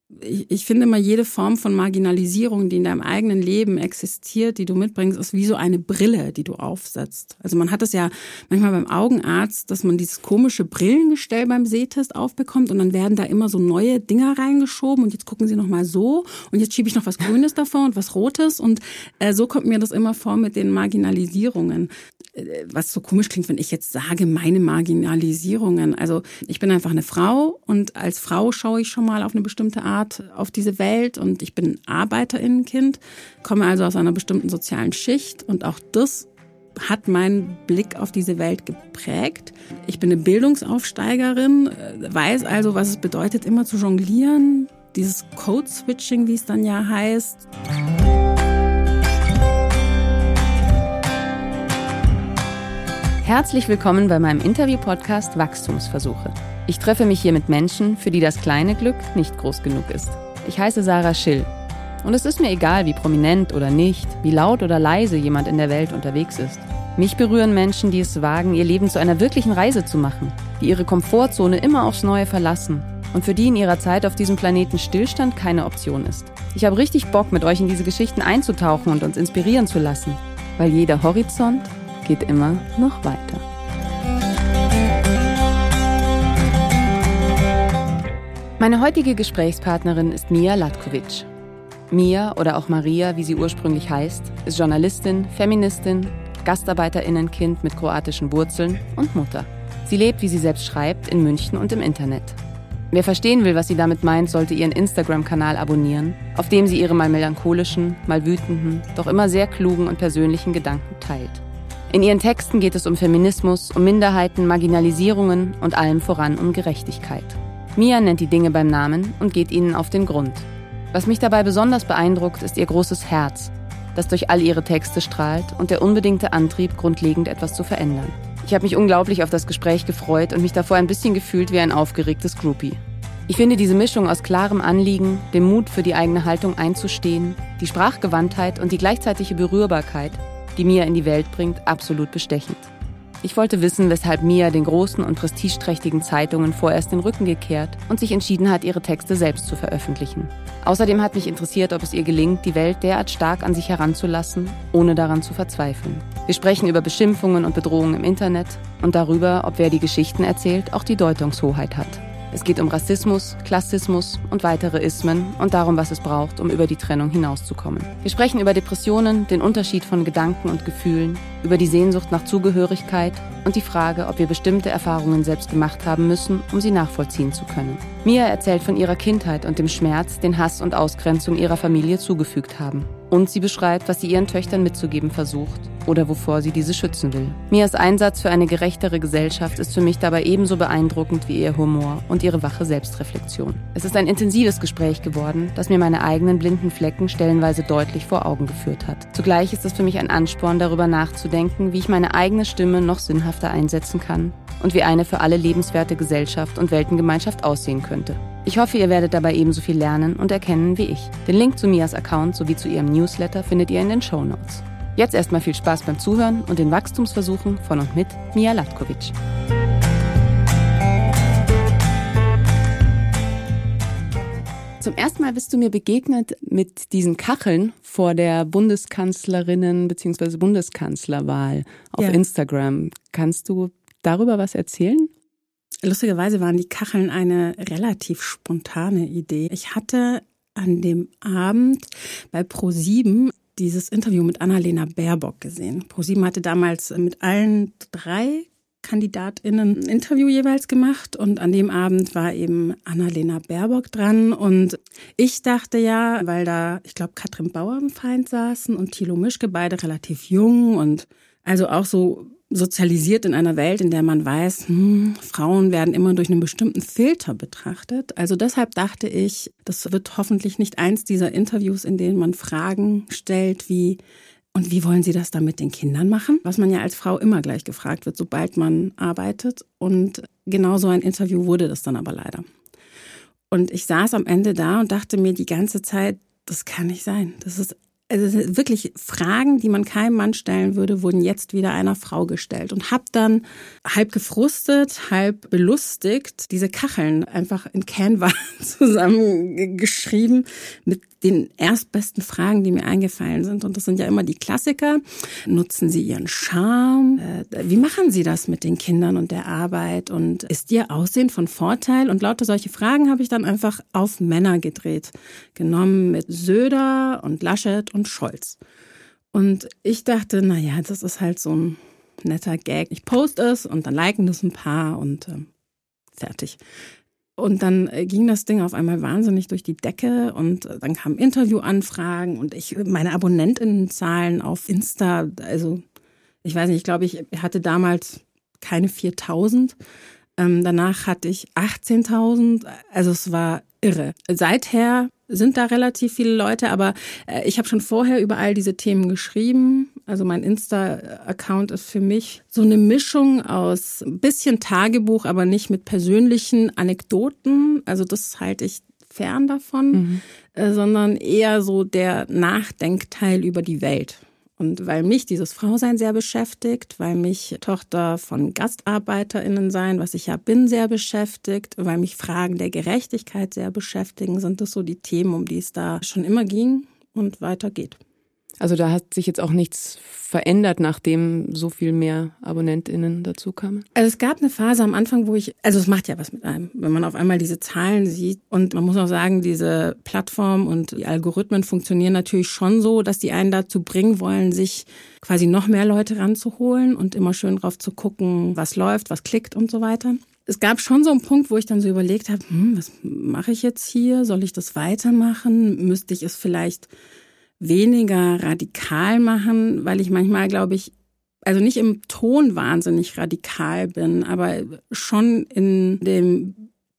Ich finde immer, jede Form von Marginalisierung, die in deinem eigenen Leben existiert, die du mitbringst, ist wie so eine Brille, die du aufsetzt. Also man hat es ja manchmal beim Augenarzt, dass man dieses komische Brillengestell beim Sehtest aufbekommt und dann werden da immer so neue Dinger reingeschoben und jetzt gucken sie nochmal so und jetzt schiebe ich noch was Grünes davor und was Rotes und so kommt mir das immer vor mit den Marginalisierungen. Was so komisch klingt, wenn ich jetzt sage, meine Marginalisierungen. Also ich bin einfach eine Frau und als Frau schaue ich schon mal auf eine bestimmte Art auf diese Welt und ich bin ein Arbeiterinnenkind, komme also aus einer bestimmten sozialen Schicht und auch das hat meinen Blick auf diese Welt geprägt. Ich bin eine Bildungsaufsteigerin, weiß also, was es bedeutet, immer zu jonglieren, dieses Code-Switching, wie es dann ja heißt. Herzlich willkommen bei meinem Interview-Podcast Wachstumsversuche. Ich treffe mich hier mit Menschen, für die das kleine Glück nicht groß genug ist. Ich heiße Sarah Schill. Und es ist mir egal, wie prominent oder nicht, wie laut oder leise jemand in der Welt unterwegs ist. Mich berühren Menschen, die es wagen, ihr Leben zu einer wirklichen Reise zu machen, die ihre Komfortzone immer aufs Neue verlassen und für die in ihrer Zeit auf diesem Planeten Stillstand keine Option ist. Ich habe richtig Bock, mit euch in diese Geschichten einzutauchen und uns inspirieren zu lassen, weil jeder Horizont geht immer noch weiter. Meine heutige Gesprächspartnerin ist Mia Latkovic. Mia, oder auch Maria, wie sie ursprünglich heißt, ist Journalistin, Feministin, GastarbeiterInnenkind mit kroatischen Wurzeln und Mutter. Sie lebt, wie sie selbst schreibt, in München und im Internet. Wer verstehen will, was sie damit meint, sollte ihren Instagram-Kanal abonnieren, auf dem sie ihre mal melancholischen, mal wütenden, doch immer sehr klugen und persönlichen Gedanken teilt. In ihren Texten geht es um Feminismus, um Minderheiten, Marginalisierungen und allem voran um Gerechtigkeit. Mia nennt die Dinge beim Namen und geht ihnen auf den Grund. Was mich dabei besonders beeindruckt, ist ihr großes Herz, das durch all ihre Texte strahlt und der unbedingte Antrieb, grundlegend etwas zu verändern. Ich habe mich unglaublich auf das Gespräch gefreut und mich davor ein bisschen gefühlt wie ein aufgeregtes Groupie. Ich finde diese Mischung aus klarem Anliegen, dem Mut für die eigene Haltung einzustehen, die Sprachgewandtheit und die gleichzeitige Berührbarkeit, die Mia in die Welt bringt, absolut bestechend. Ich wollte wissen, weshalb Mia den großen und prestigeträchtigen Zeitungen vorerst den Rücken gekehrt und sich entschieden hat, ihre Texte selbst zu veröffentlichen. Außerdem hat mich interessiert, ob es ihr gelingt, die Welt derart stark an sich heranzulassen, ohne daran zu verzweifeln. Wir sprechen über Beschimpfungen und Bedrohungen im Internet und darüber, ob wer die Geschichten erzählt, auch die Deutungshoheit hat. Es geht um Rassismus, Klassismus und weitere Ismen und darum, was es braucht, um über die Trennung hinauszukommen. Wir sprechen über Depressionen, den Unterschied von Gedanken und Gefühlen, über die Sehnsucht nach Zugehörigkeit und die Frage, ob wir bestimmte Erfahrungen selbst gemacht haben müssen, um sie nachvollziehen zu können. Mia erzählt von ihrer Kindheit und dem Schmerz, den Hass und Ausgrenzung ihrer Familie zugefügt haben. Und sie beschreibt, was sie ihren Töchtern mitzugeben versucht oder wovor sie diese schützen will. Mias Einsatz für eine gerechtere Gesellschaft ist für mich dabei ebenso beeindruckend wie ihr Humor und ihre wache Selbstreflexion. Es ist ein intensives Gespräch geworden, das mir meine eigenen blinden Flecken stellenweise deutlich vor Augen geführt hat. Zugleich ist es für mich ein Ansporn, darüber nachzudenken, wie ich meine eigene Stimme noch sinnhafter einsetzen kann und wie eine für alle lebenswerte Gesellschaft und Weltengemeinschaft aussehen könnte. Ich hoffe, ihr werdet dabei ebenso viel lernen und erkennen wie ich. Den Link zu Mias Account sowie zu ihrem Newsletter findet ihr in den Shownotes. Jetzt erstmal viel Spaß beim Zuhören und den Wachstumsversuchen von und mit Mia Latkovic. Zum ersten Mal bist du mir begegnet mit diesen Kacheln vor der Bundeskanzlerinnen- bzw. Bundeskanzlerwahl auf Instagram. Kannst du darüber was erzählen? Lustigerweise waren die Kacheln eine relativ spontane Idee. Ich hatte an dem Abend bei ProSieben dieses Interview mit Annalena Baerbock gesehen. ProSieben hatte damals mit allen 3 KandidatInnen ein Interview jeweils gemacht und an dem Abend war eben Annalena Baerbock dran und ich dachte ja, weil da, ich glaube, Katrin Bauernfeind saßen und Thilo Mischke, beide relativ jung und also auch so sozialisiert in einer Welt, in der man weiß, Frauen werden immer durch einen bestimmten Filter betrachtet. Also deshalb dachte ich, das wird hoffentlich nicht eins dieser Interviews, in denen man Fragen stellt wie, und wie wollen Sie das dann mit den Kindern machen? Was man ja als Frau immer gleich gefragt wird, sobald man arbeitet. Und genau so ein Interview wurde das dann aber leider. Und ich saß am Ende da und dachte mir die ganze Zeit, das kann nicht sein. Das ist Also wirklich Fragen, die man keinem Mann stellen würde, wurden jetzt wieder einer Frau gestellt. Und habe dann halb gefrustet, halb belustigt diese Kacheln einfach in Canva zusammengeschrieben mit den erstbesten Fragen, die mir eingefallen sind. Und das sind ja immer die Klassiker. Nutzen Sie Ihren Charme? Wie machen Sie das mit den Kindern und der Arbeit? Und ist Ihr Aussehen von Vorteil? Und lauter solche Fragen habe ich dann einfach auf Männer gedreht. Genommen mit Söder und Laschet und Scholz. Und ich dachte, naja, das ist halt so ein netter Gag. Ich poste es und dann liken das ein paar und fertig. Und dann ging das Ding auf einmal wahnsinnig durch die Decke und dann kamen Interviewanfragen und meine AbonnentInnenzahlen auf Insta, also ich weiß nicht, ich glaube, ich hatte damals keine 4.000. Danach hatte ich 18.000, also es war irre. Seither sind da relativ viele Leute, aber ich habe schon vorher über all diese Themen geschrieben. Also mein Insta-Account ist für mich so eine Mischung aus ein bisschen Tagebuch, aber nicht mit persönlichen Anekdoten. Also das halte ich fern davon, sondern eher so der Nachdenkteil über die Welt. Und weil mich dieses Frausein sehr beschäftigt, weil mich Tochter von GastarbeiterInnen sein, was ich ja bin, sehr beschäftigt, weil mich Fragen der Gerechtigkeit sehr beschäftigen, sind das so die Themen, um die es da schon immer ging und weitergeht. Also da hat sich jetzt auch nichts verändert, nachdem so viel mehr AbonnentInnen dazu kamen? Also es gab eine Phase am Anfang, also es macht ja was mit einem, wenn man auf einmal diese Zahlen sieht. Und man muss auch sagen, diese Plattform und die Algorithmen funktionieren natürlich schon so, dass die einen dazu bringen wollen, sich quasi noch mehr Leute ranzuholen und immer schön drauf zu gucken, was läuft, was klickt und so weiter. Es gab schon so einen Punkt, wo ich dann so überlegt habe, was mache ich jetzt hier? Soll ich das weitermachen? Müsste ich es vielleicht weniger radikal machen, weil ich manchmal, glaube ich, also nicht im Ton wahnsinnig radikal bin, aber schon in dem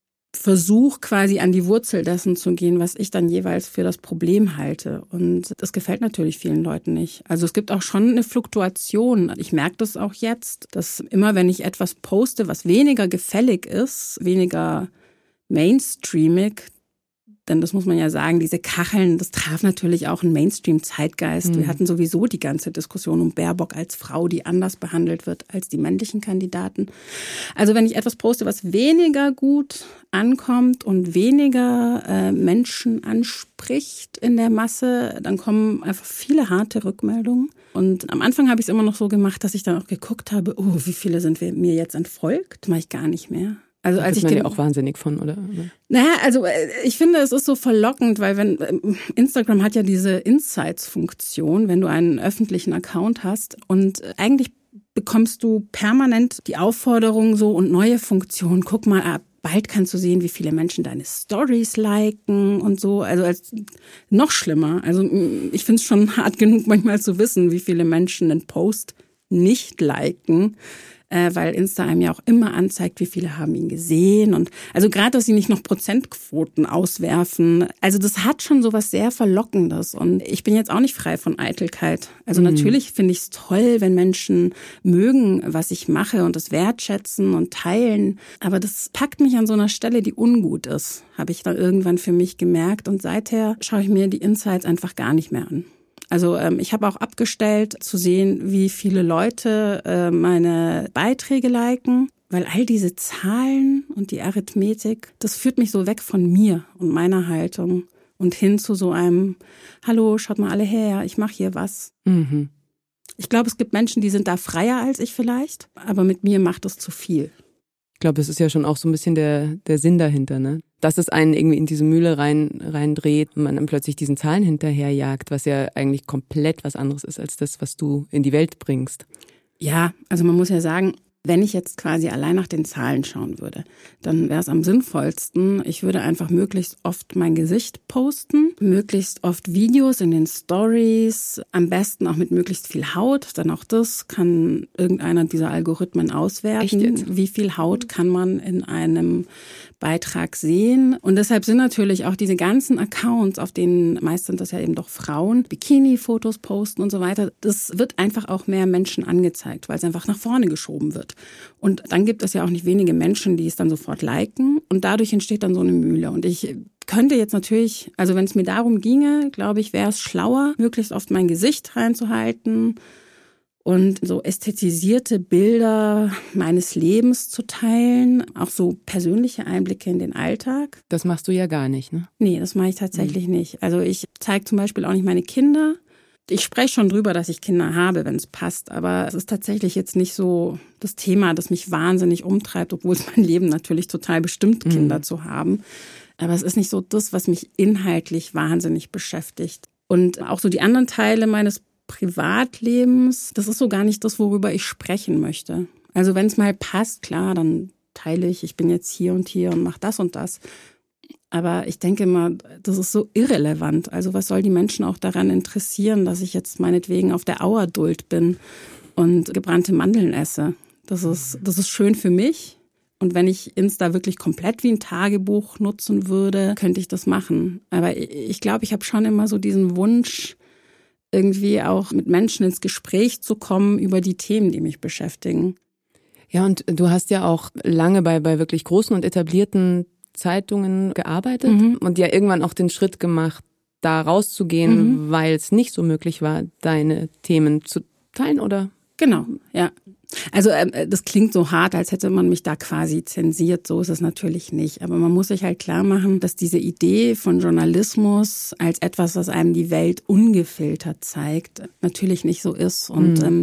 Versuch quasi an die Wurzel dessen zu gehen, was ich dann jeweils für das Problem halte. Und das gefällt natürlich vielen Leuten nicht. Also es gibt auch schon eine Fluktuation. Ich merke das auch jetzt, dass immer, wenn ich etwas poste, was weniger gefällig ist, weniger mainstreamig, denn das muss man ja sagen, diese Kacheln, das traf natürlich auch einen Mainstream-Zeitgeist. Wir hatten sowieso die ganze Diskussion um Baerbock als Frau, die anders behandelt wird als die männlichen Kandidaten. Also wenn ich etwas poste, was weniger gut ankommt und weniger Menschen anspricht in der Masse, dann kommen einfach viele harte Rückmeldungen. Und am Anfang habe ich es immer noch so gemacht, dass ich dann auch geguckt habe, wie viele sind mir jetzt entfolgt? Mache ich gar nicht mehr. Also als ich ja auch wahnsinnig von, oder? Naja, also ich finde, es ist so verlockend, weil wenn Instagram hat ja diese Insights-Funktion, wenn du einen öffentlichen Account hast und eigentlich bekommst du permanent die Aufforderung so und neue Funktionen. Guck mal, bald kannst du sehen, wie viele Menschen deine Stories liken und so. Also noch schlimmer. Also ich finde es schon hart genug manchmal zu wissen, wie viele Menschen einen Post nicht liken. Weil Insta einem ja auch immer anzeigt, wie viele haben ihn gesehen. Und also gerade, dass sie nicht noch Prozentquoten auswerfen. Also das hat schon so was sehr Verlockendes. Und ich bin jetzt auch nicht frei von Eitelkeit. Also natürlich finde ich es toll, wenn Menschen mögen, was ich mache und das wertschätzen und teilen. Aber das packt mich an so einer Stelle, die ungut ist, habe ich dann irgendwann für mich gemerkt. Und seither schaue ich mir die Insights einfach gar nicht mehr an. Also ich habe auch abgestellt zu sehen, wie viele Leute meine Beiträge liken, weil all diese Zahlen und die Arithmetik, das führt mich so weg von mir und meiner Haltung und hin zu so einem, hallo, schaut mal alle her, ich mache hier was. Ich glaube, es gibt Menschen, die sind da freier als ich vielleicht, aber mit mir macht es zu viel. Ich glaube, das ist ja schon auch so ein bisschen der Sinn dahinter, ne? Dass es einen irgendwie in diese Mühle reindreht und man dann plötzlich diesen Zahlen hinterherjagt, was ja eigentlich komplett was anderes ist als das, was du in die Welt bringst. Ja, also man muss ja sagen, wenn ich jetzt quasi allein nach den Zahlen schauen würde, dann wäre es am sinnvollsten, ich würde einfach möglichst oft mein Gesicht posten, möglichst oft Videos in den Stories, am besten auch mit möglichst viel Haut, denn auch das kann irgendeiner dieser Algorithmen auswerten. Echt jetzt? Wie viel Haut kann man in einem Beitrag sehen? Und deshalb sind natürlich auch diese ganzen Accounts, auf denen meist sind das ja eben doch Frauen, Bikini-Fotos posten und so weiter, das wird einfach auch mehr Menschen angezeigt, weil es einfach nach vorne geschoben wird. Und dann gibt es ja auch nicht wenige Menschen, die es dann sofort liken und dadurch entsteht dann so eine Mühle. Und ich könnte jetzt natürlich, also wenn es mir darum ginge, glaube ich, wäre es schlauer, möglichst oft mein Gesicht reinzuhalten und so ästhetisierte Bilder meines Lebens zu teilen, auch so persönliche Einblicke in den Alltag. Das machst du ja gar nicht, ne? Nee, das mache ich tatsächlich nicht. Also ich zeige zum Beispiel auch nicht meine Kinder. Ich spreche schon drüber, dass ich Kinder habe, wenn es passt, aber es ist tatsächlich jetzt nicht so das Thema, das mich wahnsinnig umtreibt, obwohl es mein Leben natürlich total bestimmt, Kinder zu haben. Aber es ist nicht so das, was mich inhaltlich wahnsinnig beschäftigt. Und auch so die anderen Teile meines Privatlebens, das ist so gar nicht das, worüber ich sprechen möchte. Also wenn es mal passt, klar, dann teile ich bin jetzt hier und mache das und das. Aber ich denke immer, das ist so irrelevant. Also was soll die Menschen auch daran interessieren, dass ich jetzt meinetwegen auf der Auerduld bin und gebrannte Mandeln esse? Das ist schön für mich. Und wenn ich Insta wirklich komplett wie ein Tagebuch nutzen würde, könnte ich das machen. Aber ich glaube, ich habe schon immer so diesen Wunsch, irgendwie auch mit Menschen ins Gespräch zu kommen über die Themen, die mich beschäftigen. Ja, und du hast ja auch lange bei wirklich großen und etablierten Zeitungen gearbeitet und ja irgendwann auch den Schritt gemacht, da rauszugehen, weil es nicht so möglich war, deine Themen zu teilen, oder? Genau, ja. Also das klingt so hart, als hätte man mich da quasi zensiert. So ist es natürlich nicht. Aber man muss sich halt klar machen, dass diese Idee von Journalismus als etwas, was einem die Welt ungefiltert zeigt, natürlich nicht so ist. Und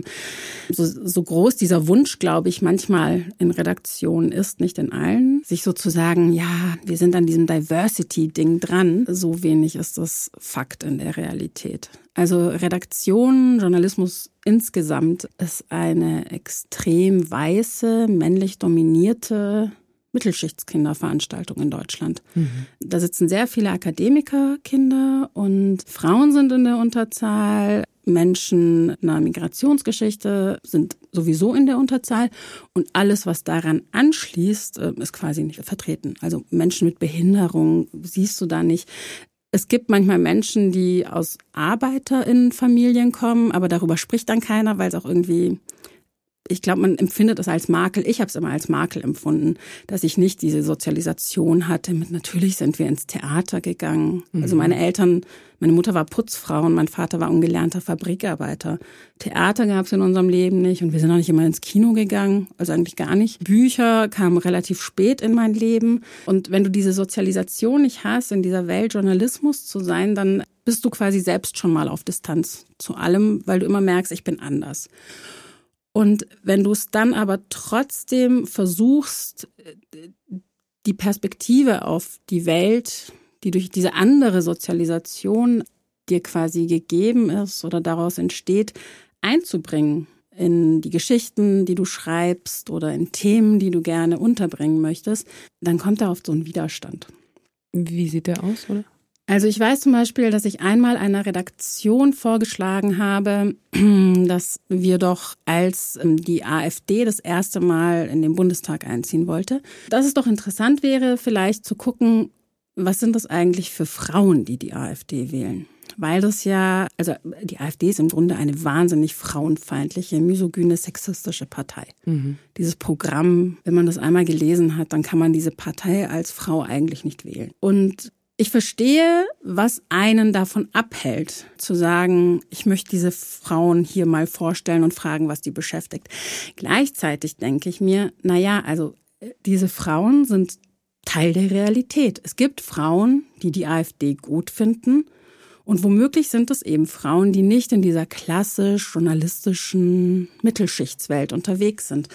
so groß dieser Wunsch, glaube ich, manchmal in Redaktionen ist, nicht in allen, sich sozusagen, ja, wir sind an diesem Diversity-Ding dran. So wenig ist das Fakt in der Realität. Also Redaktion, Journalismus insgesamt ist eine extrem weiße, männlich dominierte Mittelschichtkinderveranstaltung in Deutschland. Da sitzen sehr viele Akademikerkinder und Frauen sind in der Unterzahl. Menschen in einer Migrationsgeschichte sind sowieso in der Unterzahl und alles, was daran anschließt, ist quasi nicht vertreten. Also Menschen mit Behinderung siehst du da nicht. Es gibt manchmal Menschen, die aus ArbeiterInnenfamilien kommen, aber darüber spricht dann keiner, weil es auch irgendwie, ich glaube, man empfindet es als Makel. Ich habe es immer als Makel empfunden, dass ich nicht diese Sozialisation hatte. Natürlich sind wir ins Theater gegangen. Also meine Mutter war Putzfrau und mein Vater war ungelernter Fabrikarbeiter. Theater gab es in unserem Leben nicht und wir sind auch nicht immer ins Kino gegangen, also eigentlich gar nicht. Bücher kamen relativ spät in mein Leben. Und wenn du diese Sozialisation nicht hast, in dieser Welt Journalismus zu sein, dann bist du quasi selbst schon mal auf Distanz zu allem, weil du immer merkst, ich bin anders. Und wenn du es dann aber trotzdem versuchst, die Perspektive auf die Welt, die durch diese andere Sozialisation dir quasi gegeben ist oder daraus entsteht, einzubringen in die Geschichten, die du schreibst oder in Themen, die du gerne unterbringen möchtest, dann kommt da oft so ein Widerstand. Wie sieht der aus, oder? Also ich weiß zum Beispiel, dass ich einmal einer Redaktion vorgeschlagen habe, dass wir doch, als die AfD das erste Mal in den Bundestag einziehen wollte, dass es doch interessant wäre, vielleicht zu gucken, was sind das eigentlich für Frauen, die AfD wählen? Weil das ja, also die AfD ist im Grunde eine wahnsinnig frauenfeindliche, misogyne, sexistische Partei. Dieses Programm, wenn man das einmal gelesen hat, dann kann man diese Partei als Frau eigentlich nicht wählen. Und ich verstehe, was einen davon abhält, zu sagen, ich möchte diese Frauen hier mal vorstellen und fragen, was die beschäftigt. Gleichzeitig denke ich mir, also diese Frauen sind Teil der Realität. Es gibt Frauen, die AfD gut finden und womöglich sind es eben Frauen, die nicht in dieser klassisch journalistischen Mittelschichtswelt unterwegs sind.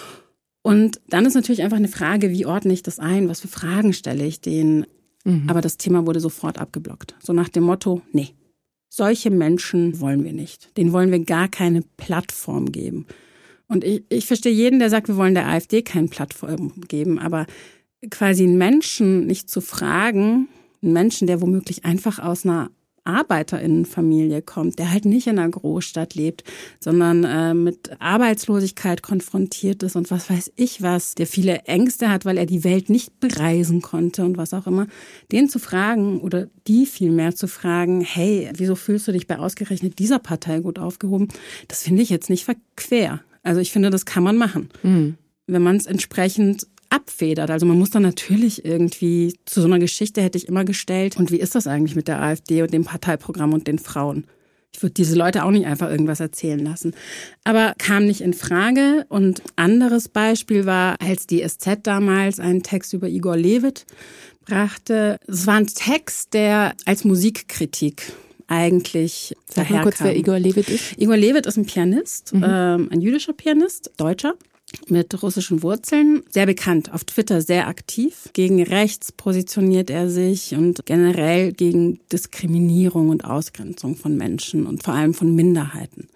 Und dann ist natürlich einfach eine Frage, wie ordne ich das ein, was für Fragen stelle ich denen? Aber das Thema wurde sofort abgeblockt. So nach dem Motto, nee, solche Menschen wollen wir nicht. Denen wollen wir gar keine Plattform geben. Und ich verstehe jeden, der sagt, wir wollen der AfD keine Plattform geben. Aber quasi einen Menschen nicht zu fragen, einen Menschen, der womöglich einfach aus einer ArbeiterInnenfamilie kommt, der halt nicht in einer Großstadt lebt, sondern mit Arbeitslosigkeit konfrontiert ist und was weiß ich was, der viele Ängste hat, weil er die Welt nicht bereisen konnte und was auch immer, den zu fragen oder die vielmehr zu fragen, hey, wieso fühlst du dich bei ausgerechnet dieser Partei gut aufgehoben? Das finde ich jetzt nicht verquer. Also ich finde, das kann man machen. Wenn man es entsprechend abfedert. Also man muss dann natürlich irgendwie, zu so einer Geschichte hätte ich immer gestellt, und wie ist das eigentlich mit der AfD und dem Parteiprogramm und den Frauen? Ich würde diese Leute auch nicht einfach irgendwas erzählen lassen. Aber kam nicht in Frage. Und anderes Beispiel war, als die SZ damals einen Text über Igor Levit brachte. Es war ein Text, der als Musikkritik eigentlich daherkam. Sag mal kurz, wer Igor Levit ist. Igor Levit ist ein Pianist, ein jüdischer Pianist, Deutscher, mit russischen Wurzeln, sehr bekannt, auf Twitter sehr aktiv. Gegen rechts positioniert er sich und generell gegen Diskriminierung und Ausgrenzung von Menschen und vor allem von Minderheiten.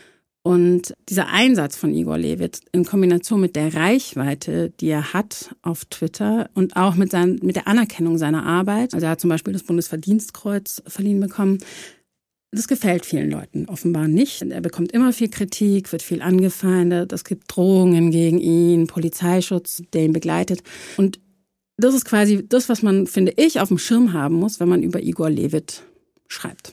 Und dieser Einsatz von Igor Levit in Kombination mit der Reichweite, die er hat auf Twitter und auch mit der Anerkennung seiner Arbeit, also er hat zum Beispiel das Bundesverdienstkreuz verliehen bekommen, das gefällt vielen Leuten offenbar nicht. Er bekommt immer viel Kritik, wird viel angefeindet, es gibt Drohungen gegen ihn, Polizeischutz, der ihn begleitet. Und das ist quasi das, was man, finde ich, auf dem Schirm haben muss, wenn man über Igor Levit schreibt.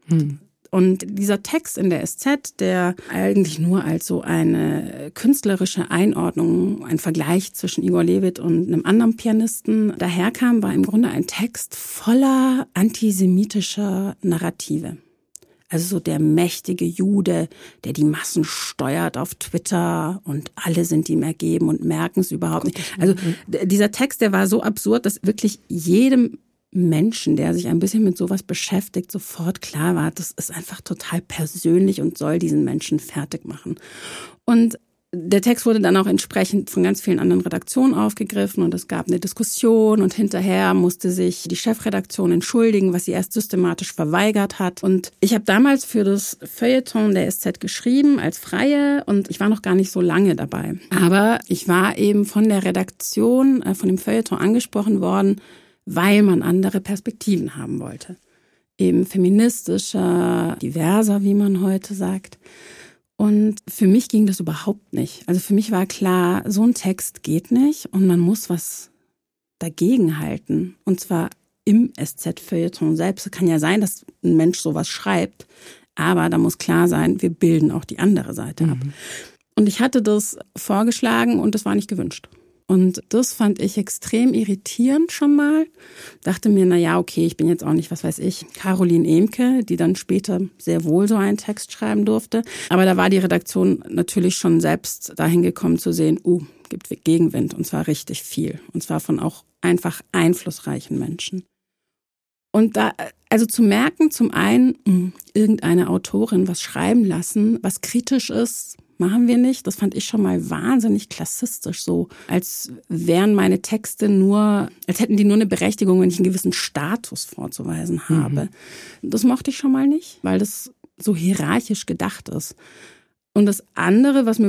Und dieser Text in der SZ, der eigentlich nur als so eine künstlerische Einordnung, ein Vergleich zwischen Igor Levit und einem anderen Pianisten daherkam, war im Grunde ein Text voller antisemitischer Narrative. Also so der mächtige Jude, der die Massen steuert auf Twitter und alle sind ihm ergeben und merken es überhaupt nicht. Also dieser Text, der war so absurd, dass wirklich jedem Menschen, der sich ein bisschen mit sowas beschäftigt, sofort klar war, das ist einfach total persönlich und soll diesen Menschen fertig machen. Und der Text wurde dann auch entsprechend von ganz vielen anderen Redaktionen aufgegriffen und es gab eine Diskussion und hinterher musste sich die Chefredaktion entschuldigen, was sie erst systematisch verweigert hat. Und ich habe damals für das Feuilleton der SZ geschrieben als Freie und ich war noch gar nicht so lange dabei. Aber ich war eben von der Redaktion, von dem Feuilleton angesprochen worden, weil man andere Perspektiven haben wollte. Eben feministischer, diverser, wie man heute sagt. Und für mich ging das überhaupt nicht. Also für mich war klar, so ein Text geht nicht und man muss was dagegen halten. Und zwar im SZ-Feuilleton selbst. Es kann ja sein, dass ein Mensch sowas schreibt, aber da muss klar sein, wir bilden auch die andere Seite ab. Und ich hatte das vorgeschlagen und das war nicht gewünscht. Und das fand ich extrem irritierend schon mal. Dachte mir, na ja, okay, ich bin jetzt auch nicht, was weiß ich, Caroline Emke, die dann später sehr wohl so einen Text schreiben durfte. Aber da war die Redaktion natürlich schon selbst dahin gekommen zu sehen, gibt Gegenwind und zwar richtig viel. Und zwar von auch einfach einflussreichen Menschen. Und da, also zu merken, zum einen, irgendeine Autorin was schreiben lassen, was kritisch ist, machen wir nicht. Das fand ich schon mal wahnsinnig klassistisch, so als wären meine Texte als hätten die nur eine Berechtigung, wenn ich einen gewissen Status vorzuweisen habe. Das mochte ich schon mal nicht, weil das so hierarchisch gedacht ist. Und das andere, was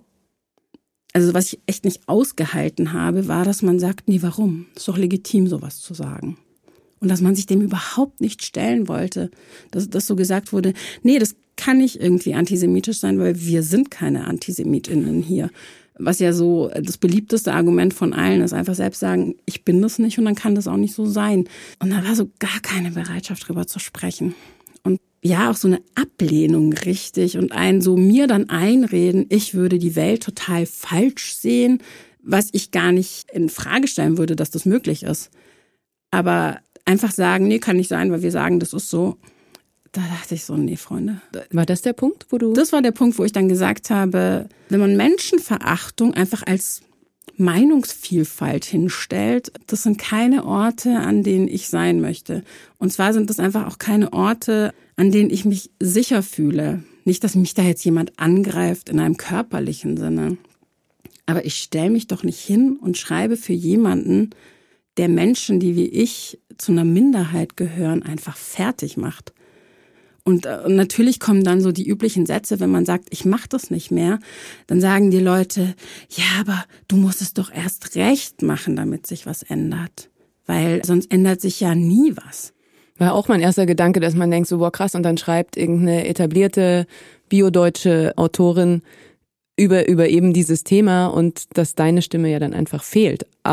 ich echt nicht ausgehalten habe, war, dass man sagt, nee, warum? Ist doch legitim, sowas zu sagen. Und dass man sich dem überhaupt nicht stellen wollte, dass so gesagt wurde, nee, das kann nicht irgendwie antisemitisch sein, weil wir sind keine AntisemitInnen hier. Was ja so das beliebteste Argument von allen ist, einfach selbst sagen, ich bin das nicht und dann kann das auch nicht so sein. Und da war so gar keine Bereitschaft, drüber zu sprechen. Und ja, auch so eine Ablehnung richtig und mir dann einreden, ich würde die Welt total falsch sehen, was ich gar nicht in Frage stellen würde, dass das möglich ist. Aber einfach sagen, nee, kann nicht sein, weil wir sagen, das ist so. Da dachte ich so, nee, Freunde. War das der Punkt, Das war der Punkt, wo ich dann gesagt habe, wenn man Menschenverachtung einfach als Meinungsvielfalt hinstellt, das sind keine Orte, an denen ich sein möchte. Und zwar sind das einfach auch keine Orte, an denen ich mich sicher fühle. Nicht, dass mich da jetzt jemand angreift in einem körperlichen Sinne. Aber ich stelle mich doch nicht hin und schreibe für jemanden, der Menschen, die wie ich zu einer Minderheit gehören, einfach fertig macht. Und natürlich kommen dann so die üblichen Sätze, wenn man sagt, ich mache das nicht mehr, dann sagen die Leute, ja, aber du musst es doch erst recht machen, damit sich was ändert. Weil sonst ändert sich ja nie was. War auch mein erster Gedanke, dass man denkt, so boah krass, und dann schreibt irgendeine etablierte biodeutsche Autorin über eben dieses Thema und dass deine Stimme ja dann einfach fehlt. Aber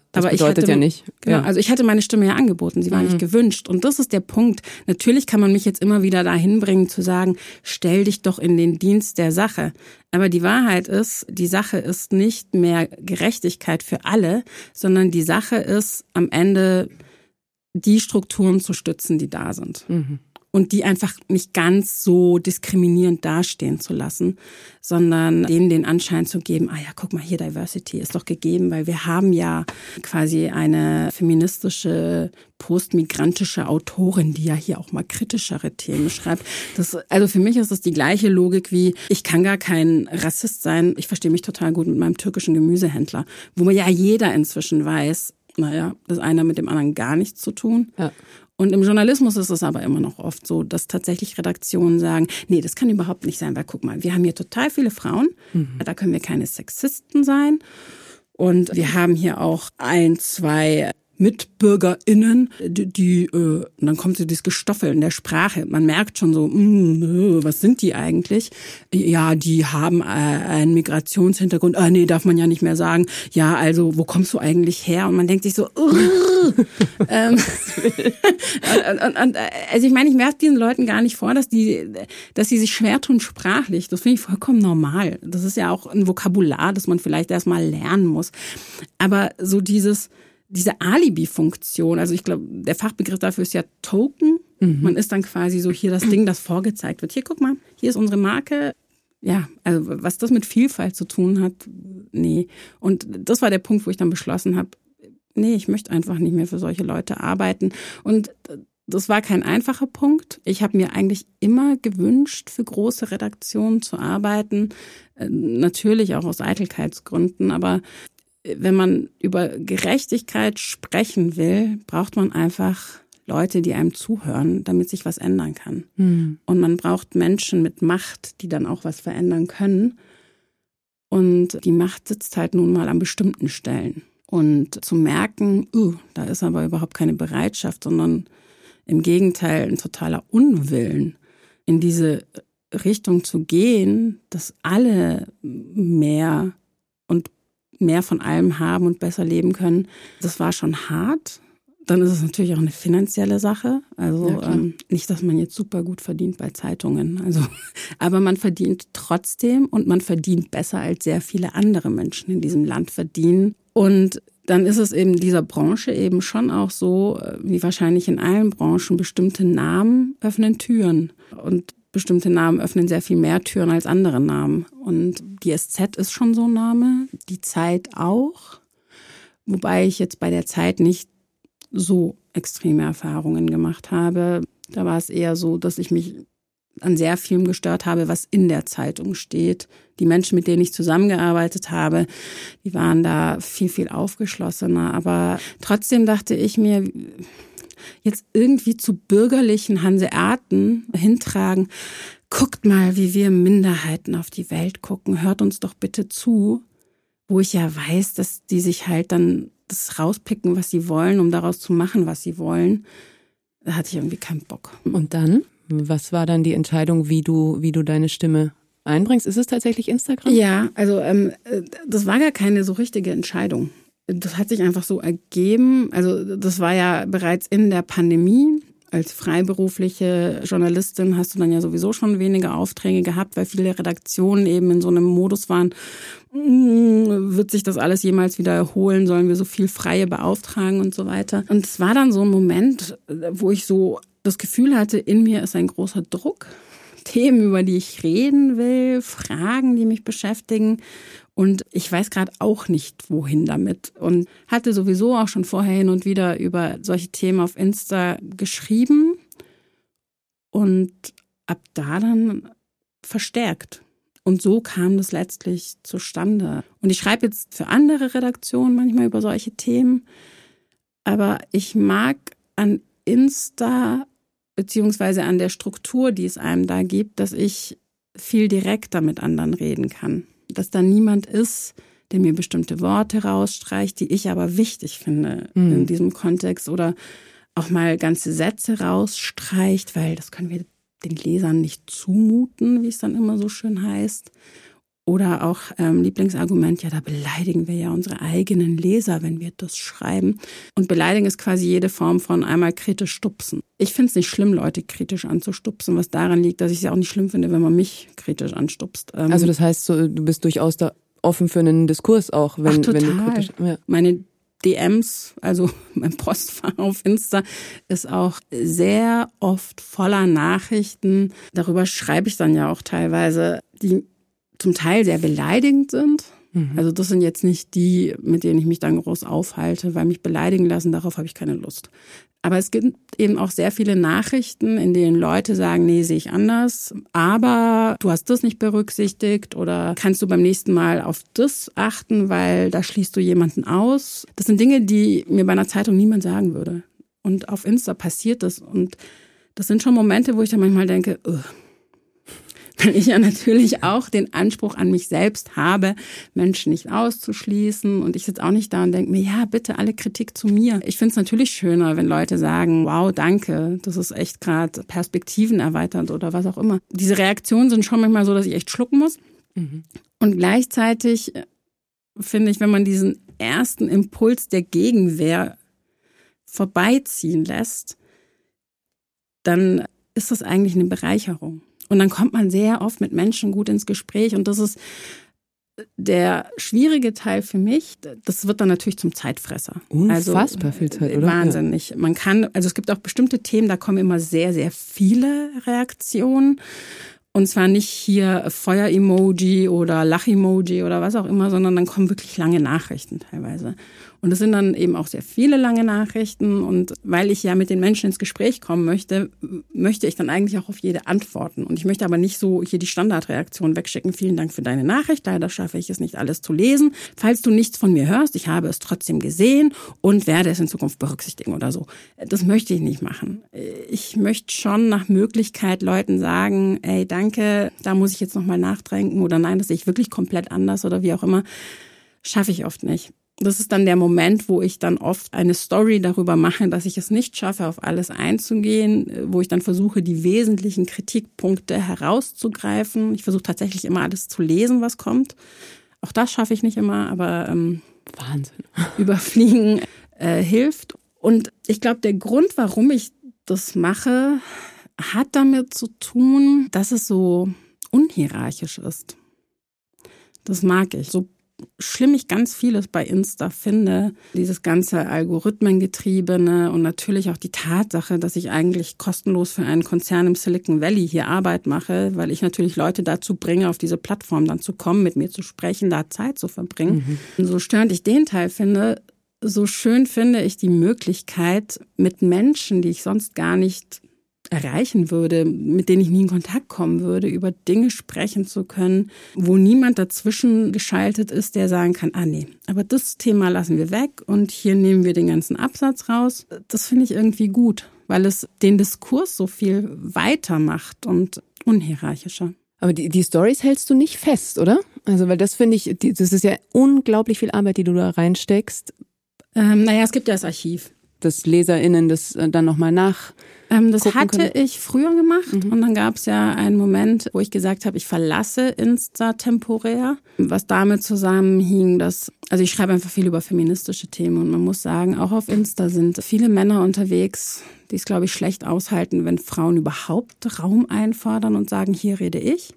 Das aber bedeutet ja nicht. Genau, Ja. also ich hatte meine Stimme ja angeboten, sie war nicht gewünscht. Und das ist der Punkt. Natürlich kann man mich jetzt immer wieder dahin bringen zu sagen, stell dich doch in den Dienst der Sache. Aber die Wahrheit ist, die Sache ist nicht mehr Gerechtigkeit für alle, sondern die Sache ist am Ende die Strukturen zu stützen, die da sind. Und die einfach nicht ganz so diskriminierend dastehen zu lassen, sondern denen den Anschein zu geben, ja, guck mal hier, Diversity ist doch gegeben, weil wir haben ja quasi eine feministische, postmigrantische Autorin, die ja hier auch mal kritischere Themen schreibt. Also für mich ist das die gleiche Logik wie, ich kann gar kein Rassist sein, ich verstehe mich total gut mit meinem türkischen Gemüsehändler, wo ja jeder inzwischen weiß, das eine mit dem anderen gar nichts zu tun. Ja. Und im Journalismus ist es aber immer noch oft so, dass tatsächlich Redaktionen sagen, nee, das kann überhaupt nicht sein, weil guck mal, wir haben hier total viele Frauen, da können wir keine Sexisten sein. Und wir haben hier auch 1, 2 MitbürgerInnen, die und dann kommt so dieses Gestoffel in der Sprache. Man merkt schon so, was sind die eigentlich? Ja, die haben einen Migrationshintergrund. Nee, darf man ja nicht mehr sagen. Ja, also, wo kommst du eigentlich her? Und man denkt sich so, also ich meine, ich werfe diesen Leuten gar nicht vor, dass sie sich schwer tun sprachlich. Das finde ich vollkommen normal. Das ist ja auch ein Vokabular, das man vielleicht erst mal lernen muss. Aber so diese Alibi-Funktion, also ich glaube, der Fachbegriff dafür ist ja Token. Man ist dann quasi so hier das Ding, das vorgezeigt wird. Hier, guck mal, hier ist unsere Marke. Ja, also was das mit Vielfalt zu tun hat, nee. Und das war der Punkt, wo ich dann beschlossen habe, nee, ich möchte einfach nicht mehr für solche Leute arbeiten. Und das war kein einfacher Punkt. Ich habe mir eigentlich immer gewünscht, für große Redaktionen zu arbeiten. Natürlich auch aus Eitelkeitsgründen, aber wenn man über Gerechtigkeit sprechen will, braucht man einfach Leute, die einem zuhören, damit sich was ändern kann. Und man braucht Menschen mit Macht, die dann auch was verändern können. Und die Macht sitzt halt nun mal an bestimmten Stellen. Und zu merken, da ist aber überhaupt keine Bereitschaft, sondern im Gegenteil ein totaler Unwillen, in diese Richtung zu gehen, dass alle mehr von allem haben und besser leben können. Das war schon hart. Dann ist es natürlich auch eine finanzielle Sache. Also nicht, dass man jetzt super gut verdient bei Zeitungen. Aber man verdient trotzdem und man verdient besser, als sehr viele andere Menschen in diesem Land verdienen. Und dann ist es eben dieser Branche eben schon auch so, wie wahrscheinlich in allen Branchen, bestimmte Namen öffnen Türen. Und bestimmte Namen öffnen sehr viel mehr Türen als andere Namen. Und die SZ ist schon so ein Name, die Zeit auch. Wobei ich jetzt bei der Zeit nicht so extreme Erfahrungen gemacht habe. Da war es eher so, dass ich mich an sehr vielem gestört habe, was in der Zeitung steht. Die Menschen, mit denen ich zusammengearbeitet habe, die waren da viel, viel aufgeschlossener. Aber trotzdem dachte ich mir, jetzt irgendwie zu bürgerlichen Hanseaten hintragen, guckt mal, wie wir Minderheiten auf die Welt gucken, hört uns doch bitte zu, wo ich ja weiß, dass die sich halt dann das rauspicken, was sie wollen, um daraus zu machen, was sie wollen. Da hatte ich irgendwie keinen Bock. Und dann? Was war dann die Entscheidung, wie du deine Stimme einbringst? Ist es tatsächlich Instagram? Ja, also das war gar keine so richtige Entscheidung. Das hat sich einfach so ergeben. Also das war ja bereits in der Pandemie. Als freiberufliche Journalistin hast du dann ja sowieso schon weniger Aufträge gehabt, weil viele Redaktionen eben in so einem Modus waren, wird sich das alles jemals wieder erholen, sollen wir so viel Freie beauftragen und so weiter. Und es war dann so ein Moment, wo ich so das Gefühl hatte, in mir ist ein großer Druck. Themen, über die ich reden will, Fragen, die mich beschäftigen. Und ich weiß gerade auch nicht, wohin damit. Und hatte sowieso auch schon vorher hin und wieder über solche Themen auf Insta geschrieben. Und ab da dann verstärkt. Und so kam das letztlich zustande. Und ich schreibe jetzt für andere Redaktionen manchmal über solche Themen. Aber ich mag an Insta beziehungsweise an der Struktur, die es einem da gibt, dass ich viel direkter mit anderen reden kann. Dass da niemand ist, der mir bestimmte Worte rausstreicht, die ich aber wichtig finde in diesem Kontext oder auch mal ganze Sätze rausstreicht, weil das können wir den Lesern nicht zumuten, wie es dann immer so schön heißt. Oder auch Lieblingsargument, ja, da beleidigen wir ja unsere eigenen Leser, wenn wir das schreiben. Und beleidigen ist quasi jede Form von einmal kritisch stupsen. Ich finde es nicht schlimm, Leute kritisch anzustupsen, was daran liegt, dass ich es ja auch nicht schlimm finde, wenn man mich kritisch anstupst. Also das heißt, du bist durchaus da offen für einen Diskurs auch, wenn du kritisch... Ja. Meine DMs, also mein Postfach auf Insta, ist auch sehr oft voller Nachrichten. Darüber schreibe ich dann ja auch teilweise, die zum Teil sehr beleidigend sind. Also das sind jetzt nicht die, mit denen ich mich dann groß aufhalte, weil mich beleidigen lassen, darauf habe ich keine Lust. Aber es gibt eben auch sehr viele Nachrichten, in denen Leute sagen, nee, sehe ich anders, aber du hast das nicht berücksichtigt oder kannst du beim nächsten Mal auf das achten, weil da schließt du jemanden aus. Das sind Dinge, die mir bei einer Zeitung niemand sagen würde. Und auf Insta passiert das. Und das sind schon Momente, wo ich dann manchmal denke, weil ich ja natürlich auch den Anspruch an mich selbst habe, Menschen nicht auszuschließen. Und ich sitze auch nicht da und denke mir, ja, bitte alle Kritik zu mir. Ich finde es natürlich schöner, wenn Leute sagen, wow, danke, das ist echt gerade Perspektiven erweiternd oder was auch immer. Diese Reaktionen sind schon manchmal so, dass ich echt schlucken muss. Und gleichzeitig finde ich, wenn man diesen ersten Impuls der Gegenwehr vorbeiziehen lässt, dann ist das eigentlich eine Bereicherung. Und dann kommt man sehr oft mit Menschen gut ins Gespräch. Und das ist der schwierige Teil für mich. Das wird dann natürlich zum Zeitfresser. Unfassbar viel Zeit, oder? Wahnsinnig. Man kann, also es gibt auch bestimmte Themen, da kommen immer sehr, sehr viele Reaktionen. Und zwar nicht hier Feuer-Emoji oder Lach-Emoji oder was auch immer, sondern dann kommen wirklich lange Nachrichten teilweise. Und es sind dann eben auch sehr viele lange Nachrichten. Und weil ich ja mit den Menschen ins Gespräch kommen möchte, möchte ich dann eigentlich auch auf jede antworten. Und ich möchte aber nicht so hier die Standardreaktion wegschicken. Vielen Dank für deine Nachricht. Leider schaffe ich es nicht, alles zu lesen. Falls du nichts von mir hörst, ich habe es trotzdem gesehen und werde es in Zukunft berücksichtigen oder so. Das möchte ich nicht machen. Ich möchte schon nach Möglichkeit Leuten sagen, ey, danke, da muss ich jetzt nochmal nachdenken oder nein, das sehe ich wirklich komplett anders oder wie auch immer. Schaffe ich oft nicht. Das ist dann der Moment, wo ich dann oft eine Story darüber mache, dass ich es nicht schaffe, auf alles einzugehen, wo ich dann versuche, die wesentlichen Kritikpunkte herauszugreifen. Ich versuche tatsächlich immer alles zu lesen, was kommt. Auch das schaffe ich nicht immer, aber Wahnsinn. Überfliegen hilft. Und ich glaube, der Grund, warum ich das mache, hat damit zu tun, dass es so unhierarchisch ist. Das mag ich. So schlimm ich ganz vieles bei Insta finde, dieses ganze Algorithmengetriebene und natürlich auch die Tatsache, dass ich eigentlich kostenlos für einen Konzern im Silicon Valley hier Arbeit mache, weil ich natürlich Leute dazu bringe, auf diese Plattform dann zu kommen, mit mir zu sprechen, da Zeit zu verbringen. So störend ich den Teil finde, so schön finde ich die Möglichkeit, mit Menschen, die ich sonst gar nicht erreichen würde, mit denen ich nie in Kontakt kommen würde, über Dinge sprechen zu können, wo niemand dazwischen geschaltet ist, der sagen kann, nee, aber das Thema lassen wir weg und hier nehmen wir den ganzen Absatz raus. Das finde ich irgendwie gut, weil es den Diskurs so viel weiter macht und unhierarchischer. Aber die Storys hältst du nicht fest, oder? Also, weil das finde ich, das ist ja unglaublich viel Arbeit, die du da reinsteckst. Es gibt ja das Archiv. Dass LeserInnen das dann nochmal das hatte ich früher gemacht und dann gab es ja einen Moment, wo ich gesagt habe, ich verlasse Insta temporär, was damit zusammenhing, dass, also ich schreibe einfach viel über feministische Themen und man muss sagen, auch auf Insta sind viele Männer unterwegs, die es, glaube ich, schlecht aushalten, wenn Frauen überhaupt Raum einfordern und sagen, hier rede ich.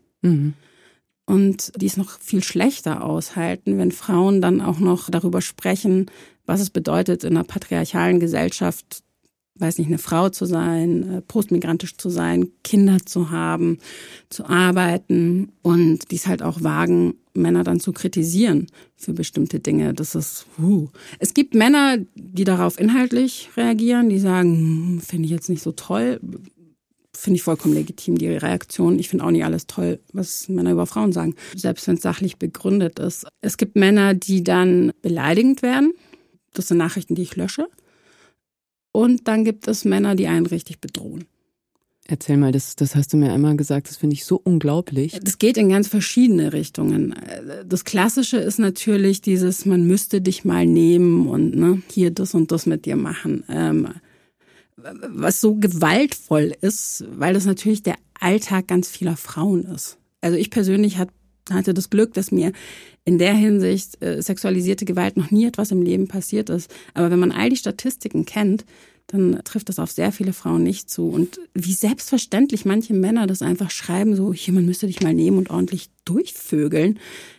Und die es noch viel schlechter aushalten, wenn Frauen dann auch noch darüber sprechen, was es bedeutet, in einer patriarchalen Gesellschaft, weiß nicht, eine Frau zu sein, postmigrantisch zu sein, Kinder zu haben, zu arbeiten und dies halt auch wagen, Männer dann zu kritisieren für bestimmte Dinge. Das ist, Es gibt Männer, die darauf inhaltlich reagieren, die sagen, finde ich jetzt nicht so toll. Finde ich vollkommen legitim, die Reaktion. Ich finde auch nicht alles toll, was Männer über Frauen sagen, selbst wenn es sachlich begründet ist. Es gibt Männer, die dann beleidigend werden. Das sind Nachrichten, die ich lösche. Und dann gibt es Männer, die einen richtig bedrohen. Erzähl mal, das hast du mir einmal gesagt, das finde ich so unglaublich. Das geht in ganz verschiedene Richtungen. Das Klassische ist natürlich dieses, man müsste dich mal nehmen und hier das und das mit dir machen. Was so gewaltvoll ist, weil das natürlich der Alltag ganz vieler Frauen ist. Also ich persönlich hatte das Glück, dass mir in der Hinsicht sexualisierte Gewalt noch nie etwas im Leben passiert ist. Aber wenn man all die Statistiken kennt, dann trifft das auf sehr viele Frauen nicht zu. Und wie selbstverständlich manche Männer das einfach schreiben, so, hier, man müsste dich mal nehmen und ordentlich durchvögeln.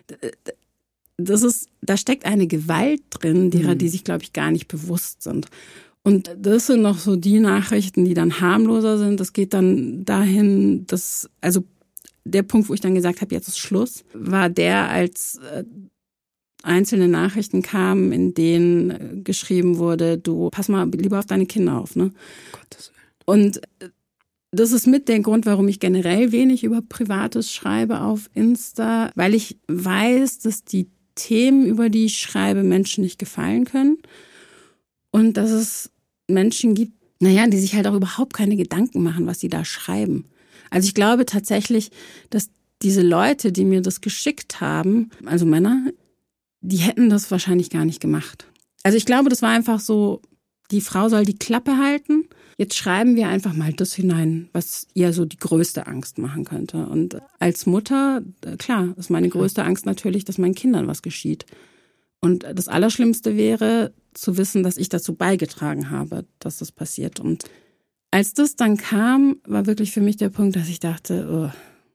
Da steckt eine Gewalt drin, derer die sich, glaube ich, gar nicht bewusst sind. Und das sind noch so die Nachrichten, die dann harmloser sind. Das geht dann dahin, dass, also der Punkt, wo ich dann gesagt habe, jetzt ist Schluss, war der, als einzelne Nachrichten kamen, in denen geschrieben wurde, du pass mal lieber auf deine Kinder auf, ne? Gottes Willen. Und das ist mit der Grund, warum ich generell wenig über Privates schreibe auf Insta, weil ich weiß, dass die Themen, über die ich schreibe, Menschen nicht gefallen können und dass es Menschen gibt, die sich halt auch überhaupt keine Gedanken machen, was sie da schreiben. Also ich glaube tatsächlich, dass diese Leute, die mir das geschickt haben, also Männer, die hätten das wahrscheinlich gar nicht gemacht. Also ich glaube, das war einfach so, die Frau soll die Klappe halten. Jetzt schreiben wir einfach mal das hinein, was ihr so die größte Angst machen könnte. Und als Mutter, klar, ist meine größte Angst natürlich, dass meinen Kindern was geschieht. Und das Allerschlimmste wäre, zu wissen, dass ich dazu beigetragen habe, dass das passiert. Und als das dann kam, war wirklich für mich der Punkt, dass ich dachte,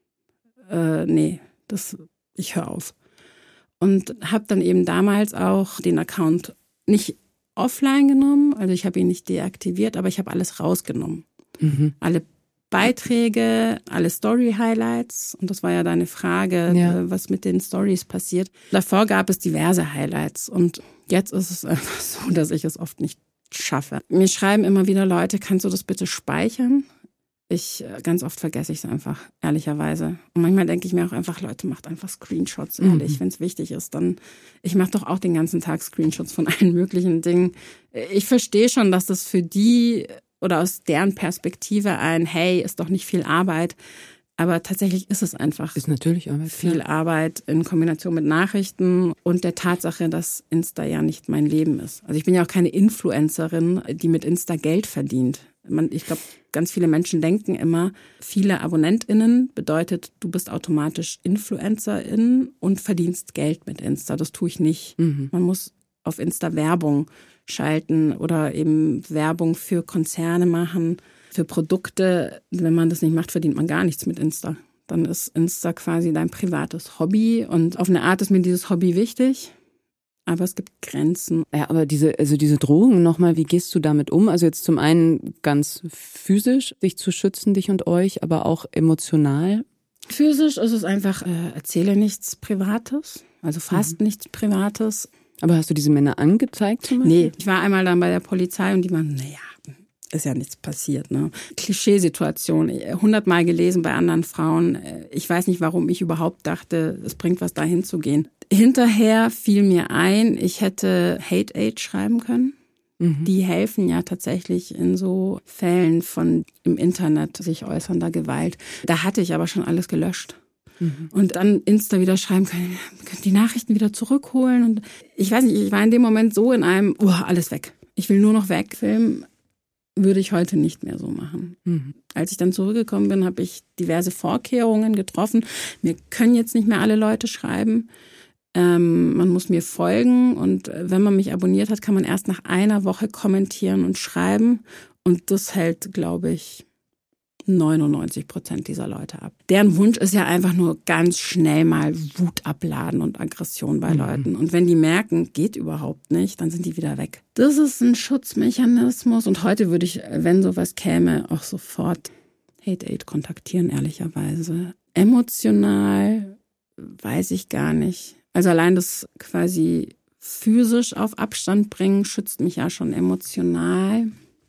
ich höre auf. Und habe dann eben damals auch den Account nicht offline genommen, also ich habe ihn nicht deaktiviert, aber ich habe alles rausgenommen. Mhm. Alle Beiträge, alle Story-Highlights, und das war ja deine Frage, was mit den Stories passiert. Davor gab es diverse Highlights und jetzt ist es einfach so, dass ich es oft nicht schaffe. Mir schreiben immer wieder Leute, kannst du das bitte speichern? Ganz oft vergesse ich es einfach, ehrlicherweise. Und manchmal denke ich mir auch einfach, Leute, macht einfach Screenshots, ehrlich, wenn es wichtig ist. Dann, ich mache doch auch den ganzen Tag Screenshots von allen möglichen Dingen. Ich verstehe schon, dass das für die oder aus deren Perspektive hey, ist doch nicht viel Arbeit. Aber tatsächlich ist es einfach ist natürlich Arbeit, viel Arbeit in Kombination mit Nachrichten und der Tatsache, dass Insta ja nicht mein Leben ist. Also ich bin ja auch keine Influencerin, die mit Insta Geld verdient. Ich glaube, ganz viele Menschen denken immer, viele AbonnentInnen bedeutet, du bist automatisch InfluencerIn und verdienst Geld mit Insta. Das tue ich nicht. Mhm. Man muss auf Insta Werbung schalten oder eben Werbung für Konzerne machen, für Produkte. Wenn man das nicht macht, verdient man gar nichts mit Insta. Dann ist Insta quasi dein privates Hobby und auf eine Art ist mir dieses Hobby wichtig. Aber es gibt Grenzen. Ja, aber diese Drohungen nochmal, wie gehst du damit um? Also jetzt zum einen ganz physisch, dich zu schützen, dich und euch, aber auch emotional? Physisch ist es einfach, erzähle nichts Privates, also fast nichts Privates. Aber hast du diese Männer angezeigt zum Beispiel? Nee, ich war einmal dann bei der Polizei und die waren, ist ja nichts passiert, ne? Klischeesituation, 100-mal gelesen bei anderen Frauen. Ich weiß nicht, warum ich überhaupt dachte, es bringt was, da hinzugehen. Hinterher fiel mir ein, ich hätte Hate Aid schreiben können. Mhm. Die helfen ja tatsächlich in so Fällen von im Internet sich äußernder Gewalt. Da hatte ich aber schon alles gelöscht. Mhm. Und dann Insta wieder schreiben können die Nachrichten wieder zurückholen. Und ich weiß nicht, ich war in dem Moment so in einem, alles weg. Ich will nur noch wegfilmen. Würde ich heute nicht mehr so machen. Mhm. Als ich dann zurückgekommen bin, habe ich diverse Vorkehrungen getroffen. Mir können jetzt nicht mehr alle Leute schreiben. Man muss mir folgen und wenn man mich abonniert hat, kann man erst nach einer Woche kommentieren und schreiben. Und das hält, glaube ich, 99% dieser Leute ab. Deren Wunsch ist ja einfach nur ganz schnell mal Wut abladen und Aggression bei Leuten. Und wenn die merken, geht überhaupt nicht, dann sind die wieder weg. Das ist ein Schutzmechanismus. Und heute würde ich, wenn sowas käme, auch sofort Hate Aid kontaktieren, ehrlicherweise. Emotional weiß ich gar nicht. Also allein das quasi physisch auf Abstand bringen, schützt mich ja schon emotional.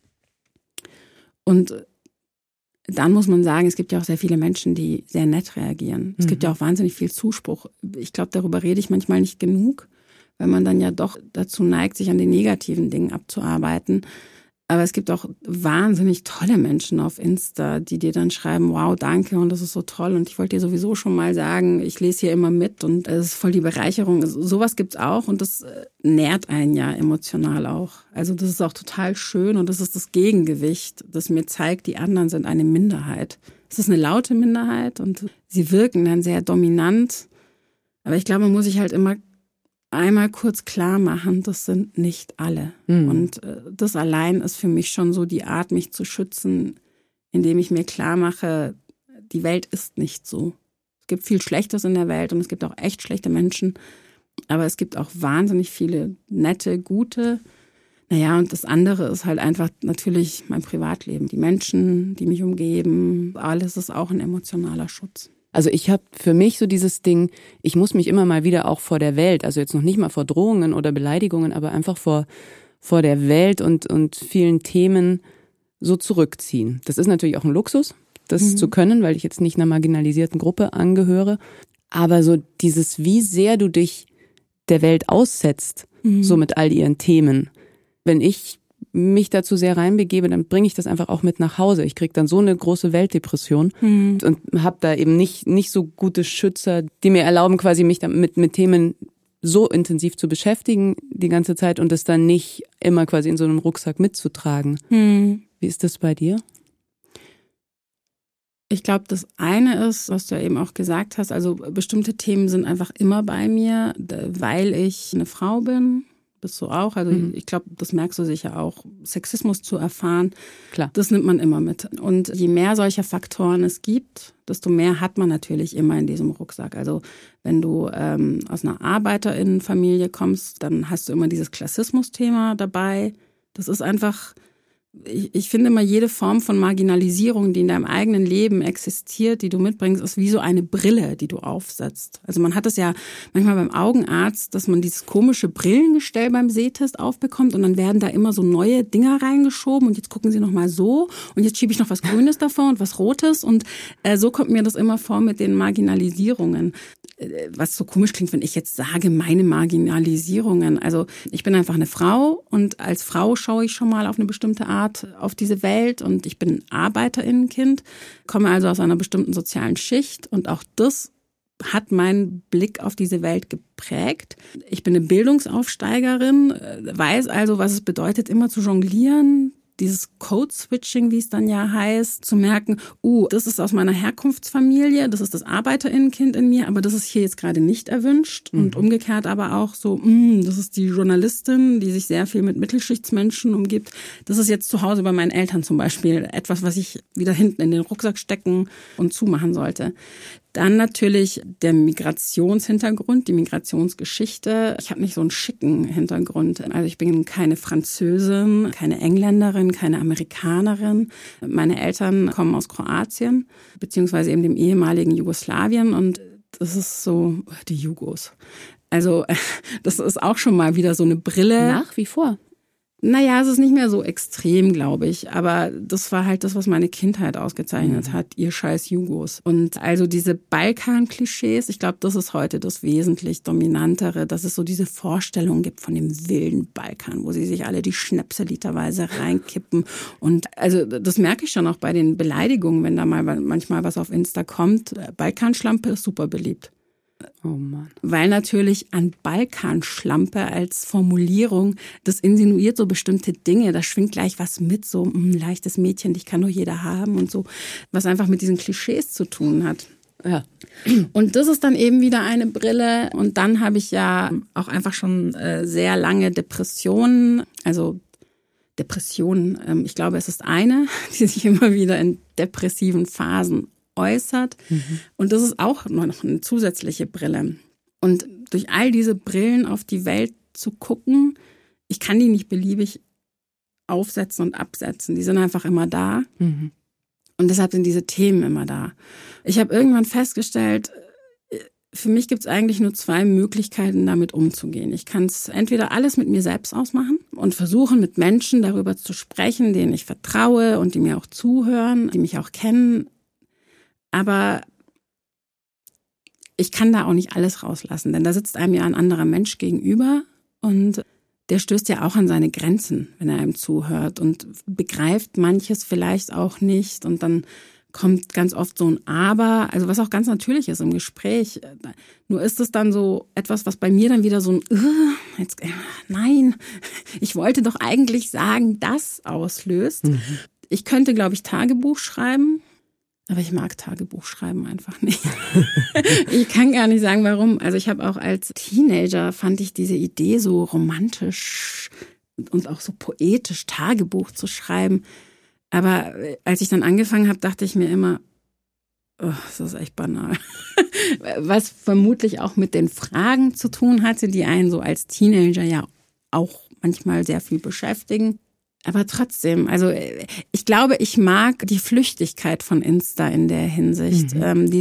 Und dann muss man sagen, es gibt ja auch sehr viele Menschen, die sehr nett reagieren. Es gibt ja auch wahnsinnig viel Zuspruch. Ich glaube, darüber rede ich manchmal nicht genug, weil man dann ja doch dazu neigt, sich an den negativen Dingen abzuarbeiten. Aber es gibt auch wahnsinnig tolle Menschen auf Insta, die dir dann schreiben, wow, danke und das ist so toll und ich wollte dir sowieso schon mal sagen, ich lese hier immer mit und es ist voll die Bereicherung. Sowas gibt's auch und das nährt einen ja emotional auch. Also das ist auch total schön und das ist das Gegengewicht, das mir zeigt, die anderen sind eine Minderheit. Es ist eine laute Minderheit und sie wirken dann sehr dominant, Aber ich glaube, man muss sich halt immer einmal kurz klar machen, das sind nicht alle. Und das allein ist für mich schon so die Art, mich zu schützen, indem ich mir klar mache, die Welt ist nicht so. Es gibt viel Schlechtes in der Welt und es gibt auch echt schlechte Menschen. Aber es gibt auch wahnsinnig viele nette, gute. Naja, und das andere ist halt einfach natürlich mein Privatleben. Die Menschen, die mich umgeben, alles ist auch ein emotionaler Schutz. Also ich habe für mich so dieses Ding, ich muss mich immer mal wieder auch vor der Welt, also jetzt noch nicht mal vor Drohungen oder Beleidigungen, aber einfach vor der Welt und vielen Themen so zurückziehen. Das ist natürlich auch ein Luxus, das zu können, weil ich jetzt nicht einer marginalisierten Gruppe angehöre. Aber so dieses, wie sehr du dich der Welt aussetzt, so mit all ihren Themen. Wenn ich mich dazu sehr reinbegebe, dann bringe ich das einfach auch mit nach Hause. Ich kriege dann so eine große Weltdepression und habe da eben nicht so gute Schützer, die mir erlauben, quasi mich damit mit Themen so intensiv zu beschäftigen die ganze Zeit und es dann nicht immer quasi in so einem Rucksack mitzutragen. Wie ist das bei dir? Ich glaube, das eine ist, was du ja eben auch gesagt hast, also bestimmte Themen sind einfach immer bei mir, weil ich eine Frau bin. Bist du auch? Also ich glaube, das merkst du sicher auch. Sexismus zu erfahren, klar, das nimmt man immer mit. Und je mehr solcher Faktoren es gibt, desto mehr hat man natürlich immer in diesem Rucksack. Also wenn du aus einer ArbeiterInnenfamilie kommst, dann hast du immer dieses Klassismus-Thema dabei. Das ist einfach... Ich finde immer, jede Form von Marginalisierung, die in deinem eigenen Leben existiert, die du mitbringst, ist wie so eine Brille, die du aufsetzt. Also man hat es ja manchmal beim Augenarzt, dass man dieses komische Brillengestell beim Sehtest aufbekommt und dann werden da immer so neue Dinger reingeschoben und jetzt gucken sie noch mal so und jetzt schiebe ich noch was Grünes davor und was Rotes und so kommt mir das immer vor mit den Marginalisierungen. Was so komisch klingt, wenn ich jetzt sage, meine Marginalisierungen. Also ich bin einfach eine Frau und als Frau schaue ich schon mal auf eine bestimmte Art auf diese Welt und ich bin ein ArbeiterInnenkind, komme also aus einer bestimmten sozialen Schicht und auch das hat meinen Blick auf diese Welt geprägt. Ich bin eine Bildungsaufsteigerin, weiß also, was es bedeutet, immer zu jonglieren, dieses Code-Switching, wie es dann ja heißt, zu merken, das ist aus meiner Herkunftsfamilie, das ist das ArbeiterInnenkind in mir, aber das ist hier jetzt gerade nicht erwünscht. Und umgekehrt aber auch so, das ist die Journalistin, die sich sehr viel mit Mittelschichtsmenschen umgibt. Das ist jetzt zu Hause bei meinen Eltern zum Beispiel etwas, was ich wieder hinten in den Rucksack stecken und zumachen sollte. Dann natürlich der Migrationshintergrund, die Migrationsgeschichte. Ich habe nicht so einen schicken Hintergrund. Also ich bin keine Französin, keine Engländerin, keine Amerikanerin. Meine Eltern kommen aus Kroatien, beziehungsweise eben dem ehemaligen Jugoslawien. Und das ist so die Jugos. Also das ist auch schon mal wieder so eine Brille. Nach wie vor? Naja, es ist nicht mehr so extrem, glaube ich. Aber das war halt das, was meine Kindheit ausgezeichnet hat, ihr scheiß Jugos. Und also diese Balkan-Klischees, ich glaube, das ist heute das wesentlich Dominantere, dass es so diese Vorstellung gibt von dem wilden Balkan, wo sie sich alle die Schnäpse literweise reinkippen. Und also das merke ich schon auch bei den Beleidigungen, wenn da mal manchmal was auf Insta kommt. Balkanschlampe ist super beliebt. Oh Mann. Weil natürlich an Balkanschlampe als Formulierung, das insinuiert so bestimmte Dinge, da schwingt gleich was mit, so ein leichtes Mädchen, dich kann nur jeder haben und so, was einfach mit diesen Klischees zu tun hat. Ja. Und das ist dann eben wieder eine Brille und dann habe ich ja auch einfach schon sehr lange Depressionen, also Depressionen, ich glaube, es ist eine, die sich immer wieder in depressiven Phasen äußert. Und das ist auch noch eine zusätzliche Brille. Und durch all diese Brillen auf die Welt zu gucken, ich kann die nicht beliebig aufsetzen und absetzen. Die sind einfach immer da. Und deshalb sind diese Themen immer da. Ich habe irgendwann festgestellt, für mich gibt es eigentlich nur 2 Möglichkeiten, damit umzugehen. Ich kann es entweder alles mit mir selbst ausmachen und versuchen, mit Menschen darüber zu sprechen, denen ich vertraue und die mir auch zuhören, die mich auch kennen. Aber ich kann da auch nicht alles rauslassen, denn da sitzt einem ja ein anderer Mensch gegenüber und der stößt ja auch an seine Grenzen, wenn er einem zuhört und begreift manches vielleicht auch nicht und dann kommt ganz oft so ein Aber, also was auch ganz natürlich ist im Gespräch. Nur ist es dann so etwas, was bei mir dann wieder so ein nein, ich wollte doch eigentlich sagen, das auslöst. Ich könnte, glaube ich, Tagebuch schreiben. Aber ich mag Tagebuchschreiben einfach nicht. Ich kann gar nicht sagen, warum. Also ich habe auch als Teenager, fand ich diese Idee so romantisch und auch so poetisch, Tagebuch zu schreiben. Aber als ich dann angefangen habe, dachte ich mir immer, oh, das ist echt banal. Was vermutlich auch mit den Fragen zu tun hatte, die einen so als Teenager ja auch manchmal sehr viel beschäftigen. Aber trotzdem, also ich glaube, ich mag die Flüchtigkeit von Insta in der Hinsicht. Und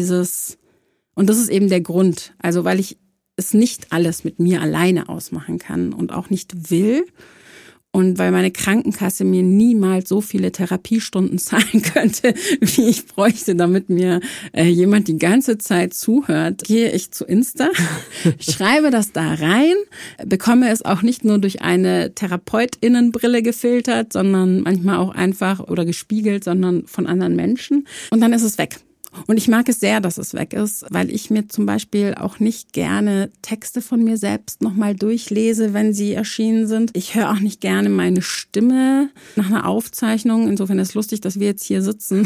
das ist eben der Grund. Also weil ich es nicht alles mit mir alleine ausmachen kann und auch nicht will. Und weil meine Krankenkasse mir niemals so viele Therapiestunden zahlen könnte, wie ich bräuchte, damit mir jemand die ganze Zeit zuhört, gehe ich zu Insta, schreibe das da rein, bekomme es auch nicht nur durch eine TherapeutInnenbrille gefiltert, sondern manchmal auch einfach oder gespiegelt, sondern von anderen Menschen. Und dann ist es weg. Und ich mag es sehr, dass es weg ist, weil ich mir zum Beispiel auch nicht gerne Texte von mir selbst nochmal durchlese, wenn sie erschienen sind. Ich höre auch nicht gerne meine Stimme nach einer Aufzeichnung. Insofern ist es lustig, dass wir jetzt hier sitzen.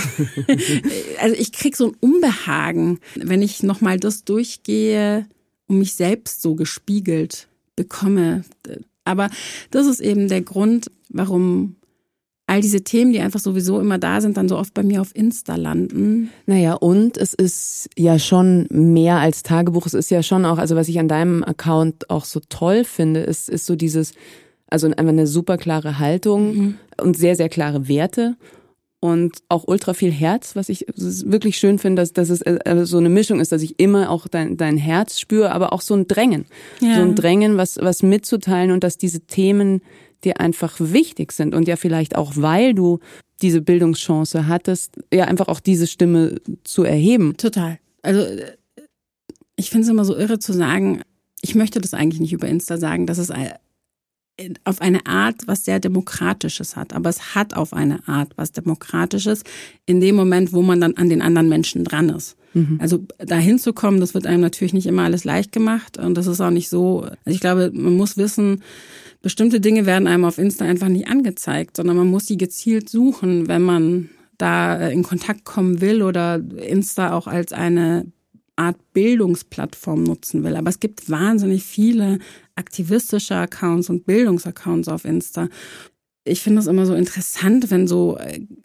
Also ich kriege so ein Unbehagen, wenn ich nochmal das durchgehe und mich selbst so gespiegelt bekomme. Aber das ist eben der Grund, warum all diese Themen, die einfach sowieso immer da sind, dann so oft bei mir auf Insta landen. Naja, und es ist ja schon mehr als Tagebuch. Es ist ja schon auch, also was ich an deinem Account auch so toll finde, ist so dieses, also einfach eine super klare Haltung und sehr, sehr klare Werte und auch ultra viel Herz, was ich wirklich schön finde, dass es so eine Mischung ist, dass ich immer auch dein Herz spüre, aber auch so ein Drängen. Ja. So ein Drängen, was mitzuteilen und dass diese Themen dir einfach wichtig sind und ja vielleicht auch, weil du diese Bildungschance hattest, ja einfach auch diese Stimme zu erheben. Total. Also ich finde es immer so irre zu sagen, ich möchte das eigentlich nicht über Insta sagen, dass es auf eine Art was sehr Demokratisches hat. Aber es hat auf eine Art was Demokratisches in dem Moment, wo man dann an den anderen Menschen dran ist. Also da hinzukommen, das wird einem natürlich nicht immer alles leicht gemacht und das ist auch nicht so. Also ich glaube, man muss wissen, bestimmte Dinge werden einem auf Insta einfach nicht angezeigt, sondern man muss sie gezielt suchen, wenn man da in Kontakt kommen will oder Insta auch als eine Art Bildungsplattform nutzen will. Aber es gibt wahnsinnig viele aktivistische Accounts und Bildungsaccounts auf Insta. Ich finde es immer so interessant, wenn so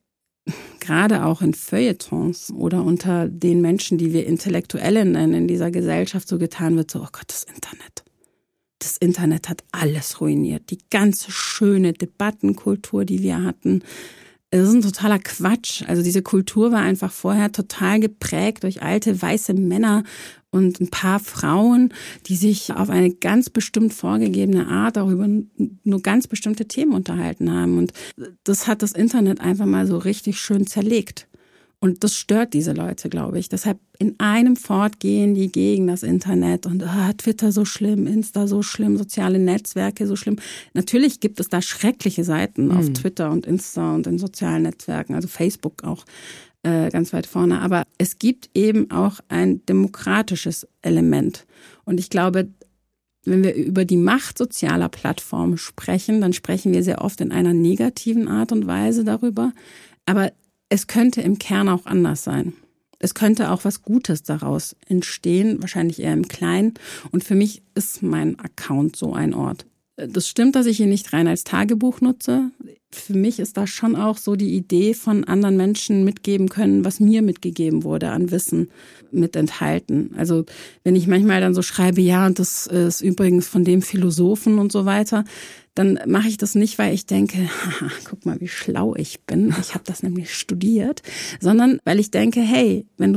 gerade auch in Feuilletons oder unter den Menschen, die wir Intellektuelle nennen in dieser Gesellschaft, so getan wird, so, oh Gott, das Internet. Das Internet hat alles ruiniert. Die ganze schöne Debattenkultur, die wir hatten. Das ist ein totaler Quatsch. Also diese Kultur war einfach vorher total geprägt durch alte weiße Männer und ein paar Frauen, die sich auf eine ganz bestimmt vorgegebene Art auch über nur ganz bestimmte Themen unterhalten haben. Und das hat das Internet einfach mal so richtig schön zerlegt. Und das stört diese Leute, glaube ich. Deshalb in einem Fort gehen die gegen das Internet und Twitter so schlimm, Insta so schlimm, soziale Netzwerke so schlimm. Natürlich gibt es da schreckliche Seiten auf Twitter und Insta und in sozialen Netzwerken, also Facebook auch ganz weit vorne. Aber es gibt eben auch ein demokratisches Element. Und ich glaube, wenn wir über die Macht sozialer Plattformen sprechen, dann sprechen wir sehr oft in einer negativen Art und Weise darüber. Aber es könnte im Kern auch anders sein. Es könnte auch was Gutes daraus entstehen, wahrscheinlich eher im Kleinen. Und für mich ist mein Account so ein Ort. Das stimmt, dass ich ihn nicht rein als Tagebuch nutze. Für mich ist da schon auch so die Idee von anderen Menschen mitgeben können, was mir mitgegeben wurde an Wissen mit enthalten. Also wenn ich manchmal dann so schreibe, ja, und das ist übrigens von dem Philosophen und so weiter, dann mache ich das nicht, weil ich denke, haha, guck mal, wie schlau ich bin. Ich habe das nämlich studiert, sondern weil ich denke, hey, wenn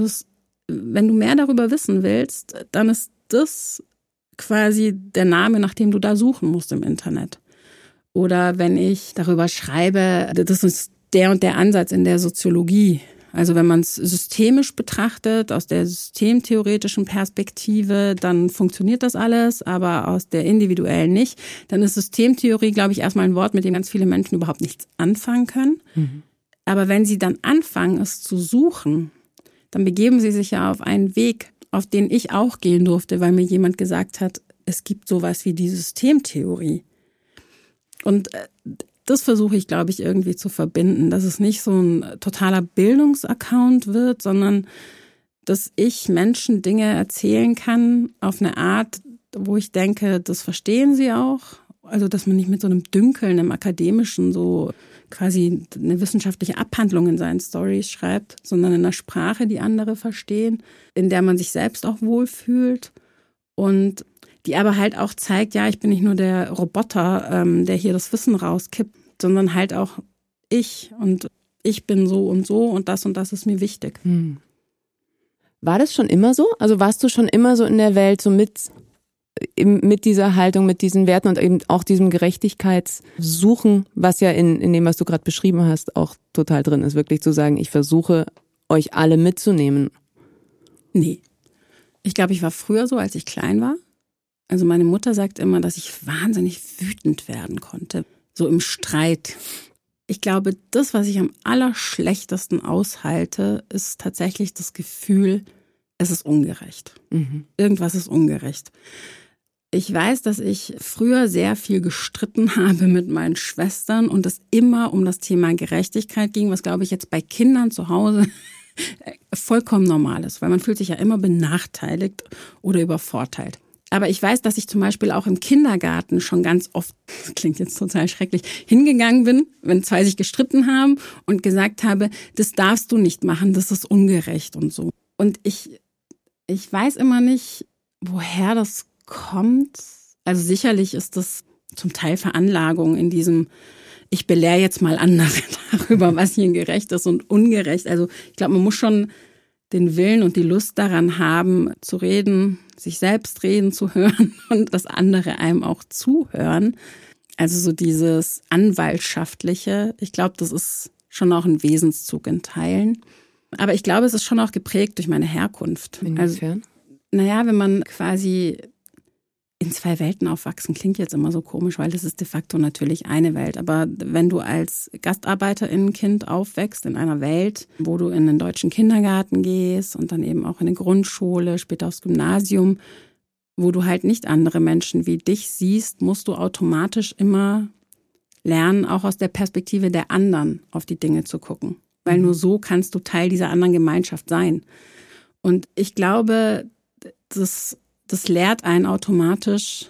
du mehr darüber wissen willst, dann ist das quasi der Name, nach dem du da suchen musst im Internet. Oder wenn ich darüber schreibe, das ist der und der Ansatz in der Soziologie. Also wenn man es systemisch betrachtet, aus der systemtheoretischen Perspektive, dann funktioniert das alles, aber aus der individuellen nicht. Dann ist Systemtheorie, glaube ich, erstmal ein Wort, mit dem ganz viele Menschen überhaupt nichts anfangen können. Aber wenn sie dann anfangen, es zu suchen, dann begeben sie sich ja auf einen Weg, auf den ich auch gehen durfte, weil mir jemand gesagt hat, es gibt sowas wie die Systemtheorie. Und das versuche ich, glaube ich, irgendwie zu verbinden, dass es nicht so ein totaler Bildungsaccount wird, sondern dass ich Menschen Dinge erzählen kann auf eine Art, wo ich denke, das verstehen sie auch. Also, dass man nicht mit so einem Dünkeln im Akademischen so quasi eine wissenschaftliche Abhandlung in seinen Stories schreibt, sondern in einer Sprache, die andere verstehen, in der man sich selbst auch wohlfühlt und die aber halt auch zeigt, ja, ich bin nicht nur der Roboter, der hier das Wissen rauskippt, sondern halt auch ich und ich bin so und das ist mir wichtig. War das schon immer so? Also warst du schon immer so in der Welt so mit dieser Haltung, mit diesen Werten und eben auch diesem Gerechtigkeitssuchen, was ja in dem, was du gerade beschrieben hast, auch total drin ist, wirklich zu sagen, ich versuche, euch alle mitzunehmen? Nee. Ich glaube, ich war früher so, als ich klein war. Also meine Mutter sagt immer, dass ich wahnsinnig wütend werden konnte, so im Streit. Ich glaube, das, was ich am allerschlechtesten aushalte, ist tatsächlich das Gefühl, es ist ungerecht. Irgendwas ist ungerecht. Ich weiß, dass ich früher sehr viel gestritten habe mit meinen Schwestern und es immer um das Thema Gerechtigkeit ging, was, glaube ich, jetzt bei Kindern zu Hause vollkommen normal ist, weil man fühlt sich ja immer benachteiligt oder übervorteilt. Aber ich weiß, dass ich zum Beispiel auch im Kindergarten schon ganz oft, das klingt jetzt total schrecklich, hingegangen bin, wenn zwei sich gestritten haben und gesagt habe, das darfst du nicht machen, das ist ungerecht und so. Und ich weiß immer nicht, woher das kommt. Also sicherlich ist das zum Teil Veranlagung in diesem, ich belehre jetzt mal andere darüber, was hier gerecht ist und ungerecht. Also ich glaube, man muss schon den Willen und die Lust daran haben, zu reden, sich selbst reden zu hören und dass andere einem auch zuhören. Also so dieses Anwaltschaftliche, ich glaube, das ist schon auch ein Wesenszug in Teilen. Aber ich glaube, es ist schon auch geprägt durch meine Herkunft. Inwiefern? Also, wenn man quasi in zwei Welten aufwachsen, klingt jetzt immer so komisch, weil das ist de facto natürlich eine Welt. Aber wenn du als Gastarbeiterinnenkind aufwächst in einer Welt, wo du in den deutschen Kindergarten gehst und dann eben auch in eine Grundschule, später aufs Gymnasium, wo du halt nicht andere Menschen wie dich siehst, musst du automatisch immer lernen, auch aus der Perspektive der anderen auf die Dinge zu gucken. Weil nur so kannst du Teil dieser anderen Gemeinschaft sein. Und ich glaube, das lehrt einen automatisch,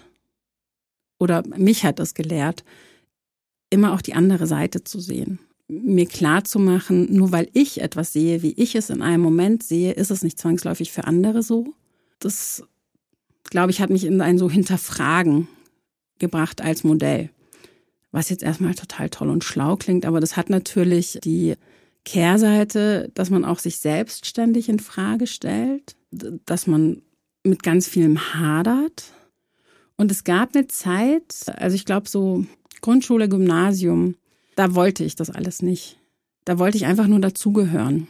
oder mich hat es gelehrt, immer auch die andere Seite zu sehen. Mir klar zu machen, nur weil ich etwas sehe, wie ich es in einem Moment sehe, ist es nicht zwangsläufig für andere so. Das, glaube ich, hat mich in ein so Hinterfragen gebracht als Modell. Was jetzt erstmal total toll und schlau klingt, aber das hat natürlich die Kehrseite, dass man auch sich selbst ständig in Frage stellt, dass man mit ganz vielem hadert. Und es gab eine Zeit, also ich glaube so Grundschule, Gymnasium, da wollte ich das alles nicht. Da wollte ich einfach nur dazugehören.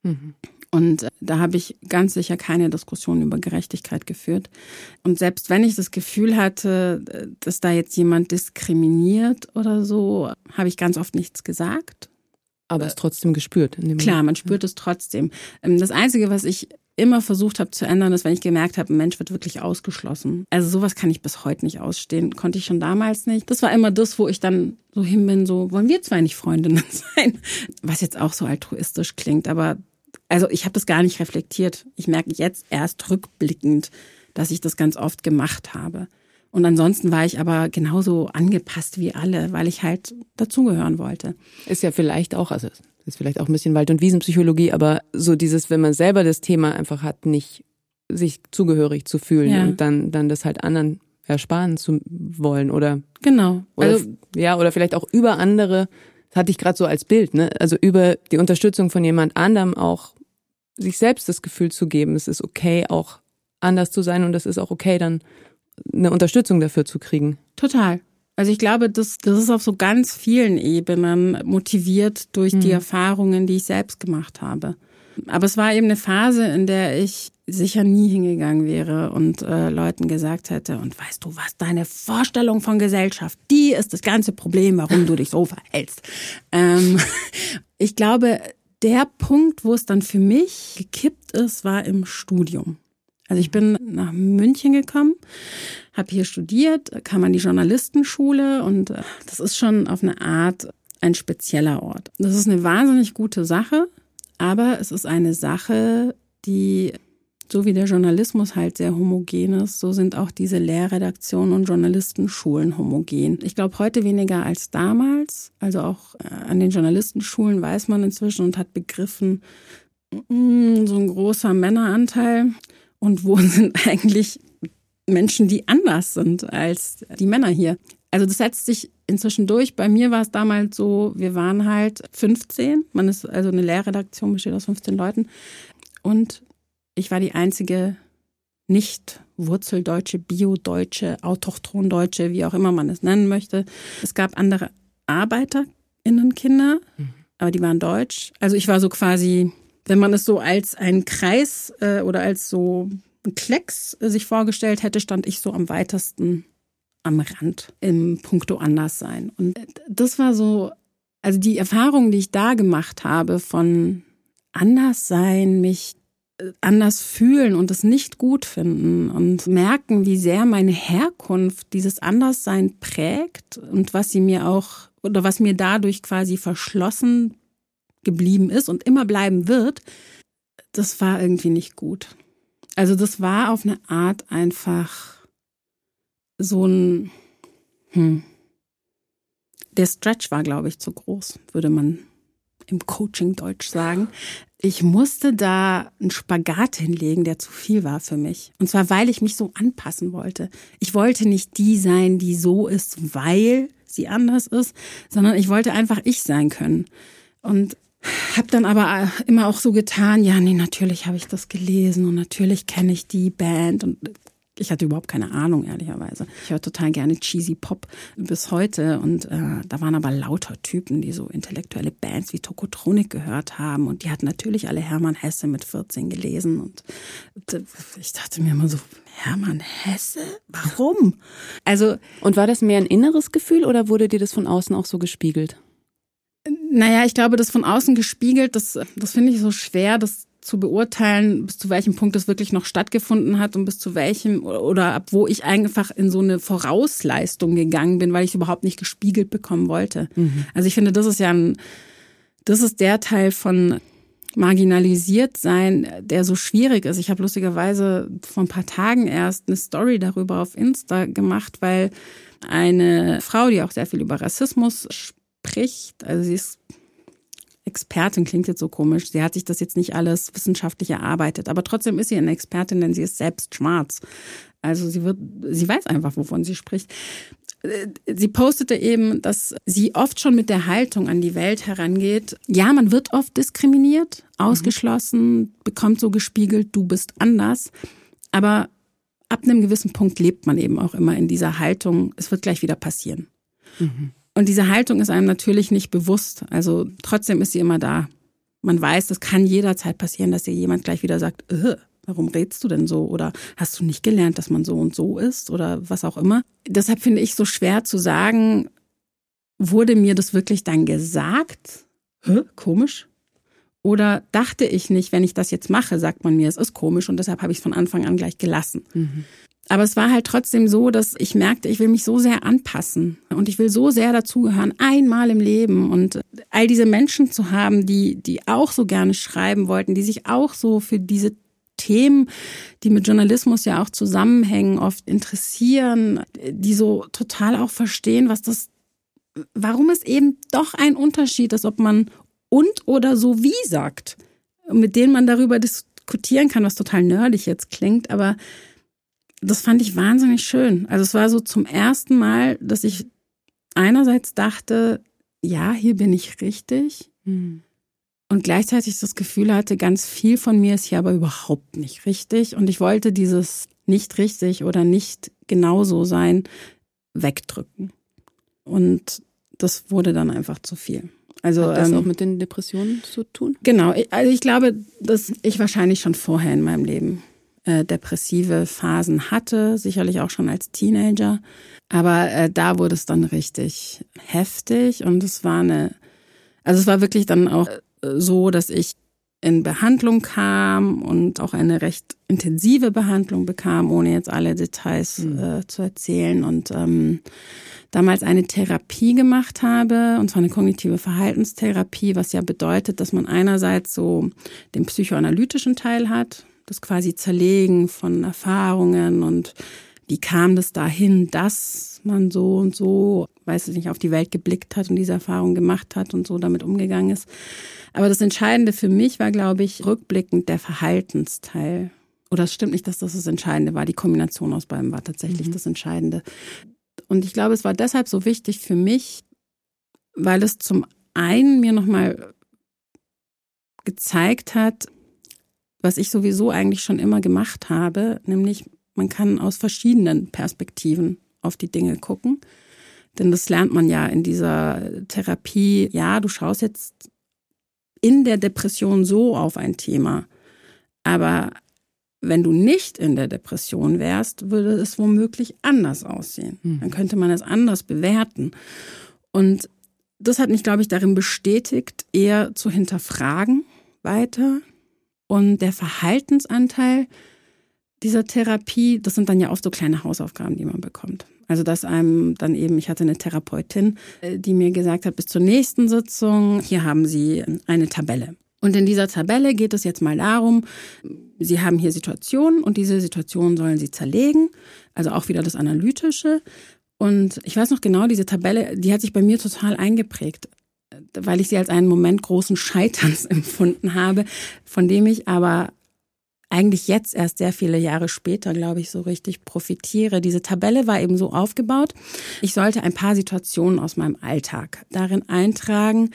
Und da habe ich ganz sicher keine Diskussion über Gerechtigkeit geführt. Und selbst wenn ich das Gefühl hatte, dass da jetzt jemand diskriminiert oder so, habe ich ganz oft nichts gesagt. Aber es trotzdem gespürt. Klar, man spürt es trotzdem. Das Einzige, was ich immer versucht habe zu ändern, ist, wenn ich gemerkt habe, ein Mensch wird wirklich ausgeschlossen. Also sowas kann ich bis heute nicht ausstehen. Konnte ich schon damals nicht. Das war immer das, wo ich dann so hin bin, so, wollen wir zwei nicht Freundinnen sein? Was jetzt auch so altruistisch klingt, aber also ich habe das gar nicht reflektiert. Ich merke jetzt erst rückblickend, dass ich das ganz oft gemacht habe. Und ansonsten war ich aber genauso angepasst wie alle, weil ich halt dazugehören wollte. Ist ja vielleicht auch, also ist vielleicht auch ein bisschen Wald- und Wiesenpsychologie, aber so dieses, wenn man selber das Thema einfach hat, nicht sich zugehörig zu fühlen und dann das halt anderen ersparen zu wollen oder genau. Oder vielleicht auch über andere, das hatte ich gerade so als Bild, ne? Also über die Unterstützung von jemand anderem auch sich selbst das Gefühl zu geben, es ist okay, auch anders zu sein und es ist auch okay, dann eine Unterstützung dafür zu kriegen. Total. Also ich glaube, das ist auf so ganz vielen Ebenen motiviert durch die Erfahrungen, die ich selbst gemacht habe. Aber es war eben eine Phase, in der ich sicher nie hingegangen wäre und Leuten gesagt hätte, und weißt du was, deine Vorstellung von Gesellschaft, die ist das ganze Problem, warum du dich so verhältst. Ich glaube, der Punkt, wo es dann für mich gekippt ist, war im Studium. Also ich bin nach München gekommen, habe hier studiert, kam an die Journalistenschule und das ist schon auf eine Art ein spezieller Ort. Das ist eine wahnsinnig gute Sache, aber es ist eine Sache, die, so wie der Journalismus halt sehr homogen ist, so sind auch diese Lehrredaktionen und Journalistenschulen homogen. Ich glaube, heute weniger als damals. Also auch an den Journalistenschulen weiß man inzwischen und hat begriffen, so ein großer Männeranteil. Und wo sind eigentlich Menschen, die anders sind als die Männer hier? Also das setzt sich inzwischen durch. Bei mir war es damals so, wir waren halt 15. Man ist also eine Lehrredaktion, besteht aus 15 Leuten. Und ich war die einzige nicht Wurzeldeutsche, Bio-Deutsche, Autochthon-Deutsche, wie auch immer man es nennen möchte. Es gab andere ArbeiterInnen-Kinder, aber die waren deutsch. Also ich war so quasi, wenn man es so als einen Kreis oder als so ein Klecks sich vorgestellt hätte, stand ich so am weitesten am Rand im Punkto Anderssein. Und das war so, also die Erfahrung, die ich da gemacht habe von Anderssein, mich anders fühlen und es nicht gut finden und merken, wie sehr meine Herkunft dieses Anderssein prägt und was sie mir auch oder was mir dadurch quasi verschlossen geblieben ist und immer bleiben wird, das war irgendwie nicht gut. Also das war auf eine Art einfach so ein, der Stretch war, glaube ich, zu groß, würde man im Coaching-Deutsch sagen. Ich musste da einen Spagat hinlegen, der zu viel war für mich. Und zwar, weil ich mich so anpassen wollte. Ich wollte nicht die sein, die so ist, weil sie anders ist, sondern ich wollte einfach ich sein können. Und habe dann aber immer auch so getan, ja, nee, natürlich habe ich das gelesen und natürlich kenne ich die Band und ich hatte überhaupt keine Ahnung, ehrlicherweise. Ich höre total gerne Cheesy Pop bis heute und da waren aber lauter Typen, die so intellektuelle Bands wie Tokotronik gehört haben und die hatten natürlich alle Hermann Hesse mit 14 gelesen und ich dachte mir immer so, Hermann Hesse? Warum? Also, und war das mehr ein inneres Gefühl oder wurde dir das von außen auch so gespiegelt? Naja, ich glaube, das von außen gespiegelt, das finde ich so schwer, das zu beurteilen, bis zu welchem Punkt das wirklich noch stattgefunden hat und bis zu welchem oder ab wo ich einfach in so eine Vorausleistung gegangen bin, weil ich es überhaupt nicht gespiegelt bekommen wollte. Mhm. Also ich finde, das ist der Teil von marginalisiert sein, der so schwierig ist. Ich habe lustigerweise vor ein paar Tagen erst eine Story darüber auf Insta gemacht, weil eine Frau, die auch sehr viel über Rassismus spricht, also sie ist Expertin, klingt jetzt so komisch. Sie hat sich das jetzt nicht alles wissenschaftlich erarbeitet, aber trotzdem ist sie eine Expertin, denn sie ist selbst schwarz. Also sie weiß einfach, wovon sie spricht. Sie postete eben, dass sie oft schon mit der Haltung an die Welt herangeht. Ja, man wird oft diskriminiert, ausgeschlossen, bekommt so gespiegelt, du bist anders. Aber ab einem gewissen Punkt lebt man eben auch immer in dieser Haltung, es wird gleich wieder passieren. Mhm. Und diese Haltung ist einem natürlich nicht bewusst. Also trotzdem ist sie immer da. Man weiß, das kann jederzeit passieren, dass dir jemand gleich wieder sagt, warum redest du denn so? Oder hast du nicht gelernt, dass man so und so ist? Oder was auch immer. Deshalb finde ich so schwer zu sagen, wurde mir das wirklich dann gesagt? Komisch. Oder dachte ich nicht, wenn ich das jetzt mache, sagt man mir, es ist komisch und deshalb habe ich es von Anfang an gleich gelassen. Mhm. Aber es war halt trotzdem so, dass ich merkte, ich will mich so sehr anpassen und ich will so sehr dazugehören, einmal im Leben und all diese Menschen zu haben, die auch so gerne schreiben wollten, die sich auch so für diese Themen, die mit Journalismus ja auch zusammenhängen, oft interessieren, die so total auch verstehen, warum es eben doch ein Unterschied ist, ob man und oder so wie sagt, mit denen man darüber diskutieren kann, was total nerdig jetzt klingt, aber das fand ich wahnsinnig schön. Also es war so zum ersten Mal, dass ich einerseits dachte, ja, hier bin ich richtig. Und gleichzeitig das Gefühl hatte, ganz viel von mir ist hier aber überhaupt nicht richtig. Und ich wollte dieses nicht richtig oder nicht genauso sein wegdrücken. Und das wurde dann einfach zu viel. Also, hat das auch mit den Depressionen zu tun? Genau. Also ich glaube, dass ich wahrscheinlich schon vorher in meinem Leben depressive Phasen hatte, sicherlich auch schon als Teenager. Aber da wurde es dann richtig heftig und es war wirklich dann auch so, dass ich in Behandlung kam und auch eine recht intensive Behandlung bekam, ohne jetzt alle Details zu erzählen. Und damals eine Therapie gemacht habe, und zwar eine kognitive Verhaltenstherapie, was ja bedeutet, dass man einerseits so den psychoanalytischen Teil hat, das quasi Zerlegen von Erfahrungen und wie kam das dahin, dass man so und so, weiß ich nicht, auf die Welt geblickt hat und diese Erfahrung gemacht hat und so damit umgegangen ist. Aber das Entscheidende für mich war, glaube ich, rückblickend der Verhaltensteil. Oder es stimmt nicht, dass das Entscheidende war. Die Kombination aus beiden war tatsächlich das Entscheidende. Und ich glaube, es war deshalb so wichtig für mich, weil es zum einen mir nochmal gezeigt hat, was ich sowieso eigentlich schon immer gemacht habe, nämlich man kann aus verschiedenen Perspektiven auf die Dinge gucken. Denn das lernt man ja in dieser Therapie. Ja, du schaust jetzt in der Depression so auf ein Thema. Aber wenn du nicht in der Depression wärst, würde es womöglich anders aussehen. Dann könnte man es anders bewerten. Und das hat mich, glaube ich, darin bestätigt, eher zu hinterfragen weiter. Und der Verhaltensanteil dieser Therapie, das sind dann ja oft so kleine Hausaufgaben, die man bekommt. Also dass einem dann eben, ich hatte eine Therapeutin, die mir gesagt hat, bis zur nächsten Sitzung, hier haben Sie eine Tabelle. Und in dieser Tabelle geht es jetzt mal darum, Sie haben hier Situationen und diese Situationen sollen Sie zerlegen. Also auch wieder das Analytische. Und ich weiß noch genau, diese Tabelle, die hat sich bei mir total eingeprägt, weil ich sie als einen Moment großen Scheiterns empfunden habe, von dem ich aber eigentlich jetzt erst sehr viele Jahre später, glaube ich, so richtig profitiere. Diese Tabelle war eben so aufgebaut. Ich sollte ein paar Situationen aus meinem Alltag darin eintragen,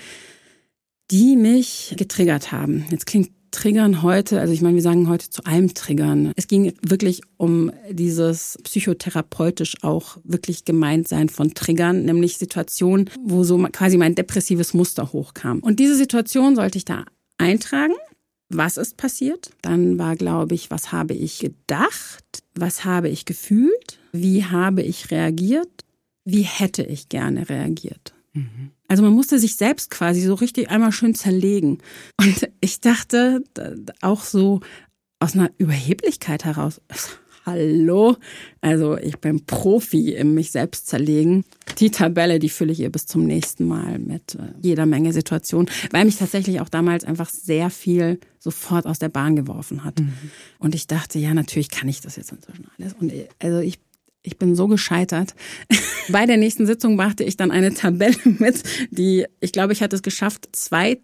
die mich getriggert haben. Jetzt klingt Triggern heute, also ich meine, wir sagen heute zu allem Triggern. Es ging wirklich um dieses psychotherapeutisch auch wirklich gemeint sein von Triggern, nämlich Situationen, wo so quasi mein depressives Muster hochkam. Und diese Situation sollte ich da eintragen. Was ist passiert? Dann war, glaube ich, was habe ich gedacht? Was habe ich gefühlt? Wie habe ich reagiert? Wie hätte ich gerne reagiert? Also man musste sich selbst quasi so richtig einmal schön zerlegen. Und ich dachte auch so aus einer Überheblichkeit heraus, hallo, also ich bin Profi im mich selbst zerlegen. Die Tabelle, die fülle ich ihr bis zum nächsten Mal mit jeder Menge Situationen, weil mich tatsächlich auch damals einfach sehr viel sofort aus der Bahn geworfen hat. Und ich dachte, ja, natürlich kann ich das jetzt inzwischen alles. Und also ich bin so gescheitert. Bei der nächsten Sitzung brachte ich dann eine Tabelle mit, die, ich glaube, ich hatte es geschafft, 2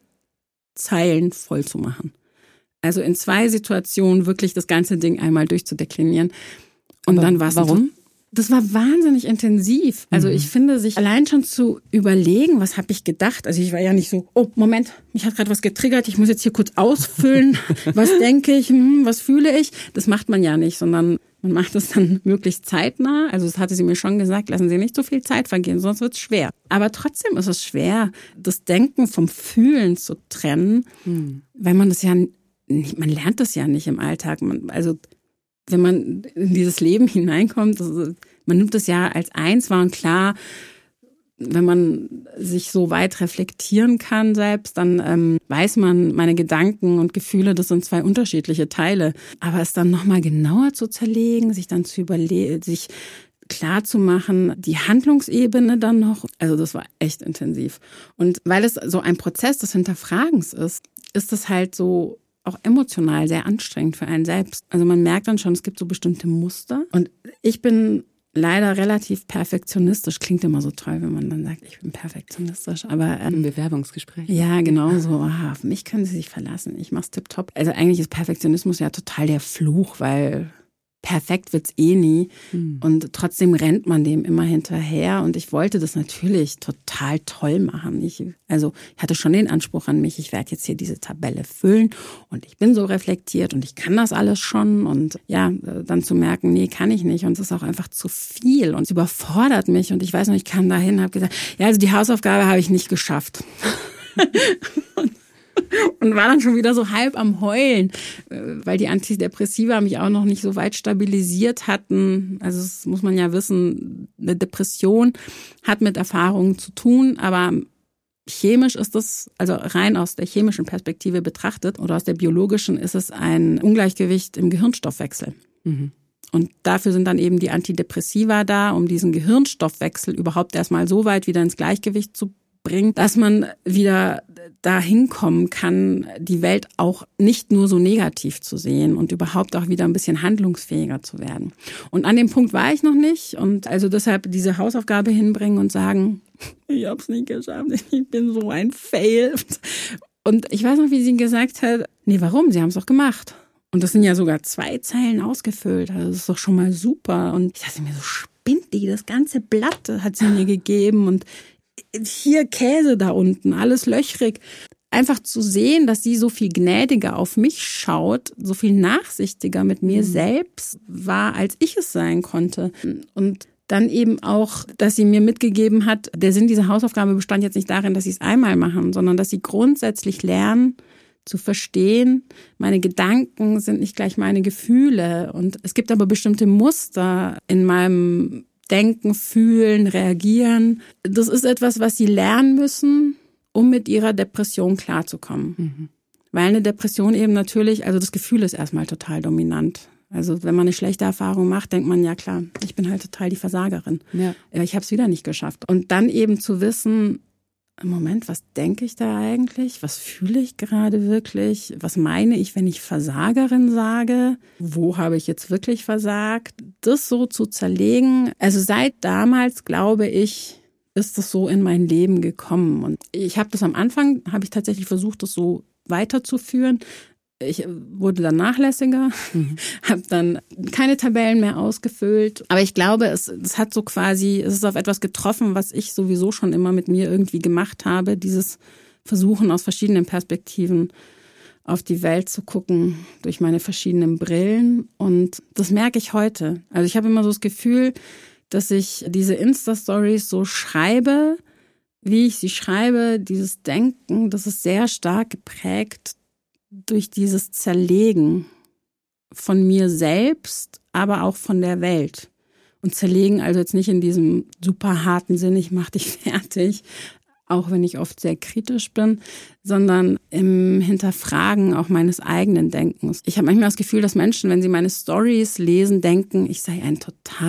Zeilen voll zu machen. Also in 2 Situationen wirklich das ganze Ding einmal durchzudeklinieren. Und dann war es. Warum? Das war wahnsinnig intensiv. Also ich finde, sich allein schon zu überlegen, was habe ich gedacht. Also ich war ja nicht so, oh Moment, mich hat gerade was getriggert, ich muss jetzt hier kurz ausfüllen. Was denke ich, was fühle ich? Das macht man ja nicht, sondern man macht es dann möglichst zeitnah. Also das hatte sie mir schon gesagt, lassen Sie nicht so viel Zeit vergehen, sonst wird es schwer. Aber trotzdem ist es schwer, das Denken vom Fühlen zu trennen, weil man das ja nicht, man lernt das ja nicht im Alltag. Also wenn man in dieses Leben hineinkommt, man nimmt es ja als eins wahr und klar, wenn man sich so weit reflektieren kann selbst, dann weiß man, meine Gedanken und Gefühle, das sind 2 unterschiedliche Teile. Aber es dann nochmal genauer zu zerlegen, sich dann zu überlegen, sich klar zu machen, die Handlungsebene dann noch, also das war echt intensiv. Und weil es so ein Prozess des Hinterfragens ist das halt so auch emotional sehr anstrengend für einen selbst. Also man merkt dann schon, es gibt so bestimmte Muster. Und ich bin leider relativ perfektionistisch. Klingt immer so toll, wenn man dann sagt, ich bin perfektionistisch. Aber im Bewerbungsgespräch. Ja, genau so. Auf mich können Sie sich verlassen. Ich mach's tipptopp. Also eigentlich ist Perfektionismus ja total der Fluch, weil perfekt wird's eh nie. Und trotzdem rennt man dem immer hinterher. Und ich wollte das natürlich total toll machen. Ich hatte schon den Anspruch an mich, ich werde jetzt hier diese Tabelle füllen und ich bin so reflektiert und ich kann das alles schon. Und ja, dann zu merken, nee, kann ich nicht. Und es ist auch einfach zu viel und es überfordert mich. Und ich weiß noch, ich kam dahin und habe gesagt, ja, also die Hausaufgabe habe ich nicht geschafft. Und war dann schon wieder so halb am Heulen, weil die Antidepressiva mich auch noch nicht so weit stabilisiert hatten. Also das muss man ja wissen, eine Depression hat mit Erfahrungen zu tun, aber chemisch ist es, also rein aus der chemischen Perspektive betrachtet oder aus der biologischen, ist es ein Ungleichgewicht im Gehirnstoffwechsel. Mhm. Und dafür sind dann eben die Antidepressiva da, um diesen Gehirnstoffwechsel überhaupt erstmal so weit wieder ins Gleichgewicht zu bringen, dass man wieder dahin kommen kann, die Welt auch nicht nur so negativ zu sehen und überhaupt auch wieder ein bisschen handlungsfähiger zu werden. Und an dem Punkt war ich noch nicht und also deshalb diese Hausaufgabe hinbringen und sagen, ich hab's nicht geschafft, ich bin so ein Fail. Und ich weiß noch, wie sie gesagt hat, nee, warum? Sie haben es doch gemacht. Und das sind ja sogar 2 Zeilen ausgefüllt, also das ist doch schon mal super. Und ich dachte mir so, spinnt die, das ganze Blatt hat sie mir gegeben und hier Käse da unten, alles löchrig. Einfach zu sehen, dass sie so viel gnädiger auf mich schaut, so viel nachsichtiger mit mir selbst war, als ich es sein konnte. Und dann eben auch, dass sie mir mitgegeben hat, der Sinn dieser Hausaufgabe bestand jetzt nicht darin, dass sie es einmal machen, sondern dass sie grundsätzlich lernen, zu verstehen, meine Gedanken sind nicht gleich meine Gefühle. Und es gibt aber bestimmte Muster in meinem Denken, Fühlen, Reagieren. Das ist etwas, was sie lernen müssen, um mit ihrer Depression klarzukommen. Mhm. Weil eine Depression eben natürlich, also das Gefühl ist erstmal total dominant. Also wenn man eine schlechte Erfahrung macht, denkt man, ja klar, ich bin halt total die Versagerin. Ja. Ich habe es wieder nicht geschafft. Und dann eben zu wissen, Moment, was denke ich da eigentlich? Was fühle ich gerade wirklich? Was meine ich, wenn ich Versagerin sage? Wo habe ich jetzt wirklich versagt? Das so zu zerlegen. Also seit damals, glaube ich, ist das so in mein Leben gekommen. Und ich habe das am Anfang, habe ich tatsächlich versucht, das so weiterzuführen. Ich wurde dann nachlässiger, habe dann keine Tabellen mehr ausgefüllt. Aber ich glaube, es hat so quasi, es ist auf etwas getroffen, was ich sowieso schon immer mit mir irgendwie gemacht habe. Dieses Versuchen aus verschiedenen Perspektiven auf die Welt zu gucken, durch meine verschiedenen Brillen. Und das merke ich heute. Also ich habe immer so das Gefühl, dass ich diese Insta-Stories so schreibe, wie ich sie schreibe, dieses Denken, das ist sehr stark geprägt durch dieses Zerlegen von mir selbst, aber auch von der Welt. Und zerlegen also jetzt nicht in diesem super harten Sinn, ich mach dich fertig, auch wenn ich oft sehr kritisch bin, sondern im Hinterfragen auch meines eigenen Denkens. Ich habe manchmal das Gefühl, dass Menschen, wenn sie meine Stories lesen, denken, ich sei ein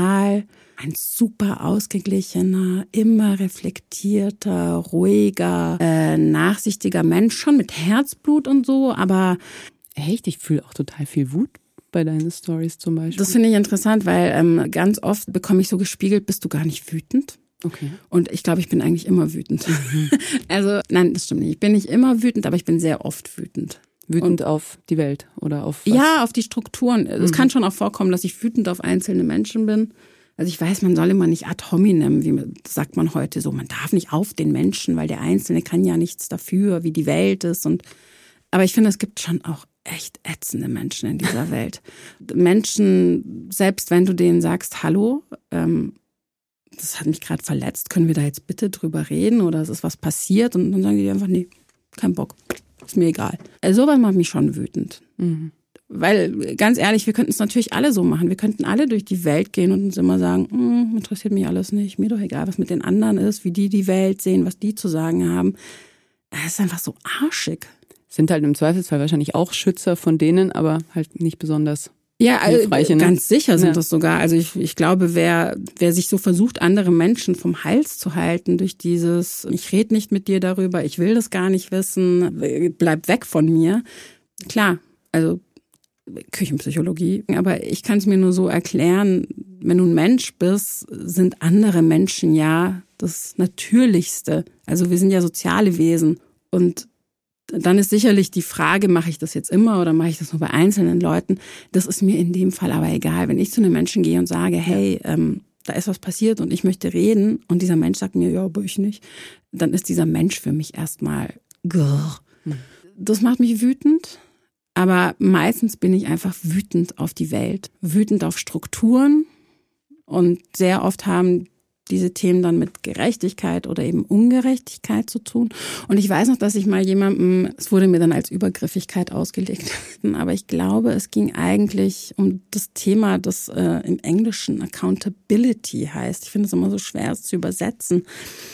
super ausgeglichener, immer reflektierter, ruhiger, nachsichtiger Mensch, schon mit Herzblut und so, aber echt, ich fühle auch total viel Wut bei deinen Stories zum Beispiel. Das finde ich interessant, weil ganz oft bekomme ich so gespiegelt, bist du gar nicht wütend? Okay. Und ich glaube, ich bin eigentlich immer wütend. Also, nein, das stimmt nicht. Ich bin nicht immer wütend, aber ich bin sehr oft wütend. Wütend auf die Welt oder auf was? Ja, auf die Strukturen. Es kann schon auch vorkommen, dass ich wütend auf einzelne Menschen bin. Also ich weiß, man soll immer nicht ad hominem, wie sagt man heute so, man darf nicht auf den Menschen, weil der Einzelne kann ja nichts dafür, wie die Welt ist. Aber ich finde, es gibt schon auch echt ätzende Menschen in dieser Welt. Menschen, selbst wenn du denen sagst, hallo, das hat mich gerade verletzt, können wir da jetzt bitte drüber reden oder es ist was passiert? Und dann sagen die dir einfach, nee, kein Bock, ist mir egal. Also sowas macht mich schon wütend. Mhm. Weil, ganz ehrlich, wir könnten es natürlich alle so machen. Wir könnten alle durch die Welt gehen und uns immer sagen, interessiert mich alles nicht, mir doch egal, was mit den anderen ist, wie die Welt sehen, was die zu sagen haben. Es ist einfach so arschig. Sind halt im Zweifelsfall wahrscheinlich auch Schützer von denen, aber halt nicht besonders hilfreiche, ne? Ganz sicher sind das sogar. Also ich glaube, wer sich so versucht, andere Menschen vom Hals zu halten durch dieses, ich rede nicht mit dir darüber, ich will das gar nicht wissen, bleib weg von mir. Klar, also Küchenpsychologie. Aber ich kann es mir nur so erklären, wenn du ein Mensch bist, sind andere Menschen ja das Natürlichste. Also wir sind ja soziale Wesen. Und dann ist sicherlich die Frage, mache ich das jetzt immer oder mache ich das nur bei einzelnen Leuten? Das ist mir in dem Fall aber egal. Wenn ich zu einem Menschen gehe und sage, hey, da ist was passiert und ich möchte reden und dieser Mensch sagt mir, ja, aber ich nicht, dann ist dieser Mensch für mich erstmal grrr. Das macht mich wütend. Aber meistens bin ich einfach wütend auf die Welt, wütend auf Strukturen und sehr oft haben diese Themen dann mit Gerechtigkeit oder eben Ungerechtigkeit zu tun. Und ich weiß noch, dass ich mal jemandem, es wurde mir dann als Übergriffigkeit ausgelegt, aber ich glaube, es ging eigentlich um das Thema, das im Englischen Accountability heißt. Ich finde es immer so schwer, es zu übersetzen.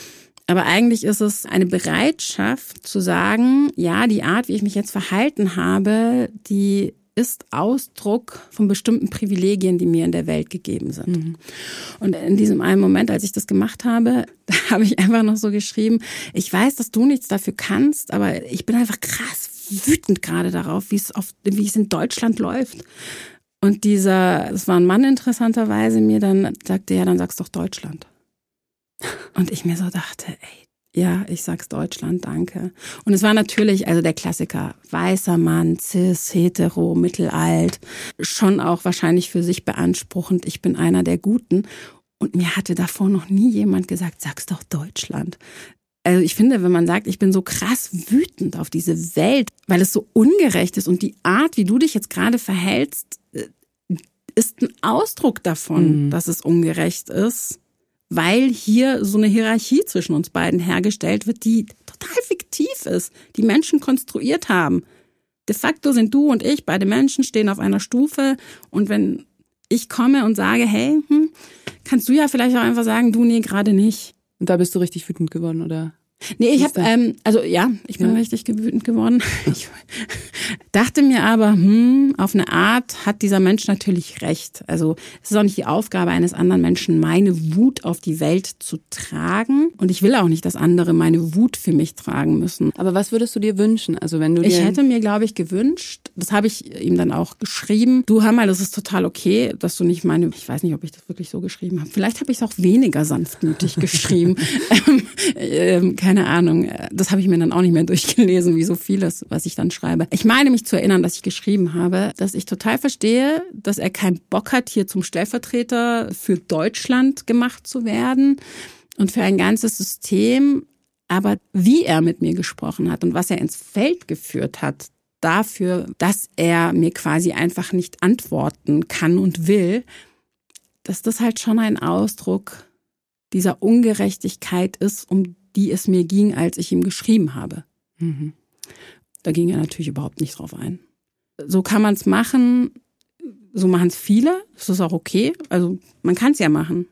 Aber eigentlich ist es eine Bereitschaft zu sagen, ja, die Art, wie ich mich jetzt verhalten habe, die ist Ausdruck von bestimmten Privilegien, die mir in der Welt gegeben sind. Mhm. Und in diesem einen Moment, als ich das gemacht habe, da habe ich einfach noch so geschrieben, ich weiß, dass du nichts dafür kannst, aber ich bin einfach krass wütend gerade darauf, wie es in Deutschland läuft. Und das war ein Mann interessanterweise, mir dann sagte, ja, dann sag's doch Deutschland. Und ich mir so dachte, ey, ja, ich sag's Deutschland, danke. Und es war natürlich, also der Klassiker, weißer Mann, cis, hetero, mittelalt, schon auch wahrscheinlich für sich beanspruchend, ich bin einer der Guten. Und mir hatte davor noch nie jemand gesagt, sag's doch Deutschland. Also ich finde, wenn man sagt, ich bin so krass wütend auf diese Welt, weil es so ungerecht ist und die Art, wie du dich jetzt gerade verhältst, ist ein Ausdruck davon, dass es ungerecht ist. Weil hier so eine Hierarchie zwischen uns beiden hergestellt wird, die total fiktiv ist, die Menschen konstruiert haben. De facto sind du und ich, beide Menschen stehen auf einer Stufe und wenn ich komme und sage, hey, kannst du ja vielleicht auch einfach sagen, du, nee, gerade nicht. Und da bist du richtig wütend geworden, oder? Nee, ich habe, ich bin richtig wütend geworden. Ich dachte mir aber, auf eine Art hat dieser Mensch natürlich recht. Also es ist auch nicht die Aufgabe eines anderen Menschen, meine Wut auf die Welt zu tragen. Und ich will auch nicht, dass andere meine Wut für mich tragen müssen. Aber was würdest du dir wünschen? Also wenn du Ich hätte mir, glaube ich, gewünscht, das habe ich ihm dann auch geschrieben, du, hör mal, das ist total okay, dass du nicht ich weiß nicht, ob ich das wirklich so geschrieben habe. Vielleicht habe ich es auch weniger sanftmütig geschrieben. Keine Ahnung, das habe ich mir dann auch nicht mehr durchgelesen, wie so vieles, was ich dann schreibe. Ich meine mich zu erinnern, dass ich geschrieben habe, dass ich total verstehe, dass er keinen Bock hat, hier zum Stellvertreter für Deutschland gemacht zu werden und für ein ganzes System. Aber wie er mit mir gesprochen hat und was er ins Feld geführt hat, dafür, dass er mir quasi einfach nicht antworten kann und will, dass das halt schon ein Ausdruck dieser Ungerechtigkeit ist, um die es mir ging, als ich ihm geschrieben habe. Mhm. Da ging er natürlich überhaupt nicht drauf ein. So kann man es machen, so machen es viele, das ist auch okay. Also man kann es ja machen.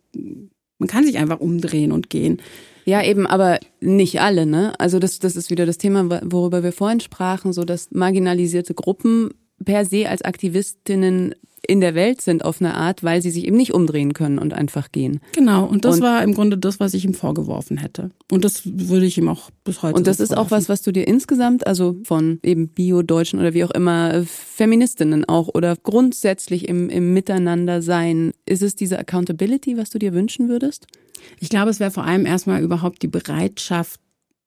Man kann sich einfach umdrehen und gehen. Ja, eben, aber nicht alle, ne? Also das ist wieder das Thema, worüber wir vorhin sprachen, so dass marginalisierte Gruppen per se als Aktivistinnen in der Welt sind auf eine Art, weil sie sich eben nicht umdrehen können und einfach gehen. Genau, und das war im Grunde das, was ich ihm vorgeworfen hätte. Und das würde ich ihm auch bis heute Und das ist auch was du dir insgesamt, also von eben Bio-Deutschen oder wie auch immer, Feministinnen auch oder grundsätzlich im Miteinander sein, ist es diese Accountability, was du dir wünschen würdest? Ich glaube, es wäre vor allem erstmal überhaupt die Bereitschaft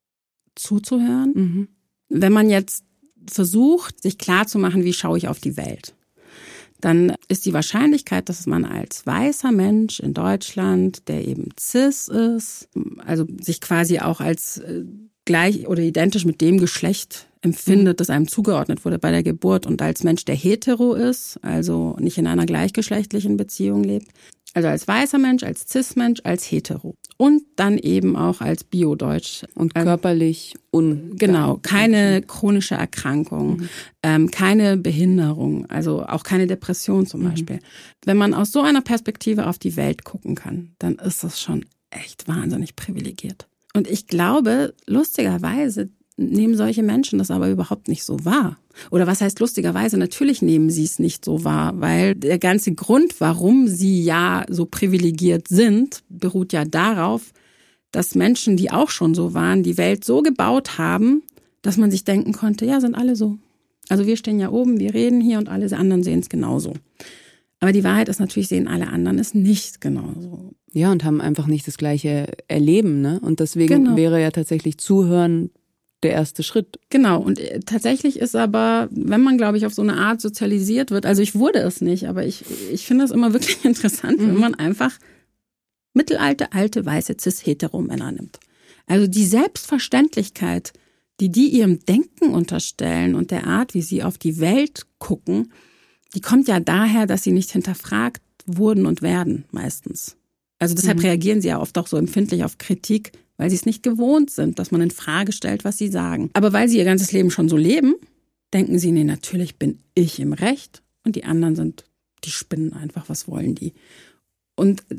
zuzuhören. Mhm. Wenn man jetzt versucht, sich klarzumachen, wie schaue ich auf die Welt, dann ist die Wahrscheinlichkeit, dass man als weißer Mensch in Deutschland, der eben cis ist, also sich quasi auch als gleich oder identisch mit dem Geschlecht empfindet, das einem zugeordnet wurde bei der Geburt und als Mensch, der hetero ist, also nicht in einer gleichgeschlechtlichen Beziehung lebt, also als weißer Mensch, als cis-Mensch, als hetero und dann eben auch als Bio-Deutsch. Und körperlich Genau, keine chronische Erkrankung, keine Behinderung, also auch keine Depression zum Beispiel. Wenn man aus so einer Perspektive auf die Welt gucken kann, dann ist das schon echt wahnsinnig privilegiert. Und ich glaube, lustigerweise nehmen solche Menschen das aber überhaupt nicht so wahr. Oder was heißt lustigerweise? Natürlich nehmen sie es nicht so wahr, weil der ganze Grund, warum sie ja so privilegiert sind, beruht ja darauf, dass Menschen, die auch schon so waren, die Welt so gebaut haben, dass man sich denken konnte, ja, sind alle so. Also wir stehen ja oben, wir reden hier und alle anderen sehen es genauso. Aber die Wahrheit ist natürlich, sehen alle anderen es nicht genauso. Ja, und haben einfach nicht das gleiche Erleben, ne? Und deswegen wäre ja tatsächlich Zuhören der erste Schritt. Genau, und tatsächlich ist aber, wenn man, glaube ich, auf so eine Art sozialisiert wird, also ich wurde es nicht, aber ich finde es immer wirklich interessant, wenn man einfach mittelalte, alte, weiße, cis-hetero-Männer nimmt. Also die Selbstverständlichkeit, die ihrem Denken unterstellen und der Art, wie sie auf die Welt gucken, die kommt ja daher, dass sie nicht hinterfragt wurden und werden meistens. Also deshalb reagieren sie ja oft auch so empfindlich auf Kritik, weil sie es nicht gewohnt sind, dass man in Frage stellt, was sie sagen. Aber weil sie ihr ganzes Leben schon so leben, denken sie, nee, natürlich bin ich im Recht und die anderen die spinnen einfach, was wollen die? Und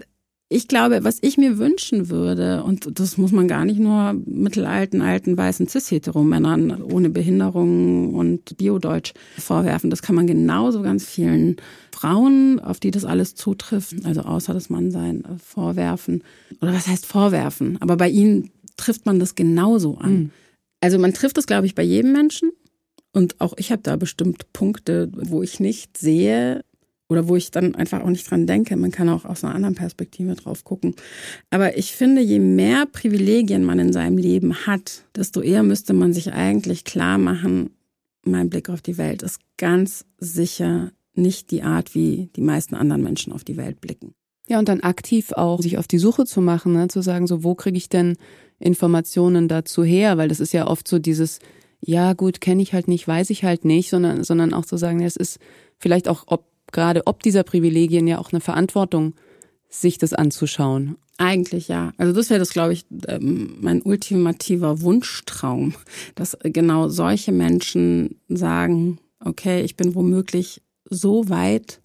Ich glaube, was ich mir wünschen würde, und das muss man gar nicht nur mittelalten, alten, weißen Cis-Hetero-Männern ohne Behinderungen und Biodeutsch vorwerfen. Das kann man genauso ganz vielen Frauen, auf die das alles zutrifft, also außer das Mannsein, vorwerfen. Oder was heißt vorwerfen? Aber bei ihnen trifft man das genauso an. Mhm. Also man trifft das, glaube ich, bei jedem Menschen. Und auch ich habe da bestimmt Punkte, wo ich nicht sehe, oder wo ich dann einfach auch nicht dran denke. Man kann auch aus einer anderen Perspektive drauf gucken. Aber ich finde, je mehr Privilegien man in seinem Leben hat, desto eher müsste man sich eigentlich klar machen, mein Blick auf die Welt ist ganz sicher nicht die Art, wie die meisten anderen Menschen auf die Welt blicken. Ja, und dann aktiv auch sich auf die Suche zu machen, ne? Zu sagen, so, wo kriege ich denn Informationen dazu her? Weil das ist ja oft so dieses, ja gut, kenne ich halt nicht, weiß ich halt nicht, sondern auch zu sagen, ja, es ist vielleicht auch, ob dieser Privilegien ja auch eine Verantwortung, sich das anzuschauen. Eigentlich ja. Also das wäre das, glaube ich, mein ultimativer Wunschtraum, dass genau solche Menschen sagen, okay, ich bin womöglich so weit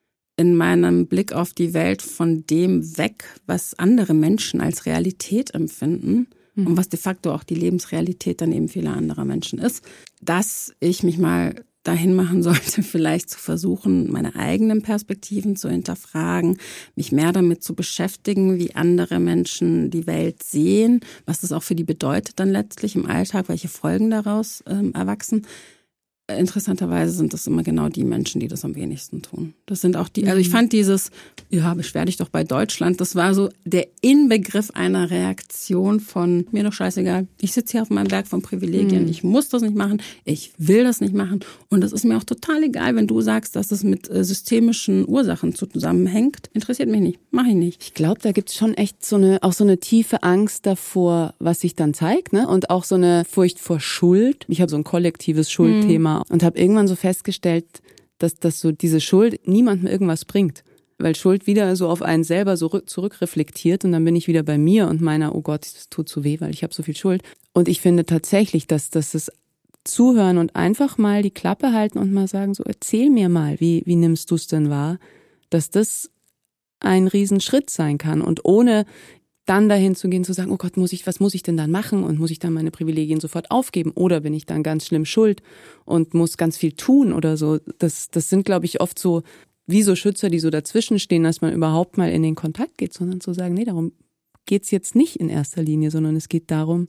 in meinem Blick auf die Welt von dem weg, was andere Menschen als Realität empfinden und was de facto auch die Lebensrealität dann eben vieler anderer Menschen ist, dass ich mich mal dahin machen sollte, vielleicht zu versuchen, meine eigenen Perspektiven zu hinterfragen, mich mehr damit zu beschäftigen, wie andere Menschen die Welt sehen, was das auch für die bedeutet dann letztlich im Alltag, welche Folgen daraus erwachsen. Interessanterweise sind das immer genau die Menschen, die das am wenigsten tun. Das sind auch die, also ich fand dieses, ja, beschwer dich doch bei Deutschland, das war so der Inbegriff einer Reaktion von, mir doch scheißegal, ich sitze hier auf meinem Berg von Privilegien, ich muss das nicht machen, ich will das nicht machen und es ist mir auch total egal, wenn du sagst, dass es mit systemischen Ursachen zusammenhängt, interessiert mich nicht, mache ich nicht. Ich glaube, da gibt's schon echt auch so eine tiefe Angst davor, was sich dann zeigt, ne? Und auch so eine Furcht vor Schuld. Ich habe so ein kollektives Schuldthema. Und habe irgendwann so festgestellt, dass so diese Schuld niemandem irgendwas bringt. Weil Schuld wieder so auf einen selber so zurückreflektiert und dann bin ich wieder bei mir und meiner, oh Gott, das tut so weh, weil ich habe so viel Schuld. Und ich finde tatsächlich, dass das Zuhören und einfach mal die Klappe halten und mal sagen, so erzähl mir mal, wie nimmst du es denn wahr, dass das ein Riesenschritt sein kann und ohne dann dahin zu gehen, zu sagen, oh Gott, was muss ich denn dann machen und muss ich dann meine Privilegien sofort aufgeben oder bin ich dann ganz schlimm schuld und muss ganz viel tun oder so. Das sind, glaube ich, oft so wie so Schützer, die so dazwischen stehen, dass man überhaupt mal in den Kontakt geht, sondern zu sagen, nee, darum geht's jetzt nicht in erster Linie, sondern es geht darum,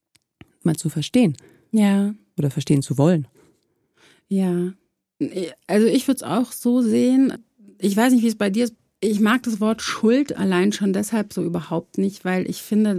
mal zu verstehen. Ja. Oder verstehen zu wollen. Ja. Also ich würde es auch so sehen. Ich weiß nicht, wie es bei dir ist. Ich mag das Wort Schuld allein schon deshalb so überhaupt nicht, weil ich finde,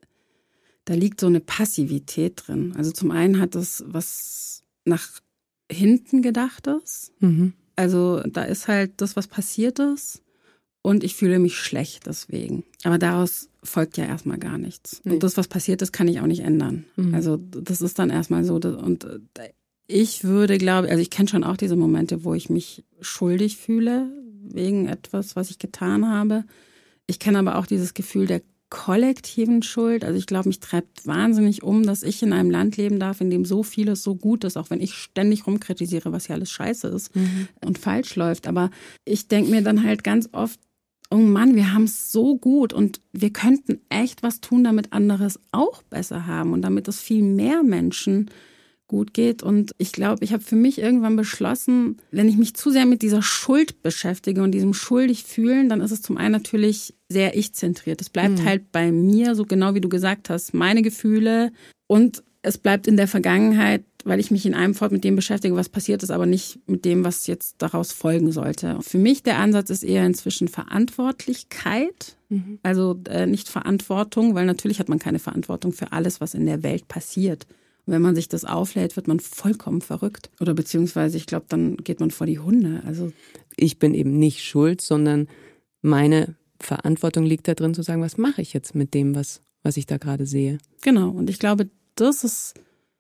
da liegt so eine Passivität drin. Also zum einen hat das was nach hinten Gedachtes. Also da ist halt das, was passiert ist und ich fühle mich schlecht deswegen. Aber daraus folgt ja erstmal gar nichts. Nee. Und das, was passiert ist, kann ich auch nicht ändern. Also das ist dann erstmal so. Und ich würde, glaube ich, also ich kenne schon auch diese Momente, wo ich mich schuldig fühle wegen etwas, was ich getan habe. Ich kenne aber auch dieses Gefühl der kollektiven Schuld. Also ich glaube, mich treibt wahnsinnig um, dass ich in einem Land leben darf, in dem so vieles so gut ist, auch wenn ich ständig rumkritisiere, was hier alles scheiße ist und falsch läuft. Aber ich denke mir dann halt ganz oft, oh Mann, wir haben es so gut und wir könnten echt was tun, damit andere es auch besser haben und damit es viel mehr Menschen gut geht. Und ich glaube, ich habe für mich irgendwann beschlossen, wenn ich mich zu sehr mit dieser Schuld beschäftige und diesem schuldig fühlen, dann ist es zum einen natürlich sehr ich-zentriert. Es bleibt halt bei mir, so genau wie du gesagt hast, meine Gefühle und es bleibt in der Vergangenheit, weil ich mich in einem Fort mit dem beschäftige, was passiert ist, aber nicht mit dem, was jetzt daraus folgen sollte. Für mich der Ansatz ist eher inzwischen Verantwortlichkeit, also nicht Verantwortung, weil natürlich hat man keine Verantwortung für alles, was in der Welt passiert. Und wenn man sich das auflädt, wird man vollkommen verrückt. Oder beziehungsweise, ich glaube, dann geht man vor die Hunde. Also ich bin eben nicht schuld, sondern meine Verantwortung liegt da drin, zu sagen, was mache ich jetzt mit dem, was ich da gerade sehe. Genau. Und ich glaube, das ist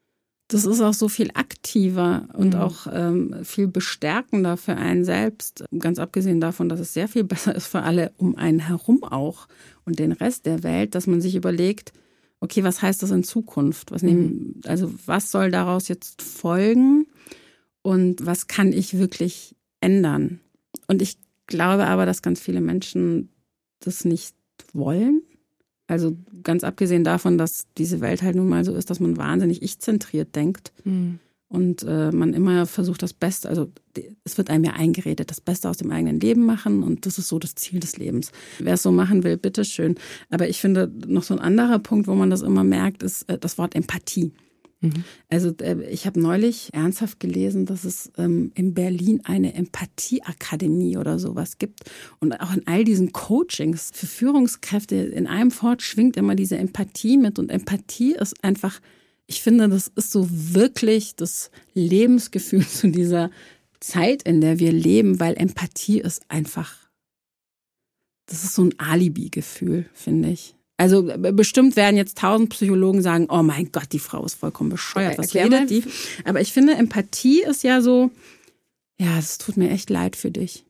auch so viel aktiver und auch viel bestärkender für einen selbst. Ganz abgesehen davon, dass es sehr viel besser ist für alle um einen herum auch und den Rest der Welt, dass man sich überlegt, okay, was heißt das in Zukunft? Was soll daraus jetzt folgen? Und was kann ich wirklich ändern? Und ich glaube aber, dass ganz viele Menschen das nicht wollen. Also ganz abgesehen davon, dass diese Welt halt nun mal so ist, dass man wahnsinnig ich-zentriert denkt. Und man immer versucht, das Beste, also es wird einem ja eingeredet, das Beste aus dem eigenen Leben machen und das ist so das Ziel des Lebens. Wer es so machen will, bitteschön. Aber ich finde, noch so ein anderer Punkt, wo man das immer merkt, ist das Wort Empathie. Also ich habe neulich ernsthaft gelesen, dass es in Berlin eine Empathieakademie oder sowas gibt. Und auch in all diesen Coachings für Führungskräfte in einem Fort schwingt immer diese Empathie mit. Und Empathie ist einfach, ich finde, das ist so wirklich das Lebensgefühl zu dieser Zeit, in der wir leben, weil Empathie ist einfach, das ist so ein Alibi-Gefühl, finde ich. Also bestimmt werden jetzt 1000 Psychologen sagen, oh mein Gott, die Frau ist vollkommen bescheuert, was redet die? Aber ich finde, Empathie ist ja so, ja, es tut mir echt leid für dich.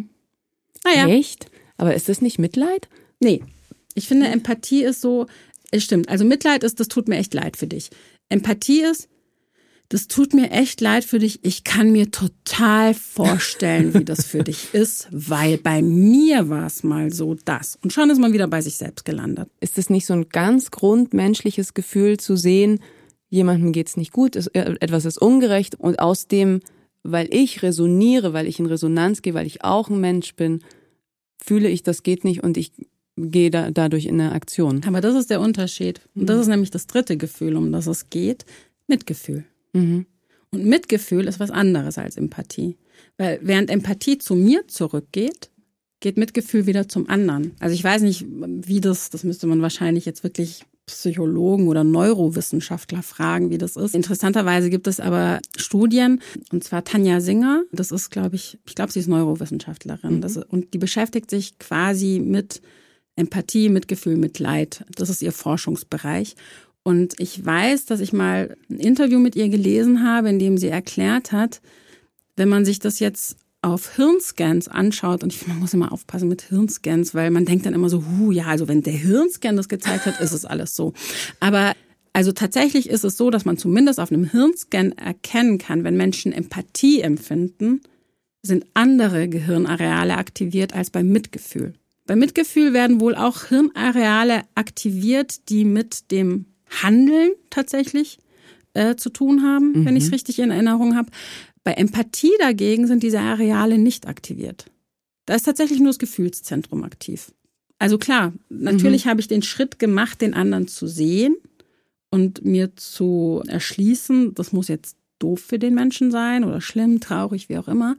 Naja. Echt? Aber ist das nicht Mitleid? Nee, ich finde, Empathie ist so, es stimmt, also Mitleid ist, das tut mir echt leid für dich. Empathie ist, das tut mir echt leid für dich. Ich kann mir total vorstellen, wie das für dich ist, weil bei mir war es mal so das. Und schon ist man wieder bei sich selbst gelandet. Ist es nicht so ein ganz grundmenschliches Gefühl zu sehen, jemandem geht's nicht gut, etwas ist ungerecht und aus dem, weil ich resoniere, weil ich in Resonanz gehe, weil ich auch ein Mensch bin, fühle ich, das geht nicht und ich gehe dadurch in eine Aktion. Aber das ist der Unterschied. Und das ist nämlich das dritte Gefühl, um das es geht, Mitgefühl. Und Mitgefühl ist was anderes als Empathie. Weil während Empathie zu mir zurückgeht, geht Mitgefühl wieder zum anderen. Also ich weiß nicht, wie das müsste man wahrscheinlich jetzt wirklich Psychologen oder Neurowissenschaftler fragen, wie das ist. Interessanterweise gibt es aber Studien, und zwar Tanja Singer, das ist, glaube ich glaube, sie ist Neurowissenschaftlerin. Und die beschäftigt sich quasi mit Empathie, Mitgefühl, Mitleid. Das ist ihr Forschungsbereich. Und ich weiß, dass ich mal ein Interview mit ihr gelesen habe, in dem sie erklärt hat, wenn man sich das jetzt auf Hirnscans anschaut, und ich finde, man muss immer aufpassen mit Hirnscans, weil man denkt dann immer so, ja, also wenn der Hirnscan das gezeigt hat, ist es alles so. Aber also tatsächlich ist es so, dass man zumindest auf einem Hirnscan erkennen kann, wenn Menschen Empathie empfinden, sind andere Gehirnareale aktiviert als beim Mitgefühl. Beim Mitgefühl werden wohl auch Hirnareale aktiviert, die mit dem Handeln tatsächlich zu tun haben, wenn ich es richtig in Erinnerung habe. Bei Empathie dagegen sind diese Areale nicht aktiviert. Da ist tatsächlich nur das Gefühlszentrum aktiv. Also klar, natürlich habe ich den Schritt gemacht, den anderen zu sehen und mir zu erschließen. Das muss jetzt doof für den Menschen sein oder schlimm, traurig, wie auch immer.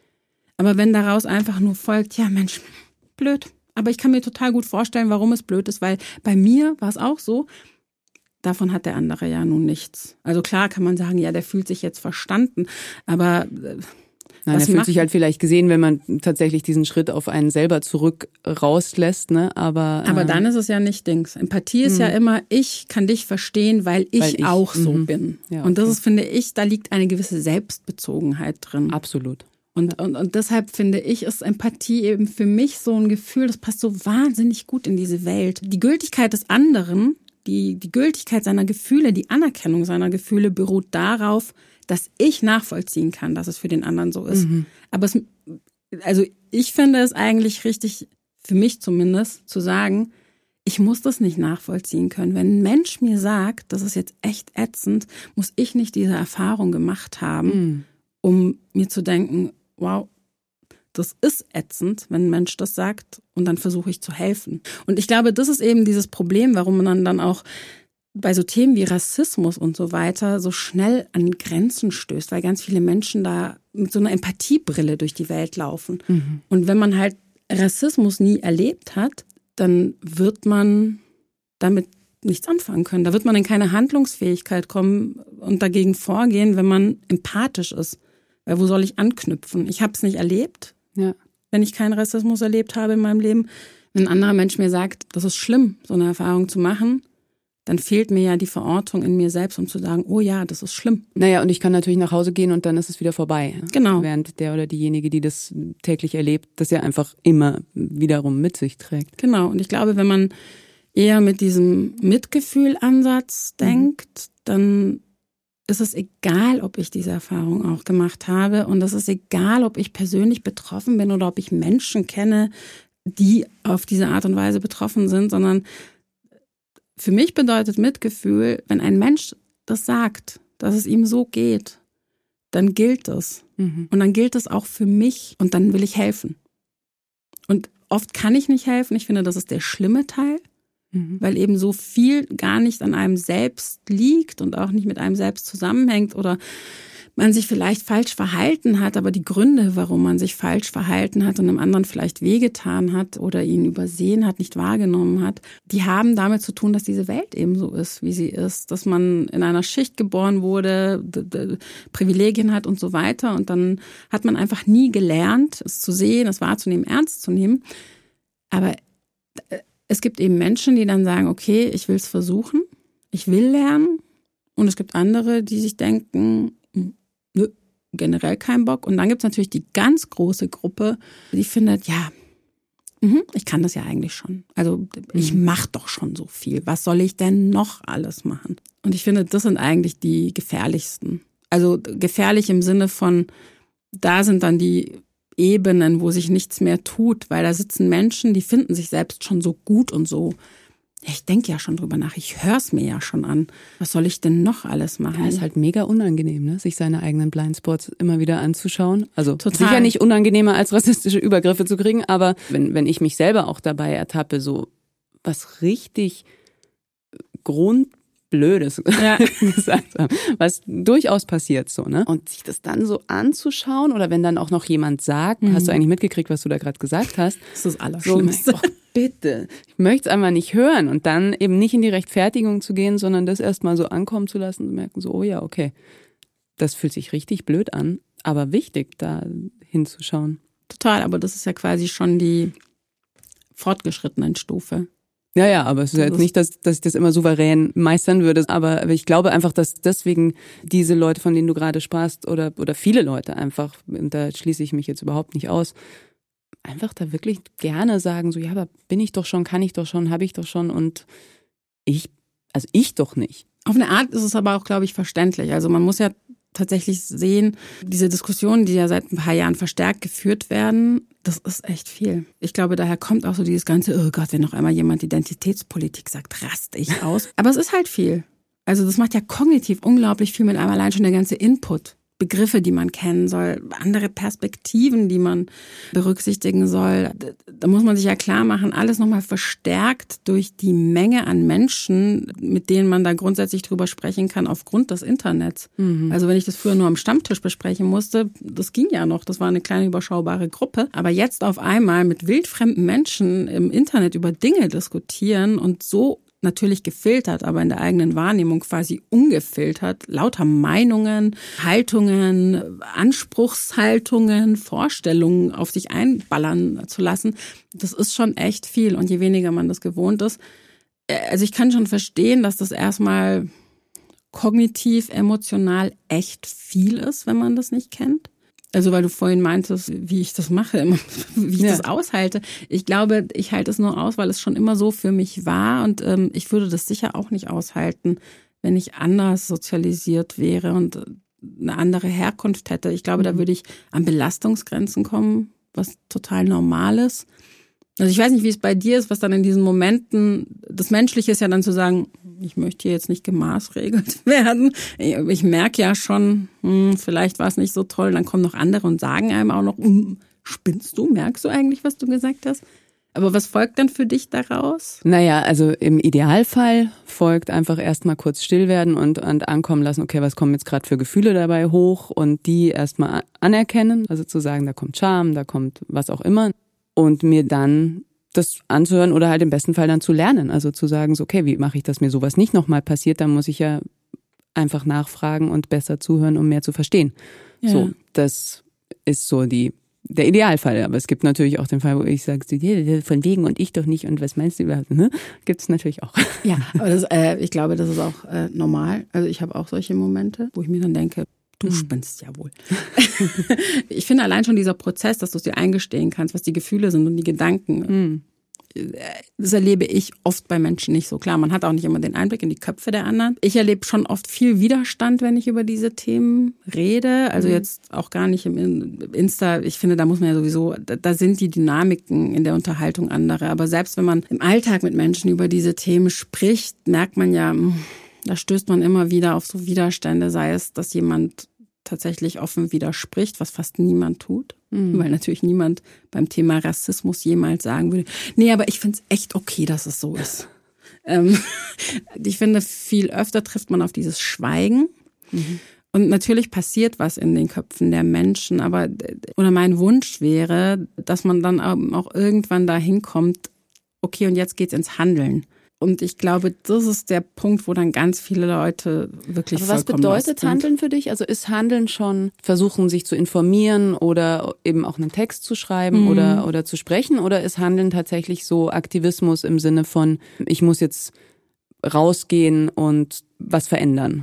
Aber wenn daraus einfach nur folgt, ja Mensch, blöd. Aber ich kann mir total gut vorstellen, warum es blöd ist, weil bei mir war es auch so, davon hat der andere ja nun nichts. Also klar kann man sagen, ja, der fühlt sich jetzt verstanden, aber nein, er fühlt sich halt vielleicht gesehen, wenn man tatsächlich diesen Schritt auf einen selber zurück rauslässt, ne? Aber dann ist es ja nicht Dings. Empathie ist ja immer, ich kann dich verstehen, weil ich auch so bin. Ja, okay. Und das ist, finde ich, da liegt eine gewisse Selbstbezogenheit drin. Absolut. Und deshalb finde ich, ist Empathie eben für mich so ein Gefühl, das passt so wahnsinnig gut in diese Welt. Die Gültigkeit des anderen, die Gültigkeit seiner Gefühle, die Anerkennung seiner Gefühle beruht darauf, dass ich nachvollziehen kann, dass es für den anderen so ist. Aber ich finde es eigentlich richtig, für mich zumindest, zu sagen, ich muss das nicht nachvollziehen können. Wenn ein Mensch mir sagt, das ist jetzt echt ätzend, muss ich nicht diese Erfahrung gemacht haben, um mir zu denken, wow, das ist ätzend, wenn ein Mensch das sagt, und dann versuche ich zu helfen. Und ich glaube, das ist eben dieses Problem, warum man dann auch bei so Themen wie Rassismus und so weiter so schnell an Grenzen stößt, weil ganz viele Menschen da mit so einer Empathiebrille durch die Welt laufen. Und wenn man halt Rassismus nie erlebt hat, dann wird man damit nichts anfangen können. Da wird man in keine Handlungsfähigkeit kommen und dagegen vorgehen, wenn man empathisch ist. Weil wo soll ich anknüpfen? Ich habe es nicht erlebt, wenn ich keinen Rassismus erlebt habe in meinem Leben. Wenn ein anderer Mensch mir sagt, das ist schlimm, so eine Erfahrung zu machen, dann fehlt mir ja die Verortung in mir selbst, um zu sagen, oh ja, das ist schlimm. Naja, und ich kann natürlich nach Hause gehen und dann ist es wieder vorbei. Genau. Während der oder diejenige, die das täglich erlebt, das ja einfach immer wiederum mit sich trägt. Genau, und ich glaube, wenn man eher mit diesem Mitgefühlansatz denkt, dann ist es egal, ob ich diese Erfahrung auch gemacht habe, und es ist egal, ob ich persönlich betroffen bin oder ob ich Menschen kenne, die auf diese Art und Weise betroffen sind, sondern für mich bedeutet Mitgefühl, wenn ein Mensch das sagt, dass es ihm so geht, dann gilt es. Und dann gilt es auch für mich und dann will ich helfen. Und oft kann ich nicht helfen. Ich finde, das ist der schlimme Teil, weil eben so viel gar nicht an einem selbst liegt und auch nicht mit einem selbst zusammenhängt oder man sich vielleicht falsch verhalten hat, aber die Gründe, warum man sich falsch verhalten hat und einem anderen vielleicht wehgetan hat oder ihn übersehen hat, nicht wahrgenommen hat, die haben damit zu tun, dass diese Welt eben so ist, wie sie ist, dass man in einer Schicht geboren wurde, Privilegien hat und so weiter und dann hat man einfach nie gelernt, es zu sehen, es wahrzunehmen, ernst zu nehmen. Aber es gibt eben Menschen, die dann sagen, okay, ich will es versuchen, ich will lernen und es gibt andere, die sich denken, nö, generell keinen Bock. Und dann gibt es natürlich die ganz große Gruppe, die findet, ja, ich kann das ja eigentlich schon. Also ich mache doch schon so viel. Was soll ich denn noch alles machen? Und ich finde, das sind eigentlich die gefährlichsten. Also gefährlich im Sinne von, da sind dann die Ebenen, wo sich nichts mehr tut, weil da sitzen Menschen, die finden sich selbst schon so gut und so. Ich denke ja schon drüber nach, ich höre es mir ja schon an. Was soll ich denn noch alles machen? Ja, ist halt mega unangenehm, ne? Sich seine eigenen Blindspots immer wieder anzuschauen. Also Total. Sicher nicht unangenehmer als rassistische Übergriffe zu kriegen, aber wenn ich mich selber auch dabei ertappe, so was richtig Grundblödes gesagt haben, was durchaus passiert so, ne? Und sich das dann so anzuschauen oder wenn dann auch noch jemand sagt, hast du eigentlich mitgekriegt, was du da gerade gesagt hast? Das ist das Allerschlimmste. So, bitte, ich möchte es einfach nicht hören und dann eben nicht in die Rechtfertigung zu gehen, sondern das erstmal so ankommen zu lassen und merken so, oh ja, okay, das fühlt sich richtig blöd an, aber wichtig, da hinzuschauen. Total, aber das ist ja quasi schon die fortgeschrittenen Stufe. Ja, aber es ist ja jetzt nicht, dass ich das immer souverän meistern würde, aber ich glaube einfach, dass deswegen diese Leute, von denen du gerade sprachst oder viele Leute einfach, und da schließe ich mich jetzt überhaupt nicht aus, einfach da wirklich gerne sagen, so ja, aber bin ich doch schon, kann ich doch schon, habe ich doch schon und ich doch nicht. Auf eine Art ist es aber auch, glaube ich, verständlich. Also man muss ja tatsächlich sehen, diese Diskussionen, die ja seit ein paar Jahren verstärkt geführt werden, das ist echt viel. Ich glaube, daher kommt auch so dieses ganze, oh Gott, wenn noch einmal jemand Identitätspolitik sagt, raste ich aus. Aber es ist halt viel. Also das macht ja kognitiv unglaublich viel mit einem allein schon der ganze Input. Begriffe, die man kennen soll, andere Perspektiven, die man berücksichtigen soll. Da muss man sich ja klar machen, alles nochmal verstärkt durch die Menge an Menschen, mit denen man da grundsätzlich drüber sprechen kann aufgrund des Internets. Also wenn ich das früher nur am Stammtisch besprechen musste, das ging ja noch, das war eine kleine überschaubare Gruppe. Aber jetzt auf einmal mit wildfremden Menschen im Internet über Dinge diskutieren und so natürlich gefiltert, aber in der eigenen Wahrnehmung quasi ungefiltert, lauter Meinungen, Haltungen, Anspruchshaltungen, Vorstellungen auf sich einballern zu lassen, das ist schon echt viel. Und je weniger man das gewohnt ist, also ich kann schon verstehen, dass das erstmal kognitiv, emotional echt viel ist, wenn man das nicht kennt. Also weil du vorhin meintest, wie ich das mache, wie ich das aushalte. Ich glaube, ich halte es nur aus, weil es schon immer so für mich war und ich würde das sicher auch nicht aushalten, wenn ich anders sozialisiert wäre und eine andere Herkunft hätte. Ich glaube, da würde ich an Belastungsgrenzen kommen, was total normal ist. Also ich weiß nicht, wie es bei dir ist, was dann in diesen Momenten, das Menschliche ist ja dann zu sagen, ich möchte hier jetzt nicht gemaßregelt werden. Ich merke ja schon, vielleicht war es nicht so toll. Dann kommen noch andere und sagen einem auch noch, spinnst du? Merkst du eigentlich, was du gesagt hast? Aber was folgt dann für dich daraus? Naja, also im Idealfall folgt einfach erstmal kurz still werden und ankommen lassen, okay, was kommen jetzt gerade für Gefühle dabei hoch und die erstmal anerkennen. Also zu sagen, da kommt Scham, da kommt was auch immer. Und mir dann das anzuhören oder halt im besten Fall dann zu lernen. Also zu sagen, so, okay, wie mache ich, dass mir sowas nicht nochmal passiert? Dann muss ich ja einfach nachfragen und besser zuhören, um mehr zu verstehen. Ja. So, das ist so der Idealfall. Aber es gibt natürlich auch den Fall, wo ich sage, von wegen und ich doch nicht und was meinst du überhaupt? Gibt es natürlich auch. Ja, aber ich glaube, das ist auch normal. Also ich habe auch solche Momente, wo ich mir dann denke, du spinnst ja wohl. Ich finde allein schon dieser Prozess, dass du es dir eingestehen kannst, was die Gefühle sind und die Gedanken, das erlebe ich oft bei Menschen nicht so. Klar, man hat auch nicht immer den Einblick in die Köpfe der anderen. Ich erlebe schon oft viel Widerstand, wenn ich über diese Themen rede. Also jetzt auch gar nicht im Insta. Ich finde, da muss man ja sowieso, da sind die Dynamiken in der Unterhaltung andere. Aber selbst wenn man im Alltag mit Menschen über diese Themen spricht, merkt man ja, da stößt man immer wieder auf so Widerstände, sei es, dass jemand tatsächlich offen widerspricht, was fast niemand tut. Weil natürlich niemand beim Thema Rassismus jemals sagen würde, nee, aber ich finde es echt okay, dass es so ist. Ich finde, viel öfter trifft man auf dieses Schweigen. Und natürlich passiert was in den Köpfen der Menschen, aber oder mein Wunsch wäre, dass man dann auch irgendwann dahin kommt, okay, und jetzt geht's ins Handeln. Und ich glaube, das ist der Punkt, wo dann ganz viele Leute wirklich vollkommen Aber was bedeutet Handeln für dich? Also ist Handeln schon versuchen, sich zu informieren oder eben auch einen Text zu schreiben oder zu sprechen? Oder ist Handeln tatsächlich so Aktivismus im Sinne von, ich muss jetzt rausgehen und was verändern?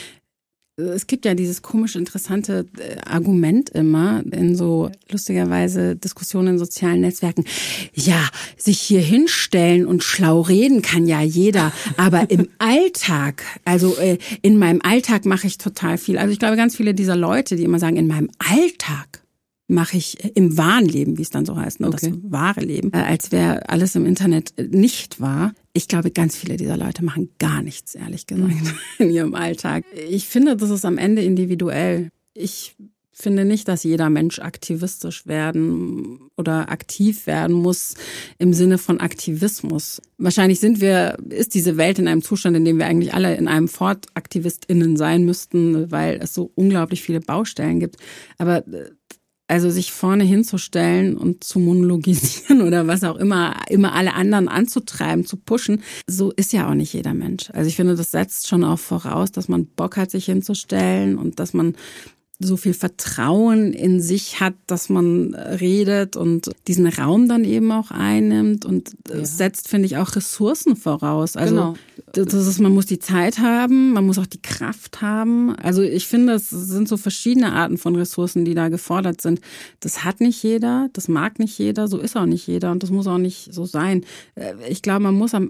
Es gibt ja dieses komische, interessante Argument immer in so lustigerweise Diskussionen in sozialen Netzwerken. Ja, sich hier hinstellen und schlau reden kann ja jeder, aber im Alltag, also in meinem Alltag mache ich total viel. Also ich glaube, ganz viele dieser Leute, die immer sagen, in meinem Alltag mache ich im wahren Leben, wie es dann so heißt, ne, das wahre Leben, als wäre alles im Internet nicht wahr. Ich glaube, ganz viele dieser Leute machen gar nichts, ehrlich gesagt, in ihrem Alltag. Ich finde, das ist am Ende individuell. Ich finde nicht, dass jeder Mensch aktivistisch werden oder aktiv werden muss im Sinne von Aktivismus. Wahrscheinlich ist diese Welt in einem Zustand, in dem wir eigentlich alle in einem Fort AktivistInnen sein müssten, weil es so unglaublich viele Baustellen gibt. Aber also sich vorne hinzustellen und zu monologisieren oder was auch immer alle anderen anzutreiben, zu pushen, so ist ja auch nicht jeder Mensch. Also ich finde, das setzt schon auch voraus, dass man Bock hat, sich hinzustellen und dass man so viel Vertrauen in sich hat, dass man redet und diesen Raum dann eben auch einnimmt und es setzt, finde ich, auch Ressourcen voraus. Also man muss die Zeit haben, man muss auch die Kraft haben. Also ich finde, es sind so verschiedene Arten von Ressourcen, die da gefordert sind. Das hat nicht jeder, das mag nicht jeder, so ist auch nicht jeder und das muss auch nicht so sein. Ich glaube, man muss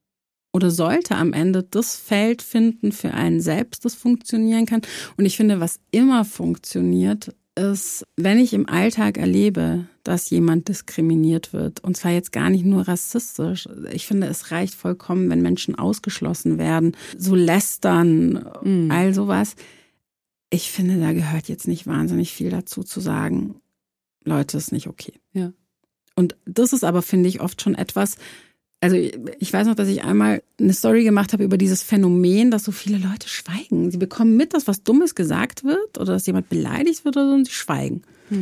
sollte am Ende das Feld finden für einen selbst, das funktionieren kann. Und ich finde, was immer funktioniert, ist, wenn ich im Alltag erlebe, dass jemand diskriminiert wird. Und zwar jetzt gar nicht nur rassistisch. Ich finde, es reicht vollkommen, wenn Menschen ausgeschlossen werden, so lästern, all sowas. Ich finde, da gehört jetzt nicht wahnsinnig viel dazu zu sagen, Leute, ist nicht okay. Ja. Und das ist aber, finde ich, oft schon etwas. Also ich weiß noch, dass ich einmal eine Story gemacht habe über dieses Phänomen, dass so viele Leute schweigen. Sie bekommen mit, dass was Dummes gesagt wird oder dass jemand beleidigt wird oder so und sie schweigen.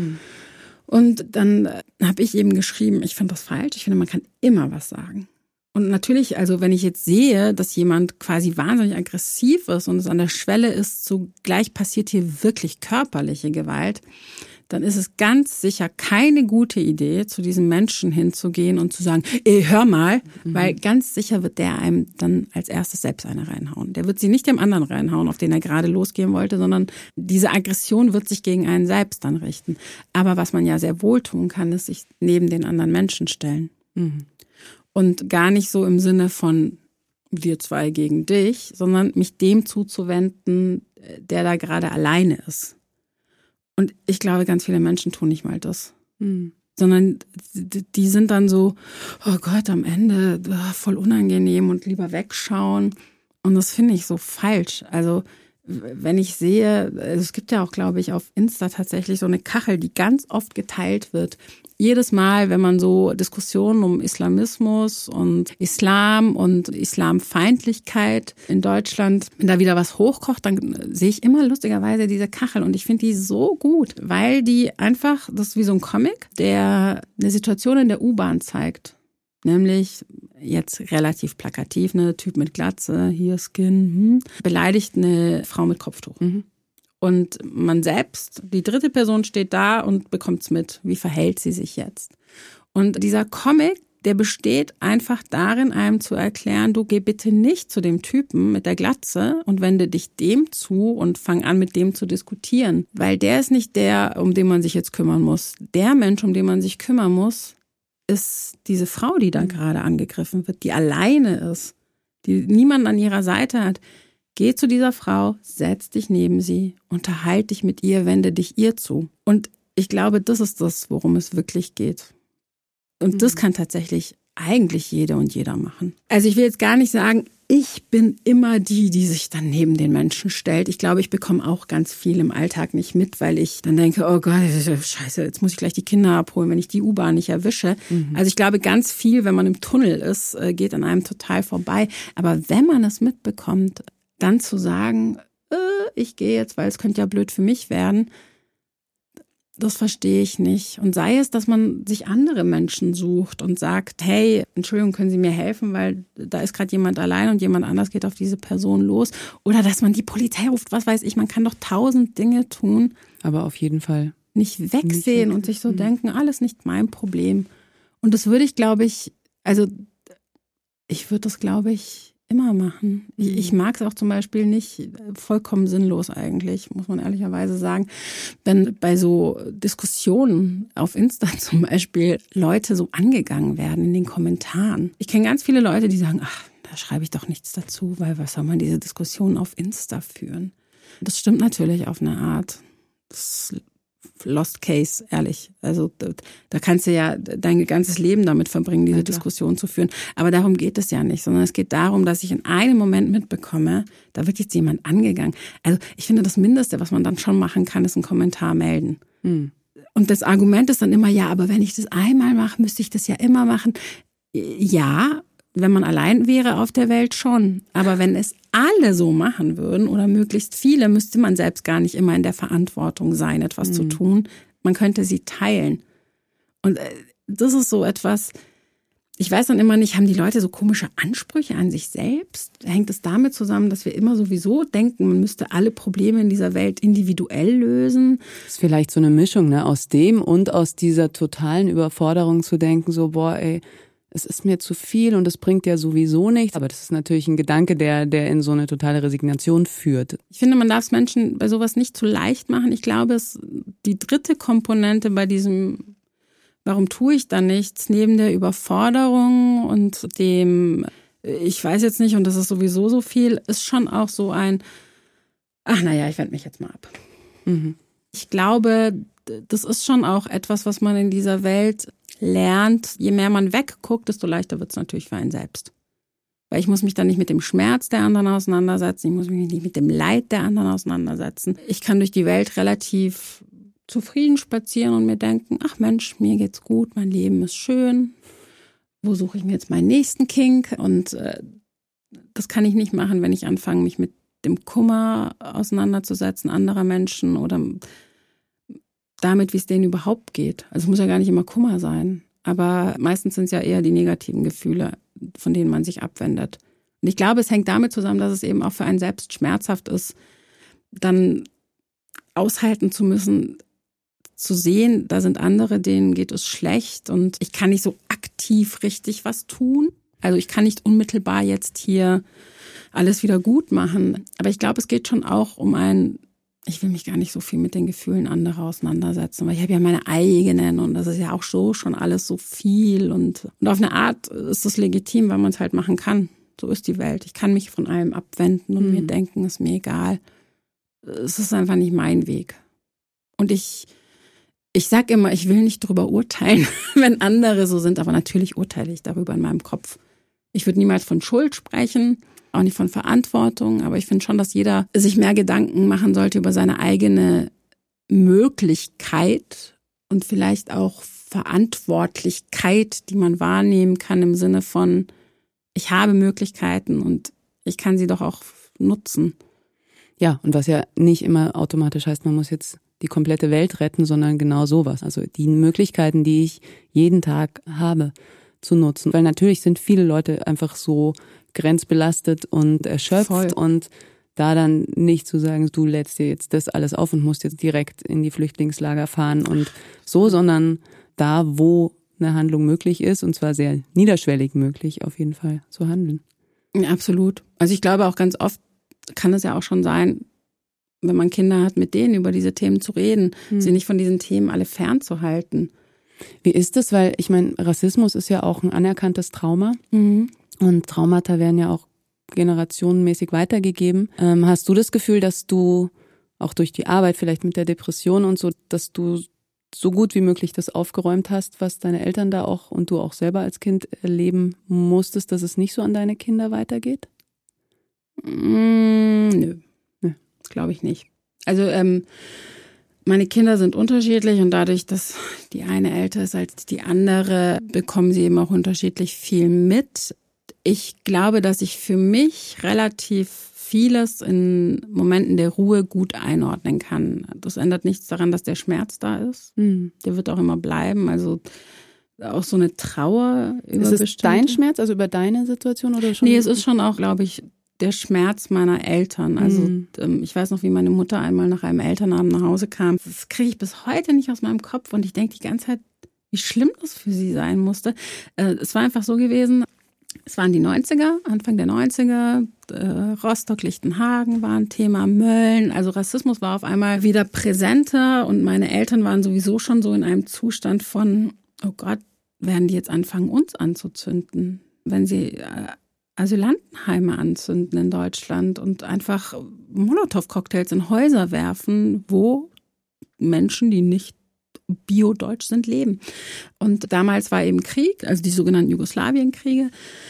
Und dann habe ich eben geschrieben, ich finde das falsch. Ich finde, man kann immer was sagen. Und natürlich, also wenn ich jetzt sehe, dass jemand quasi wahnsinnig aggressiv ist und es an der Schwelle ist, so gleich passiert hier wirklich körperliche Gewalt, dann ist es ganz sicher keine gute Idee, zu diesem Menschen hinzugehen und zu sagen, hör mal, weil ganz sicher wird der einem dann als erstes selbst eine reinhauen. Der wird sie nicht dem anderen reinhauen, auf den er gerade losgehen wollte, sondern diese Aggression wird sich gegen einen selbst dann richten. Aber was man ja sehr wohl tun kann, ist sich neben den anderen Menschen stellen. Und gar nicht so im Sinne von wir zwei gegen dich, sondern mich dem zuzuwenden, der da gerade alleine ist. Und ich glaube, ganz viele Menschen tun nicht mal das. Sondern die sind dann so, oh Gott, am Ende voll unangenehm und lieber wegschauen. Und das finde ich so falsch. Also wenn ich sehe, es gibt ja auch, glaube ich, auf Insta tatsächlich so eine Kachel, die ganz oft geteilt wird. Jedes Mal, wenn man so Diskussionen um Islamismus und Islam und Islamfeindlichkeit in Deutschland, wenn da wieder was hochkocht, dann sehe ich immer lustigerweise diese Kachel. Und ich finde die so gut, weil die einfach, das ist wie so ein Comic, der eine Situation in der U-Bahn zeigt. Nämlich jetzt relativ plakativ, ne Typ mit Glatze, hier Skin, beleidigt eine Frau mit Kopftuch. Und man selbst, die dritte Person steht da und bekommt's mit. Wie verhält sie sich jetzt? Und dieser Comic, der besteht einfach darin, einem zu erklären, du geh bitte nicht zu dem Typen mit der Glatze und wende dich dem zu und fang an, mit dem zu diskutieren. Weil der ist nicht der, um den man sich jetzt kümmern muss. Der Mensch, um den man sich kümmern muss, ist diese Frau, die da gerade angegriffen wird, die alleine ist, die niemanden an ihrer Seite hat. Geh zu dieser Frau, setz dich neben sie, unterhalte dich mit ihr, wende dich ihr zu. Und ich glaube, das ist das, worum es wirklich geht. Und das kann tatsächlich eigentlich jede und jeder machen. Also ich will jetzt gar nicht sagen, ich bin immer die sich dann neben den Menschen stellt. Ich glaube, ich bekomme auch ganz viel im Alltag nicht mit, weil ich dann denke, oh Gott, scheiße, jetzt muss ich gleich die Kinder abholen, wenn ich die U-Bahn nicht erwische. Also ich glaube, ganz viel, wenn man im Tunnel ist, geht an einem total vorbei. Aber wenn man es mitbekommt, dann zu sagen, ich gehe jetzt, weil es könnte ja blöd für mich werden, das verstehe ich nicht. Und sei es, dass man sich andere Menschen sucht und sagt, hey, Entschuldigung, können Sie mir helfen, weil da ist gerade jemand allein und jemand anders geht auf diese Person los. Oder dass man die Polizei ruft, was weiß ich, man kann doch 1000 Dinge tun. Aber auf jeden Fall nicht wegsehen und sich so denken, alles nicht mein Problem. Und das würde ich, glaube ich, also ich würde das, glaube ich, immer machen. Ich mag es auch zum Beispiel nicht, vollkommen sinnlos eigentlich, muss man ehrlicherweise sagen, wenn bei so Diskussionen auf Insta zum Beispiel Leute so angegangen werden in den Kommentaren. Ich kenne ganz viele Leute, die sagen, ach, da schreibe ich doch nichts dazu, weil was soll man diese Diskussion auf Insta führen? Das stimmt natürlich auf eine Art. Das ist Lost Case, ehrlich. Also da kannst du ja dein ganzes Leben damit verbringen, diese Diskussion zu führen. Aber darum geht es ja nicht, sondern es geht darum, dass ich in einem Moment mitbekomme, da wird jetzt jemand angegangen. Also ich finde, das Mindeste, was man dann schon machen kann, ist einen Kommentar melden. Und das Argument ist dann immer, ja, aber wenn ich das einmal mache, müsste ich das ja immer machen. Ja, wenn man allein wäre auf der Welt schon. Aber wenn es alle so machen würden oder möglichst viele, müsste man selbst gar nicht immer in der Verantwortung sein, etwas zu tun. Man könnte sie teilen. Und das ist so etwas, ich weiß dann immer nicht, haben die Leute so komische Ansprüche an sich selbst? Hängt es damit zusammen, dass wir immer sowieso denken, man müsste alle Probleme in dieser Welt individuell lösen? Das ist vielleicht so eine Mischung, ne, aus dem und aus dieser totalen Überforderung zu denken, so, boah, ey, es ist mir zu viel und es bringt ja sowieso nichts. Aber das ist natürlich ein Gedanke, der in so eine totale Resignation führt. Ich finde, man darf es Menschen bei sowas nicht zu leicht machen. Ich glaube, es die dritte Komponente bei diesem, warum tue ich da nichts, neben der Überforderung und dem, ich weiß jetzt nicht und das ist sowieso so viel, ist schon auch so ein, ach naja, ich wende mich jetzt mal ab. Ich glaube, das ist schon auch etwas, was man in dieser Welt lernt. Je mehr man wegguckt, desto leichter wird es natürlich für einen selbst. Weil ich muss mich dann nicht mit dem Schmerz der anderen auseinandersetzen, ich muss mich nicht mit dem Leid der anderen auseinandersetzen. Ich kann durch die Welt relativ zufrieden spazieren und mir denken, ach Mensch, mir geht's gut, mein Leben ist schön. Wo suche ich mir jetzt meinen nächsten Kink? Und das kann ich nicht machen, wenn ich anfange, mich mit dem Kummer auseinanderzusetzen anderer Menschen oder damit, wie es denen überhaupt geht. Also es muss ja gar nicht immer Kummer sein, aber meistens sind es ja eher die negativen Gefühle, von denen man sich abwendet. Und ich glaube, es hängt damit zusammen, dass es eben auch für einen selbst schmerzhaft ist, dann aushalten zu müssen, zu sehen, da sind andere, denen geht es schlecht und ich kann nicht so aktiv richtig was tun. Also ich kann nicht unmittelbar jetzt hier alles wieder gut machen. Aber ich glaube, es geht schon auch um ich will mich gar nicht so viel mit den Gefühlen anderer auseinandersetzen, weil ich habe ja meine eigenen und das ist ja auch so schon alles so viel und auf eine Art ist das legitim, weil man es halt machen kann. So ist die Welt. Ich kann mich von allem abwenden und mir denken, ist mir egal. Es ist einfach nicht mein Weg. Und ich sage immer, ich will nicht drüber urteilen, wenn andere so sind, aber natürlich urteile ich darüber in meinem Kopf. Ich würde niemals von Schuld sprechen, auch nicht von Verantwortung, aber ich finde schon, dass jeder sich mehr Gedanken machen sollte über seine eigene Möglichkeit und vielleicht auch Verantwortlichkeit, die man wahrnehmen kann im Sinne von, ich habe Möglichkeiten und ich kann sie doch auch nutzen. Ja, und was ja nicht immer automatisch heißt, man muss jetzt die komplette Welt retten, sondern genau sowas. Also die Möglichkeiten, die ich jeden Tag habe, zu nutzen. Weil natürlich sind viele Leute einfach so grenzbelastet und erschöpft. Voll. Und da dann nicht zu sagen, du lädst dir jetzt das alles auf und musst jetzt direkt in die Flüchtlingslager fahren und so, sondern da, wo eine Handlung möglich ist, und zwar sehr niederschwellig möglich, auf jeden Fall zu handeln. Ja, absolut. Also ich glaube auch ganz oft kann es ja auch schon sein, wenn man Kinder hat, mit denen über diese Themen zu reden, sie nicht von diesen Themen alle fernzuhalten. Wie ist das? Weil ich meine, Rassismus ist ja auch ein anerkanntes Trauma und Traumata werden ja auch generationenmäßig weitergegeben. Hast du das Gefühl, dass du auch durch die Arbeit vielleicht mit der Depression und so, dass du so gut wie möglich das aufgeräumt hast, was deine Eltern da auch und du auch selber als Kind erleben musstest, dass es nicht so an deine Kinder weitergeht? Nö, glaube ich nicht. Also meine Kinder sind unterschiedlich und dadurch, dass die eine älter ist als die andere, bekommen sie eben auch unterschiedlich viel mit. Ich glaube, dass ich für mich relativ vieles in Momenten der Ruhe gut einordnen kann. Das ändert nichts daran, dass der Schmerz da ist. Der wird auch immer bleiben. Also auch so eine Trauer über Ist es dein Schmerz, also über deine Situation oder schon? Nee, es ist schon auch, glaube ich, der Schmerz meiner Eltern. Also ich weiß noch, wie meine Mutter einmal nach einem Elternabend nach Hause kam. Das kriege ich bis heute nicht aus meinem Kopf und ich denke die ganze Zeit, wie schlimm das für sie sein musste. Es war einfach so gewesen, es waren die 90er, Anfang der 90er, Rostock, Lichtenhagen war ein Thema, Mölln, also Rassismus war auf einmal wieder präsenter und meine Eltern waren sowieso schon so in einem Zustand von, oh Gott, werden die jetzt anfangen, uns anzuzünden, wenn sie Asylantenheime anzünden in Deutschland und einfach Molotow-Cocktails in Häuser werfen, wo Menschen, die nicht bio-deutsch sind, leben. Und damals war eben Krieg, also die sogenannten Jugoslawienkriege.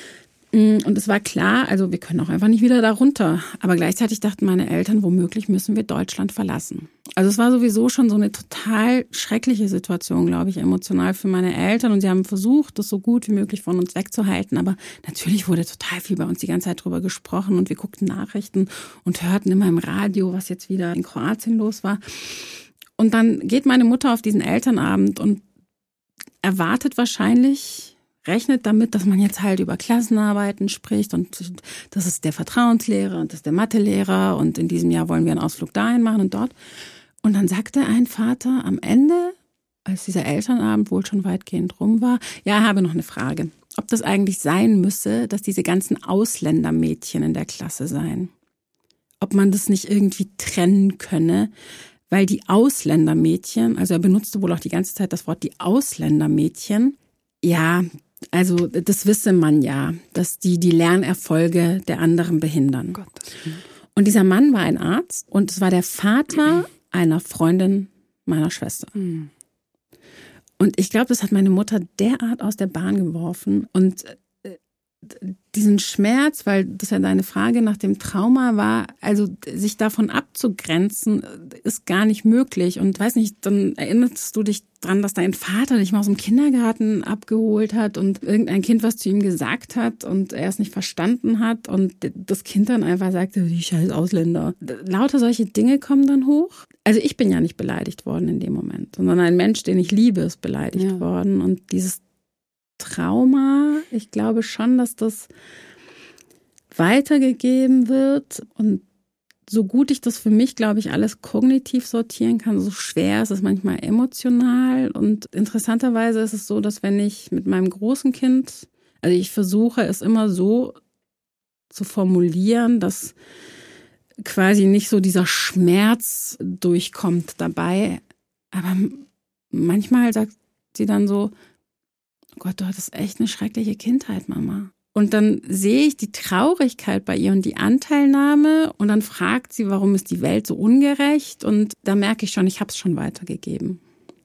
Und es war klar, also wir können auch einfach nicht wieder da runter. Aber gleichzeitig dachten meine Eltern, womöglich müssen wir Deutschland verlassen. Also es war sowieso schon so eine total schreckliche Situation, glaube ich, emotional für meine Eltern. Und sie haben versucht, das so gut wie möglich von uns wegzuhalten. Aber natürlich wurde total viel bei uns die ganze Zeit drüber gesprochen. Und wir guckten Nachrichten und hörten immer im Radio, was jetzt wieder in Kroatien los war. Und dann geht meine Mutter auf diesen Elternabend und erwartet wahrscheinlich, rechnet damit, dass man jetzt halt über Klassenarbeiten spricht und das ist der Vertrauenslehrer und das ist der Mathelehrer und in diesem Jahr wollen wir einen Ausflug dahin machen und dort. Und dann sagte ein Vater am Ende, als dieser Elternabend wohl schon weitgehend rum war, ja, ich habe noch eine Frage, ob das eigentlich sein müsse, dass diese ganzen Ausländermädchen in der Klasse seien. Ob man das nicht irgendwie trennen könne, weil die Ausländermädchen, also er benutzte wohl auch die ganze Zeit das Wort die Ausländermädchen, ja, also das wisse man ja, dass die Lernerfolge der anderen behindern. Und dieser Mann war ein Arzt und es war der Vater einer Freundin meiner Schwester. Und ich glaube, das hat meine Mutter derart aus der Bahn geworfen und diesen Schmerz, weil das ja deine Frage nach dem Trauma war, also sich davon abzugrenzen, ist gar nicht möglich. Und weiß nicht, dann erinnerst du dich dran, dass dein Vater dich mal aus dem Kindergarten abgeholt hat und irgendein Kind was zu ihm gesagt hat und er es nicht verstanden hat und das Kind dann einfach sagte, die scheiß Ausländer. Lauter solche Dinge kommen dann hoch. Also ich bin ja nicht beleidigt worden in dem Moment, sondern ein Mensch, den ich liebe, ist beleidigt worden. Und dieses Trauma, ich glaube schon, dass das weitergegeben wird und so gut ich das für mich, glaube ich, alles kognitiv sortieren kann, so schwer ist es manchmal emotional und interessanterweise ist es so, dass wenn ich mit meinem großen Kind, also ich versuche es immer so zu formulieren, dass quasi nicht so dieser Schmerz durchkommt dabei, aber manchmal sagt sie dann so, oh Gott, du hattest echt eine schreckliche Kindheit, Mama. Und dann sehe ich die Traurigkeit bei ihr und die Anteilnahme und dann fragt sie, warum ist die Welt so ungerecht? Und da merke ich schon, ich habe es schon weitergegeben.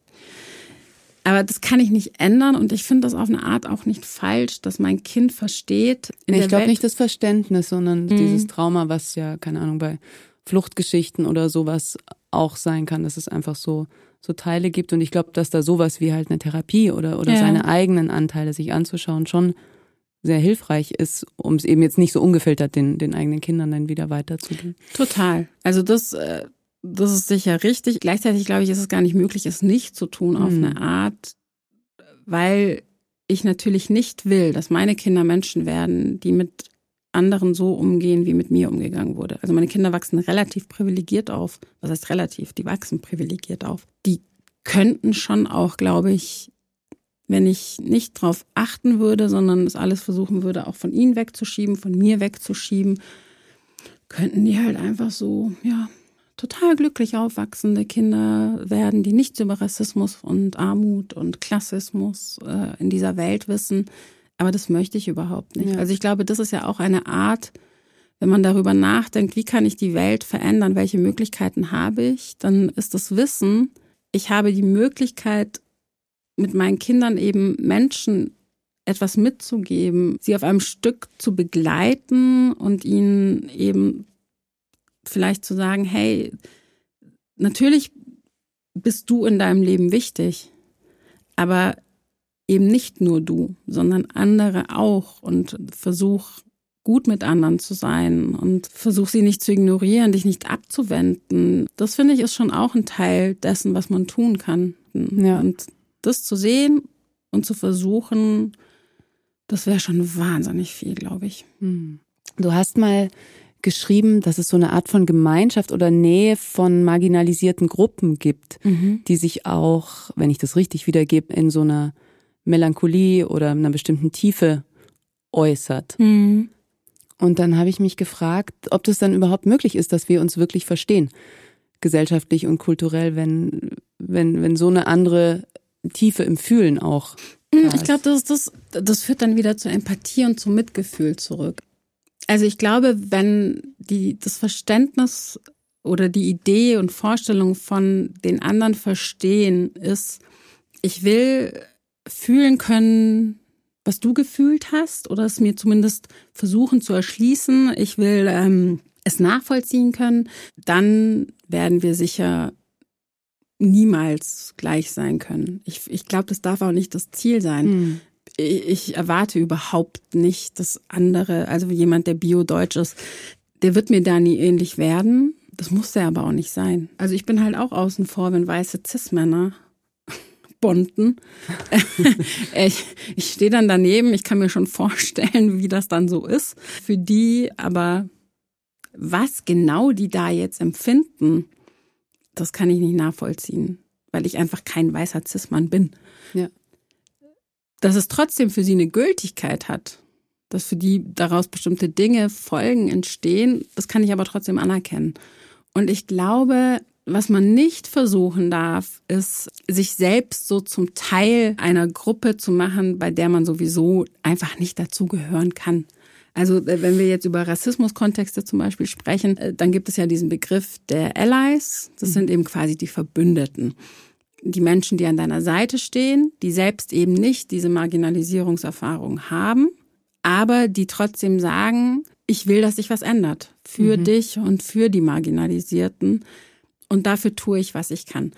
Aber das kann ich nicht ändern und ich finde das auf eine Art auch nicht falsch, dass mein Kind versteht. Ich glaube nicht das Verständnis, sondern dieses Trauma, was ja, keine Ahnung, bei Fluchtgeschichten oder sowas auch sein kann, dass es einfach so Teile gibt. Und ich glaube, dass da sowas wie halt eine Therapie oder seine eigenen Anteile sich anzuschauen schon sehr hilfreich ist, um es eben jetzt nicht so ungefiltert den eigenen Kindern dann wieder weiterzugeben. Total. Also das ist sicher richtig. Gleichzeitig glaube ich, ist es gar nicht möglich, es nicht zu tun auf eine Art, weil ich natürlich nicht will, dass meine Kinder Menschen werden, die mit anderen so umgehen, wie mit mir umgegangen wurde. Also meine Kinder wachsen relativ privilegiert auf. Was heißt relativ? Die wachsen privilegiert auf. Die könnten schon auch, glaube ich, wenn ich nicht drauf achten würde, sondern es alles versuchen würde, auch von ihnen wegzuschieben, von mir wegzuschieben, könnten die halt einfach so, ja, total glücklich aufwachsende Kinder werden, die nichts über Rassismus und Armut und Klassismus in dieser Welt wissen. Aber das möchte ich überhaupt nicht. Ja. Also ich glaube, das ist ja auch eine Art, wenn man darüber nachdenkt, wie kann ich die Welt verändern, welche Möglichkeiten habe ich, dann ist das Wissen, ich habe die Möglichkeit, mit meinen Kindern eben Menschen etwas mitzugeben, sie auf einem Stück zu begleiten und ihnen eben vielleicht zu sagen, hey, natürlich bist du in deinem Leben wichtig, aber eben nicht nur du, sondern andere auch und versuch gut mit anderen zu sein und versuch sie nicht zu ignorieren, dich nicht abzuwenden. Das finde ich ist schon auch ein Teil dessen, was man tun kann. Ja. Und das zu sehen und zu versuchen, das wäre schon wahnsinnig viel, glaube ich. Du hast mal geschrieben, dass es so eine Art von Gemeinschaft oder Nähe von marginalisierten Gruppen gibt, die sich auch, wenn ich das richtig wiedergebe, in so einer Melancholie oder einer bestimmten Tiefe äußert. Und dann habe ich mich gefragt, ob das dann überhaupt möglich ist, dass wir uns wirklich verstehen, gesellschaftlich und kulturell, wenn so eine andere Tiefe im Fühlen auch. Ich glaube, das führt dann wieder zur Empathie und zum Mitgefühl zurück. Also ich glaube, wenn das Verständnis oder die Idee und Vorstellung von den anderen verstehen ist, ich will fühlen können, was du gefühlt hast oder es mir zumindest versuchen zu erschließen, ich will es nachvollziehen können, dann werden wir sicher niemals gleich sein können. Ich glaube, das darf auch nicht das Ziel sein. Ich erwarte überhaupt nicht, dass andere, also jemand, der bio-deutsch ist, der wird mir da nie ähnlich werden. Das muss der aber auch nicht sein. Also ich bin halt auch außen vor, wenn weiße Cis-Männer bonden. Ich stehe dann daneben, ich kann mir schon vorstellen, wie das dann so ist. Für die, aber was genau die da jetzt empfinden, das kann ich nicht nachvollziehen, weil ich einfach kein weißer Cis-Mann bin. Ja. Dass es trotzdem für sie eine Gültigkeit hat, dass für die daraus bestimmte Dinge, Folgen entstehen, das kann ich aber trotzdem anerkennen. Und ich glaube, was man nicht versuchen darf, ist, sich selbst so zum Teil einer Gruppe zu machen, bei der man sowieso einfach nicht dazugehören kann. Also wenn wir jetzt über Rassismuskontexte zum Beispiel sprechen, dann gibt es ja diesen Begriff der Allies. Das sind eben quasi die Verbündeten. Die Menschen, die an deiner Seite stehen, die selbst eben nicht diese Marginalisierungserfahrung haben, aber die trotzdem sagen, ich will, dass sich was ändert für dich und für die Marginalisierten. Und dafür tue ich, was ich kann.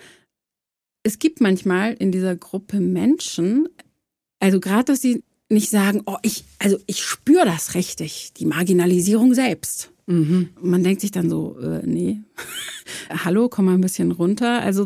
Es gibt manchmal in dieser Gruppe Menschen, also gerade, dass sie nicht sagen, ich spüre das richtig, die Marginalisierung selbst. Man denkt sich dann so, nee, hallo, komm mal ein bisschen runter. Also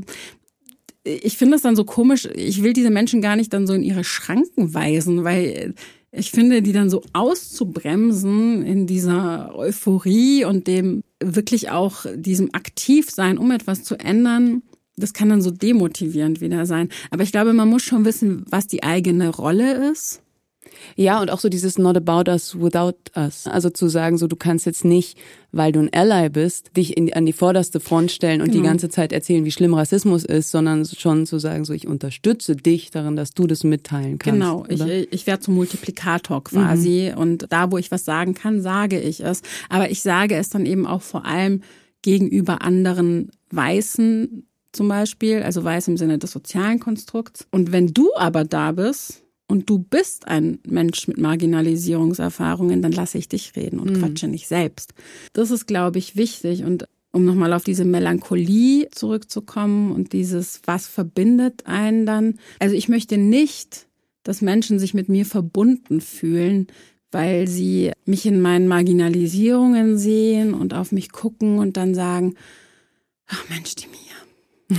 ich finde es dann so komisch, ich will diese Menschen gar nicht dann so in ihre Schranken weisen, weil ich finde, die dann so auszubremsen in dieser Euphorie und dem wirklich auch diesem Aktivsein, um etwas zu ändern, das kann dann so demotivierend wieder sein. Aber ich glaube, man muss schon wissen, was die eigene Rolle ist. Ja, und auch so dieses not about us without us. Also zu sagen, so du kannst jetzt nicht, weil du ein Ally bist, dich an die vorderste Front stellen und die ganze Zeit erzählen, wie schlimm Rassismus ist, sondern schon zu sagen, so ich unterstütze dich darin, dass du das mitteilen kannst. Genau, ich werde zum Multiplikator quasi und da, wo ich was sagen kann, sage ich es. Aber ich sage es dann eben auch vor allem gegenüber anderen Weißen zum Beispiel, also weiß im Sinne des sozialen Konstrukts. Und wenn du aber da bist und du bist ein Mensch mit Marginalisierungserfahrungen, dann lasse ich dich reden und quatsche nicht selbst. Das ist, glaube ich, wichtig. Und um nochmal auf diese Melancholie zurückzukommen und dieses, was verbindet einen dann? Also ich möchte nicht, dass Menschen sich mit mir verbunden fühlen, weil sie mich in meinen Marginalisierungen sehen und auf mich gucken und dann sagen, ach Mensch, die Mia.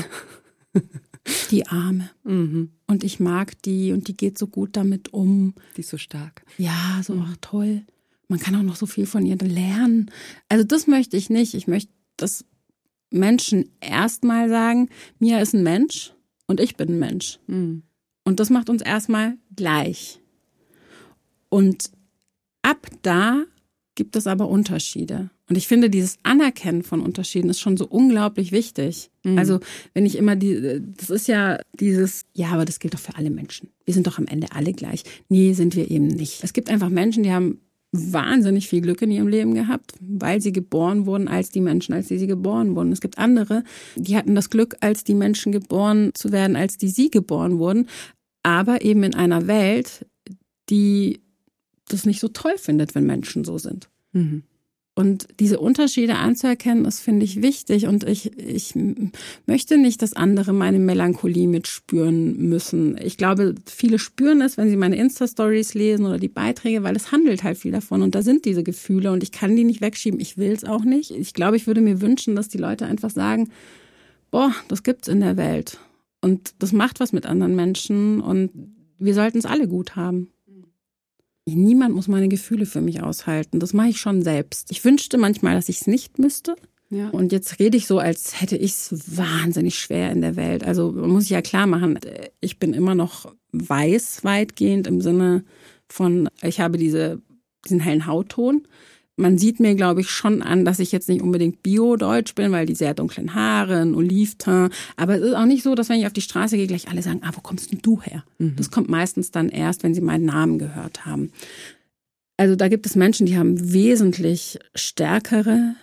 Die Arme. Und ich mag die und die geht so gut damit um. Die ist so stark. Ja, so ach, toll. Man kann auch noch so viel von ihr lernen. Also das möchte ich nicht. Ich möchte, dass Menschen erstmal sagen, Mia ist ein Mensch und ich bin ein Mensch. Und das macht uns erstmal gleich. Und ab da gibt es aber Unterschiede. Und ich finde, dieses Anerkennen von Unterschieden ist schon so unglaublich wichtig. Also wenn ich immer das ist ja dieses, ja, aber das gilt doch für alle Menschen. Wir sind doch am Ende alle gleich. Nee, sind wir eben nicht. Es gibt einfach Menschen, die haben wahnsinnig viel Glück in ihrem Leben gehabt, weil sie geboren wurden als die Menschen, als die sie geboren wurden. Es gibt andere, die hatten das Glück, als die Menschen geboren zu werden, als die sie geboren wurden, aber eben in einer Welt, die das nicht so toll findet, wenn Menschen so sind. Mhm. Und diese Unterschiede anzuerkennen, das finde ich wichtig. Und ich möchte nicht, dass andere meine Melancholie mitspüren müssen. Ich glaube, viele spüren es, wenn sie meine Insta-Stories lesen oder die Beiträge, weil es handelt halt viel davon. Und da sind diese Gefühle und ich kann die nicht wegschieben. Ich will es auch nicht. Ich glaube, ich würde mir wünschen, dass die Leute einfach sagen, boah, das gibt's in der Welt. Und das macht was mit anderen Menschen und wir sollten es alle gut haben. Niemand muss meine Gefühle für mich aushalten. Das mache ich schon selbst. Ich wünschte manchmal, dass ich es nicht müsste. Ja. Und jetzt rede ich so, als hätte ich es wahnsinnig schwer in der Welt. Also man muss sich ja klar machen, ich bin immer noch weiß weitgehend im Sinne von, ich habe diesen hellen Hautton. Man sieht mir, glaube ich, schon an, dass ich jetzt nicht unbedingt bio-deutsch bin, weil die sehr dunklen Haare, ein Oliventeint. Aber es ist auch nicht so, dass wenn ich auf die Straße gehe, gleich alle sagen, wo kommst denn du her? Mhm. Das kommt meistens dann erst, wenn sie meinen Namen gehört haben. Also da gibt es Menschen, die haben wesentlich stärkere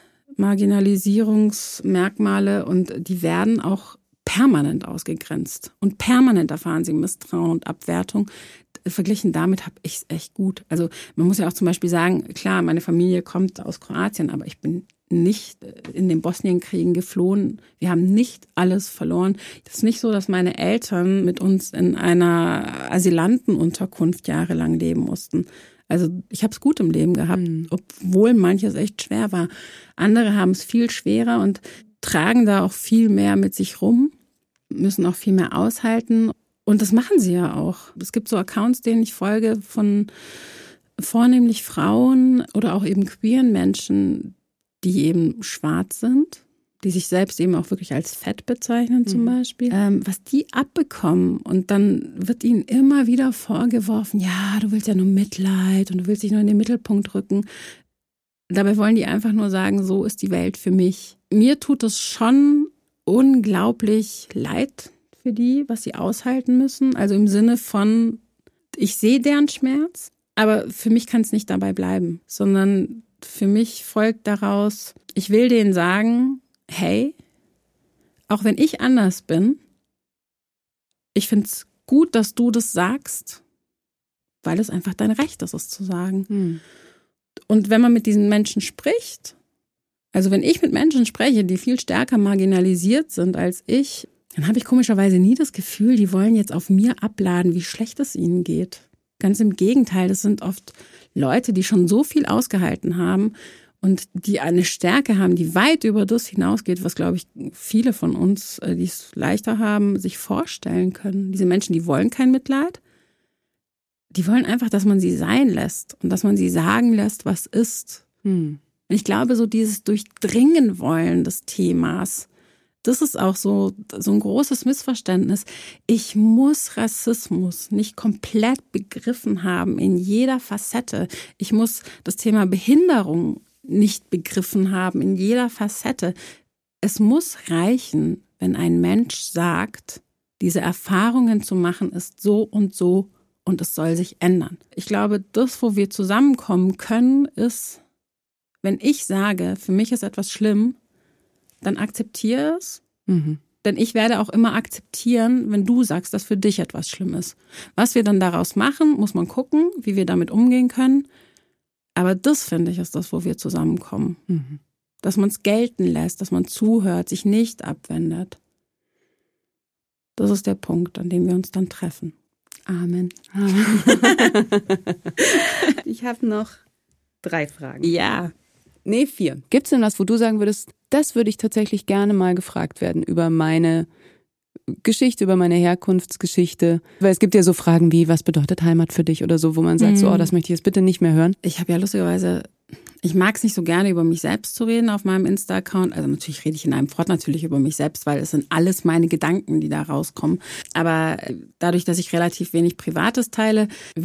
Marginalisierungsmerkmale und die werden auch permanent ausgegrenzt. Und permanent erfahren sie Misstrauen und Abwertung. Verglichen damit habe ich es echt gut. Also man muss ja auch zum Beispiel sagen, klar, meine Familie kommt aus Kroatien, aber ich bin nicht in den Bosnienkriegen geflohen. Wir haben nicht alles verloren. Es ist nicht so, dass meine Eltern mit uns in einer Asylantenunterkunft jahrelang leben mussten. Also ich habe es gut im Leben gehabt, obwohl manches echt schwer war. Andere haben es viel schwerer und tragen da auch viel mehr mit sich rum, müssen auch viel mehr aushalten. Und das machen sie ja auch. Es gibt so Accounts, denen ich folge, von vornehmlich Frauen oder auch eben queeren Menschen, die eben schwarz sind, die sich selbst eben auch wirklich als fett bezeichnen zum Beispiel. Was die abbekommen und dann wird ihnen immer wieder vorgeworfen, ja, du willst ja nur Mitleid und du willst dich nur in den Mittelpunkt rücken. Dabei wollen die einfach nur sagen, so ist die Welt für mich. Mir tut es schon unglaublich leid für die, was sie aushalten müssen. Also im Sinne von, ich sehe deren Schmerz, aber für mich kann es nicht dabei bleiben, sondern für mich folgt daraus, ich will denen sagen, hey, auch wenn ich anders bin, ich finde es gut, dass du das sagst, weil es einfach dein Recht ist, es zu sagen. Und wenn man mit diesen Menschen spricht, also wenn ich mit Menschen spreche, die viel stärker marginalisiert sind als ich, dann habe ich komischerweise nie das Gefühl, die wollen jetzt auf mir abladen, wie schlecht es ihnen geht. Ganz im Gegenteil, das sind oft Leute, die schon so viel ausgehalten haben und die eine Stärke haben, die weit über das hinausgeht, was, glaube ich, viele von uns, die es leichter haben, sich vorstellen können. Diese Menschen, die wollen kein Mitleid. Die wollen einfach, dass man sie sein lässt und dass man sie sagen lässt, was ist. Und ich glaube, so dieses Durchdringen wollen des Themas, das ist auch so ein großes Missverständnis. Ich muss Rassismus nicht komplett begriffen haben in jeder Facette. Ich muss das Thema Behinderung nicht begriffen haben in jeder Facette. Es muss reichen, wenn ein Mensch sagt, diese Erfahrungen zu machen ist so und es soll sich ändern. Ich glaube, das, wo wir zusammenkommen können, ist, wenn ich sage, für mich ist etwas schlimm, dann akzeptiere es. Denn ich werde auch immer akzeptieren, wenn du sagst, dass für dich etwas schlimm ist. Was wir dann daraus machen, muss man gucken, wie wir damit umgehen können. Aber das, finde ich, ist das, wo wir zusammenkommen. Dass man es gelten lässt, dass man zuhört, sich nicht abwendet. Das ist der Punkt, an dem wir uns dann treffen. Amen. Ich habe noch 3 Fragen. Ja. Nee, 4. Gibt es denn was, wo du sagen würdest, das würde ich tatsächlich gerne mal gefragt werden über meine Geschichte, über meine Herkunftsgeschichte? Weil es gibt ja so Fragen wie, was bedeutet Heimat für dich oder so, wo man sagt, so, das möchte ich jetzt bitte nicht mehr hören. Ich habe ja lustigerweise, ich mag es nicht so gerne, über mich selbst zu reden auf meinem Insta-Account. Also natürlich rede ich in einem Fort natürlich über mich selbst, weil es sind alles meine Gedanken, die da rauskommen. Aber dadurch, dass ich relativ wenig Privates teile, will ich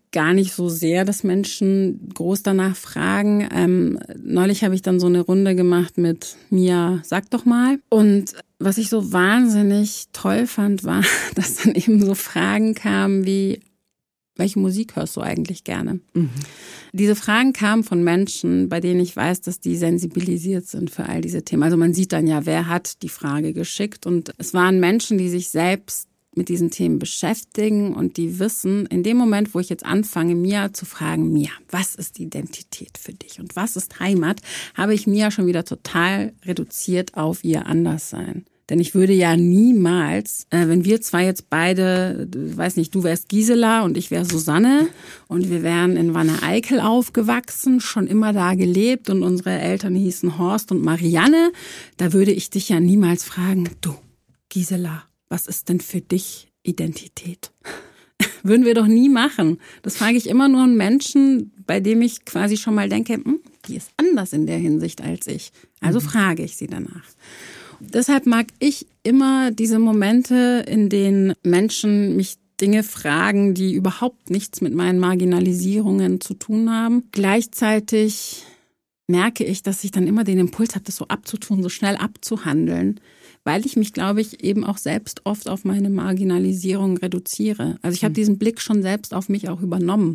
gar nicht so sehr, dass Menschen groß danach fragen. Neulich habe ich dann so eine Runde gemacht mit Mia, sag doch mal. Und was ich so wahnsinnig toll fand, war, dass dann eben so Fragen kamen wie, welche Musik hörst du eigentlich gerne? Mhm. Diese Fragen kamen von Menschen, bei denen ich weiß, dass die sensibilisiert sind für all diese Themen. Also man sieht dann ja, wer hat die Frage geschickt. Und es waren Menschen, die sich selbst mit diesen Themen beschäftigen und die wissen, in dem Moment, wo ich jetzt anfange, Mia zu fragen, Mia, was ist Identität für dich und was ist Heimat, habe ich Mia schon wieder total reduziert auf ihr Anderssein. Denn ich würde ja niemals, wenn wir zwei jetzt beide, weiß nicht, du wärst Gisela und ich wäre Susanne und wir wären in Wanne-Eickel aufgewachsen, schon immer da gelebt und unsere Eltern hießen Horst und Marianne, da würde ich dich ja niemals fragen, du, Gisela, was ist denn für dich Identität? Würden wir doch nie machen. Das frage ich immer nur einen Menschen, bei dem ich quasi schon mal denke, die ist anders in der Hinsicht als ich. Also frage ich sie danach. Deshalb mag ich immer diese Momente, in denen Menschen mich Dinge fragen, die überhaupt nichts mit meinen Marginalisierungen zu tun haben. Gleichzeitig merke ich, dass ich dann immer den Impuls habe, das so abzutun, so schnell abzuhandeln, weil ich mich, glaube ich, eben auch selbst oft auf meine Marginalisierung reduziere. Also ich habe diesen Blick schon selbst auf mich auch übernommen.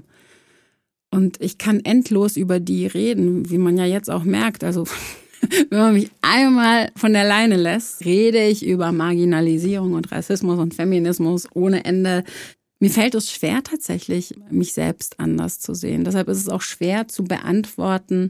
Und ich kann endlos über die reden, wie man ja jetzt auch merkt. Also wenn man mich einmal von der Leine lässt, rede ich über Marginalisierung und Rassismus und Feminismus ohne Ende. Mir fällt es schwer tatsächlich, mich selbst anders zu sehen. Deshalb ist es auch schwer zu beantworten,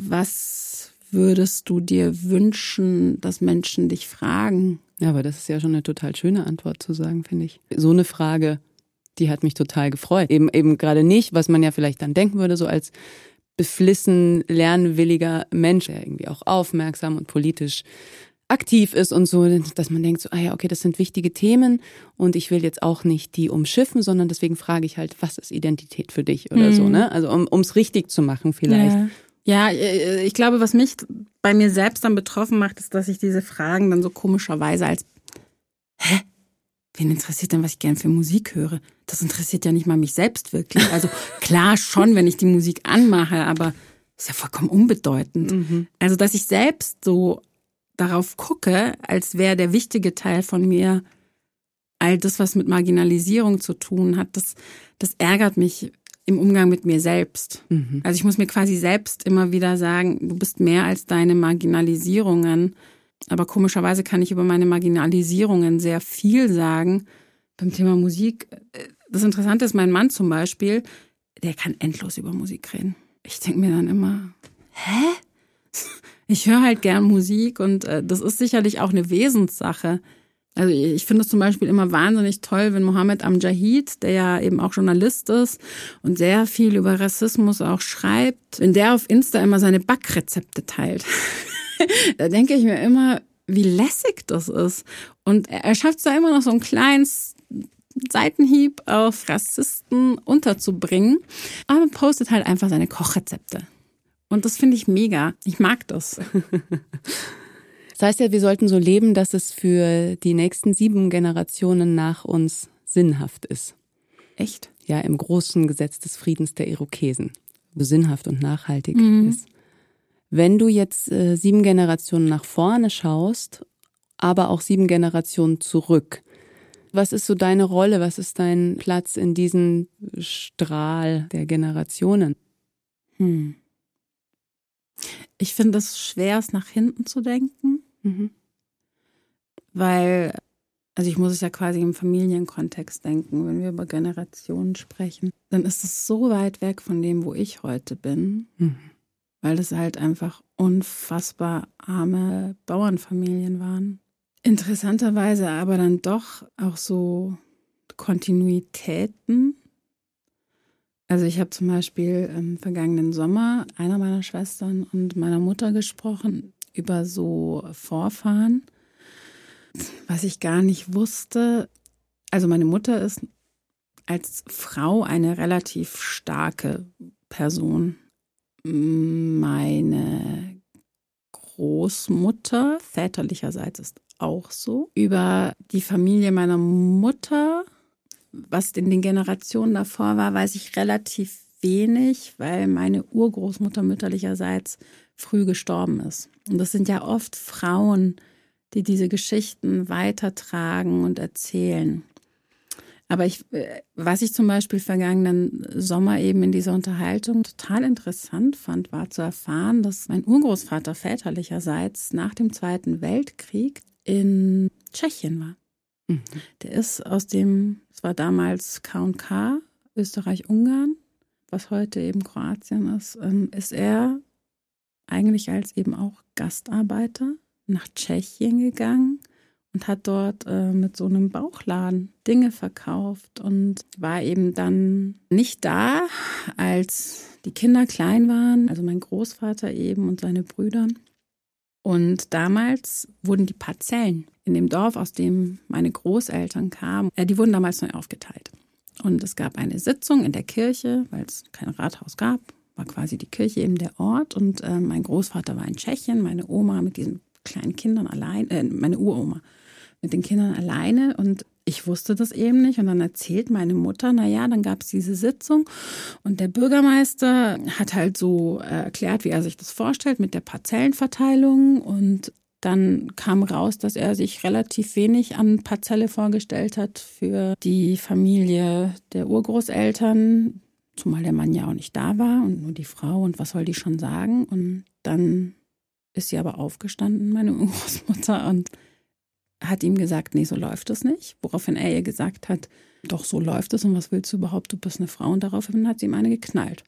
was würdest du dir wünschen, dass Menschen dich fragen? Ja, aber das ist ja schon eine total schöne Antwort zu sagen, finde ich. So eine Frage, die hat mich total gefreut. Eben gerade nicht, was man ja vielleicht dann denken würde, so als beflissen, lernwilliger Mensch, der irgendwie auch aufmerksam und politisch aktiv ist und so, dass man denkt so, okay, das sind wichtige Themen und ich will jetzt auch nicht die umschiffen, sondern deswegen frage ich halt, was ist Identität für dich oder so, ne? Also um's richtig zu machen vielleicht. Ja, ich glaube, was mich bei mir selbst dann betroffen macht, ist, dass ich diese Fragen dann so komischerweise als wen interessiert denn, was ich gern für Musik höre? Das interessiert ja nicht mal mich selbst wirklich. Also klar schon, wenn ich die Musik anmache, aber ist ja vollkommen unbedeutend. Mhm. Also, dass ich selbst so darauf gucke, als wäre der wichtige Teil von mir all das, was mit Marginalisierung zu tun hat, das ärgert mich im Umgang mit mir selbst. Mhm. Also ich muss mir quasi selbst immer wieder sagen, du bist mehr als deine Marginalisierungen. Aber komischerweise kann ich über meine Marginalisierungen sehr viel sagen. Beim Thema Musik, das Interessante ist, mein Mann zum Beispiel, der kann endlos über Musik reden. Ich denke mir dann immer, ich höre halt gern Musik und das ist sicherlich auch eine Wesenssache. Also ich finde es zum Beispiel immer wahnsinnig toll, wenn Mohammed Amjahid, der ja eben auch Journalist ist und sehr viel über Rassismus auch schreibt, wenn der auf Insta immer seine Backrezepte teilt. Da denke ich mir immer, wie lässig das ist. Und er schafft es da immer noch so einen kleinen Seitenhieb auf Rassisten unterzubringen. Aber postet halt einfach seine Kochrezepte. Und das finde ich mega. Ich mag das. Das heißt ja, wir sollten so leben, dass es für die nächsten 7 Generationen nach uns sinnhaft ist. Echt? Ja, im großen Gesetz des Friedens der Irokesen. So sinnhaft und nachhaltig ist. Wenn du jetzt 7 Generationen nach vorne schaust, aber auch 7 Generationen zurück, was ist so deine Rolle, was ist dein Platz in diesem Strahl der Generationen? Ich finde es schwer, es nach hinten zu denken, weil, also ich muss es ja quasi im Familienkontext denken, wenn wir über Generationen sprechen, dann ist es so weit weg von dem, wo ich heute bin. Weil das halt einfach unfassbar arme Bauernfamilien waren. Interessanterweise aber dann doch auch so Kontinuitäten. Also ich habe zum Beispiel im vergangenen Sommer einer meiner Schwestern und meiner Mutter gesprochen über so Vorfahren, was ich gar nicht wusste. Also meine Mutter ist als Frau eine relativ starke Person. Meine Großmutter väterlicherseits ist auch so. Über die Familie meiner Mutter was in den Generationen davor war, weiß ich relativ wenig, weil meine Urgroßmutter mütterlicherseits früh gestorben ist. Und das sind ja oft Frauen, die diese Geschichten weitertragen und erzählen. Aber was ich zum Beispiel vergangenen Sommer eben in dieser Unterhaltung total interessant fand, war zu erfahren, dass mein Urgroßvater väterlicherseits nach dem Zweiten Weltkrieg in Tschechien war. Mhm. Der ist es war damals K&K, Österreich-Ungarn, was heute eben Kroatien ist er eigentlich als eben auch Gastarbeiter nach Tschechien gegangen und hat dort mit so einem Bauchladen Dinge verkauft und war eben dann nicht da, als die Kinder klein waren, also mein Großvater eben und seine Brüder. Und damals wurden die Parzellen in dem Dorf, aus dem meine Großeltern kamen, die wurden damals neu aufgeteilt. Und es gab eine Sitzung in der Kirche, weil es kein Rathaus gab, war quasi die Kirche eben der Ort. Und mein Großvater war in Tschechien, meine Oma mit diesen kleinen Kindern allein, meine Uroma mit den Kindern alleine. Und ich wusste das eben nicht. Und dann erzählt meine Mutter, dann gab es diese Sitzung. Und der Bürgermeister hat halt so erklärt, wie er sich das vorstellt mit der Parzellenverteilung. Und dann kam raus, dass er sich relativ wenig an Parzelle vorgestellt hat für die Familie der Urgroßeltern, zumal der Mann ja auch nicht da war und nur die Frau und was soll die schon sagen. Und dann ist sie aber aufgestanden, meine Urgroßmutter, und hat ihm gesagt, nee, so läuft es nicht. Woraufhin er ihr gesagt hat, doch, so läuft es und was willst du überhaupt, du bist eine Frau. Und daraufhin hat sie ihm eine geknallt.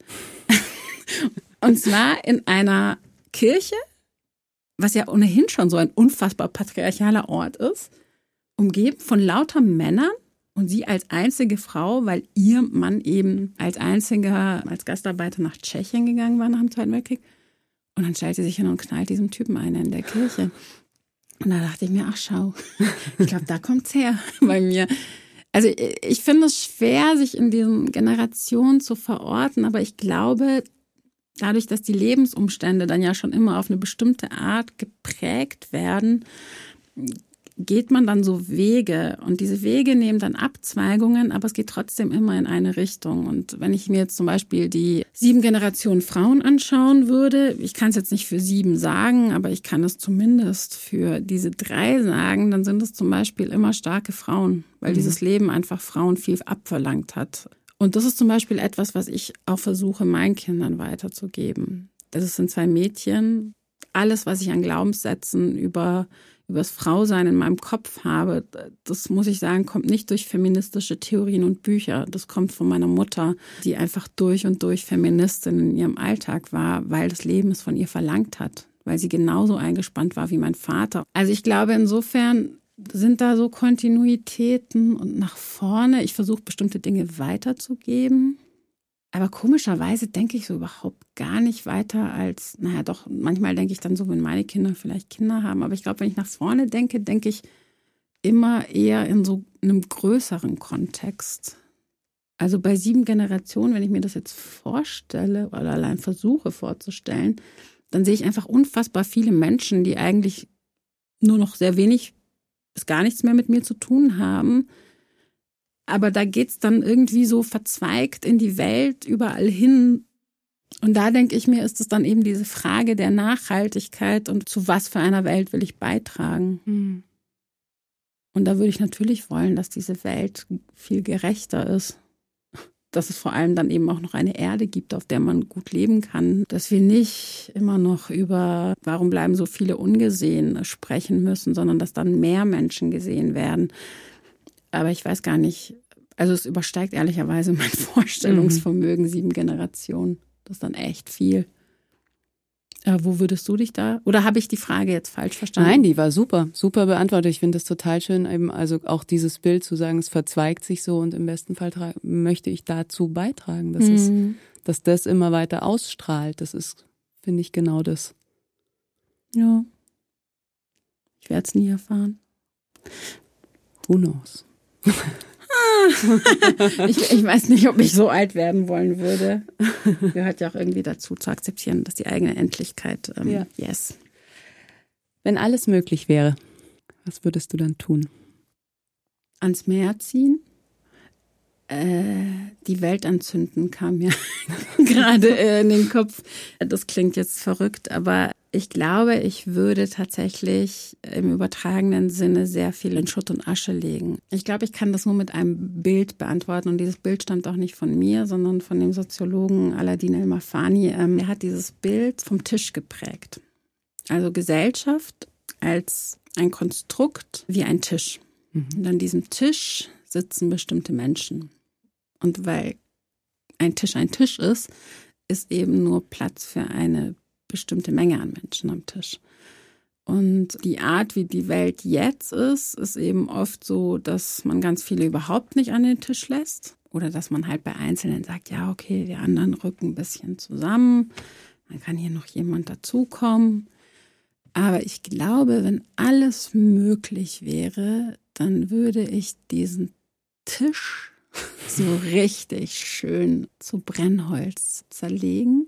Und zwar in einer Kirche, was ja ohnehin schon so ein unfassbar patriarchaler Ort ist, umgeben von lauter Männern und sie als einzige Frau, weil ihr Mann eben als Gastarbeiter nach Tschechien gegangen war nach dem Zweiten Weltkrieg. Und dann stellt sie sich hin und knallt diesem Typen ein in der Kirche. Und da dachte ich mir, ach schau, ich glaube, da kommt's her bei mir. Also ich finde es schwer, sich in diesen Generationen zu verorten, aber ich glaube, dadurch, dass die Lebensumstände dann ja schon immer auf eine bestimmte Art geprägt werden, geht man dann so Wege. Und diese Wege nehmen dann Abzweigungen, aber es geht trotzdem immer in eine Richtung. Und wenn ich mir jetzt zum Beispiel die 7 Generationen Frauen anschauen würde, ich kann es jetzt nicht für 7 sagen, aber ich kann es zumindest für diese 3 sagen, dann sind es zum Beispiel immer starke Frauen, weil dieses Leben einfach Frauen viel abverlangt hat. Und das ist zum Beispiel etwas, was ich auch versuche, meinen Kindern weiterzugeben. Das sind 2 Mädchen. Alles, was ich an Glaubenssätzen über das Frausein in meinem Kopf habe, das muss ich sagen, kommt nicht durch feministische Theorien und Bücher. Das kommt von meiner Mutter, die einfach durch und durch Feministin in ihrem Alltag war, weil das Leben es von ihr verlangt hat, weil sie genauso eingespannt war wie mein Vater. Also ich glaube, insofern sind da so Kontinuitäten und nach vorne. Ich versuche, bestimmte Dinge weiterzugeben. Aber komischerweise denke ich so überhaupt gar nicht weiter als, doch, manchmal denke ich dann so, wenn meine Kinder vielleicht Kinder haben. Aber ich glaube, wenn ich nach vorne denke, denke ich immer eher in so einem größeren Kontext. Also bei 7 Generationen, wenn ich mir das jetzt vorstelle oder allein versuche vorzustellen, dann sehe ich einfach unfassbar viele Menschen, die eigentlich nur noch sehr wenig bis gar nichts mehr mit mir zu tun haben. Aber da geht's dann irgendwie so verzweigt in die Welt, überall hin. Und da denke ich mir, ist es dann eben diese Frage der Nachhaltigkeit und zu was für einer Welt will ich beitragen. Mhm. Und da würde ich natürlich wollen, dass diese Welt viel gerechter ist. Dass es vor allem dann eben auch noch eine Erde gibt, auf der man gut leben kann. Dass wir nicht immer noch über, warum bleiben so viele ungesehen, sprechen müssen, sondern dass dann mehr Menschen gesehen werden. Aber ich weiß gar nicht, also es übersteigt ehrlicherweise mein Vorstellungsvermögen, 7 Generationen. Das ist dann echt viel. Wo würdest du dich da, oder habe ich die Frage jetzt falsch verstanden? Nein, die war super beantwortet. Ich finde das total schön, eben also auch dieses Bild zu sagen, es verzweigt sich so und im besten Fall möchte ich dazu beitragen, dass das immer weiter ausstrahlt. Das ist, finde ich, genau das. Ja. Ich werde es nie erfahren. Who knows? Ich weiß nicht, ob ich so alt werden wollen würde. Gehört ja auch irgendwie dazu, zu akzeptieren, dass die eigene Endlichkeit, yes. Wenn alles möglich wäre, was würdest du dann tun? Ans Meer ziehen. Die Welt anzünden kam mir gerade in den Kopf. Das klingt jetzt verrückt, aber ich glaube, ich würde tatsächlich im übertragenen Sinne sehr viel in Schutt und Asche legen. Ich glaube, ich kann das nur mit einem Bild beantworten. Und dieses Bild stammt auch nicht von mir, sondern von dem Soziologen Aladin El-Mafani. Er hat dieses Bild vom Tisch geprägt. Also Gesellschaft als ein Konstrukt wie ein Tisch. Und an diesem Tisch sitzen bestimmte Menschen. Und weil ein Tisch ist eben nur Platz für eine bestimmte Menge an Menschen am Tisch. Und die Art, wie die Welt jetzt ist eben oft so, dass man ganz viele überhaupt nicht an den Tisch lässt. Oder dass man halt bei Einzelnen sagt, ja, okay, die anderen rücken ein bisschen zusammen. Dann kann hier noch jemand dazukommen. Aber ich glaube, wenn alles möglich wäre, dann würde ich diesen Tisch so richtig schön zu Brennholz zerlegen.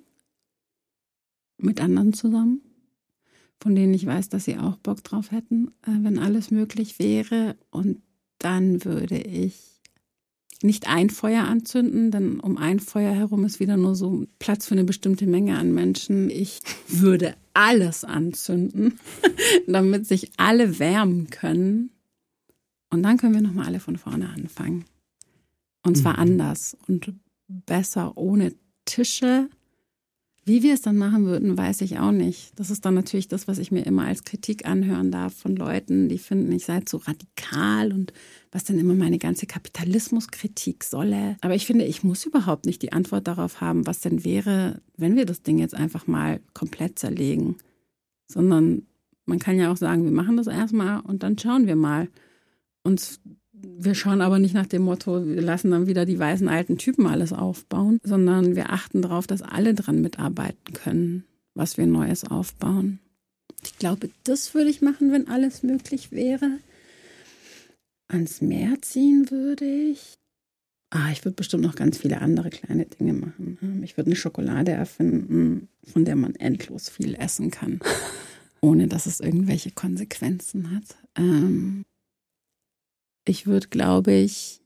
Mit anderen zusammen, von denen ich weiß, dass sie auch Bock drauf hätten, wenn alles möglich wäre. Und dann würde ich nicht ein Feuer anzünden, denn um ein Feuer herum ist wieder nur so Platz für eine bestimmte Menge an Menschen. Ich würde alles anzünden, damit sich alle wärmen können. Und dann können wir nochmal alle von vorne anfangen. Und zwar anders und besser, ohne Tische. Wie wir es dann machen würden, weiß ich auch nicht. Das ist dann natürlich das, was ich mir immer als Kritik anhören darf von Leuten, die finden, ich sei zu radikal und was dann immer meine ganze Kapitalismuskritik solle. Aber ich finde, ich muss überhaupt nicht die Antwort darauf haben, was denn wäre, wenn wir das Ding jetzt einfach mal komplett zerlegen. Sondern man kann ja auch sagen, wir machen das erstmal und dann schauen wir mal. Und wir schauen aber nicht nach dem Motto, wir lassen dann wieder die weißen alten Typen alles aufbauen, sondern wir achten darauf, dass alle dran mitarbeiten können, was wir Neues aufbauen. Ich glaube, das würde ich machen, wenn alles möglich wäre. Ans Meer ziehen würde ich. Ich würde bestimmt noch ganz viele andere kleine Dinge machen. Ich würde eine Schokolade erfinden, von der man endlos viel essen kann, ohne dass es irgendwelche Konsequenzen hat. Ich würde, glaube ich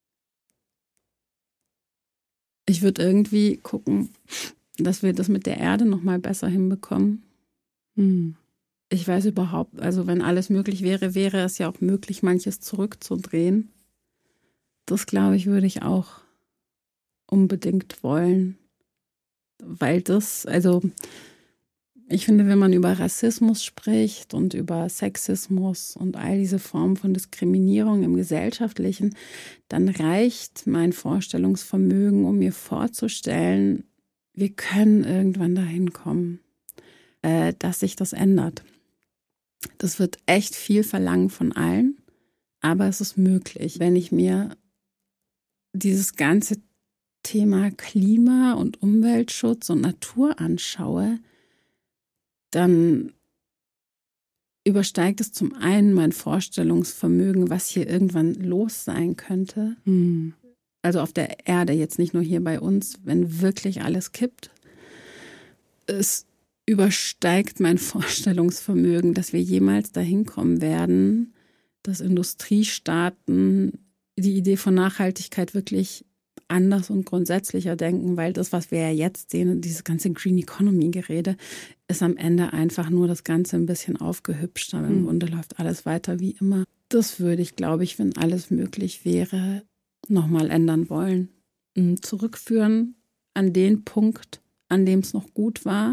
würde irgendwie gucken, dass wir das mit der Erde noch mal besser hinbekommen. Ich weiß überhaupt, also wenn alles möglich wäre, wäre es ja auch möglich, manches zurückzudrehen. Das, glaube ich, würde ich auch unbedingt wollen. Weil das, also ich finde, wenn man über Rassismus spricht und über Sexismus und all diese Formen von Diskriminierung im Gesellschaftlichen, dann reicht mein Vorstellungsvermögen, um mir vorzustellen, wir können irgendwann dahin kommen, dass sich das ändert. Das wird echt viel verlangen von allen, aber es ist möglich. Wenn ich mir dieses ganze Thema Klima- und Umweltschutz und Natur anschaue, dann übersteigt es zum einen mein Vorstellungsvermögen, was hier irgendwann los sein könnte. Also auf der Erde, jetzt nicht nur hier bei uns, wenn wirklich alles kippt. Es übersteigt mein Vorstellungsvermögen, dass wir jemals dahin kommen werden, dass Industriestaaten die Idee von Nachhaltigkeit wirklich anders und grundsätzlicher denken, weil das, was wir ja jetzt sehen, dieses ganze Green Economy-Gerede, ist am Ende einfach nur das Ganze ein bisschen aufgehübscht, aber im Grunde läuft alles weiter wie immer. Das würde ich, glaube ich, wenn alles möglich wäre, nochmal ändern wollen. Zurückführen an den Punkt, an dem es noch gut war.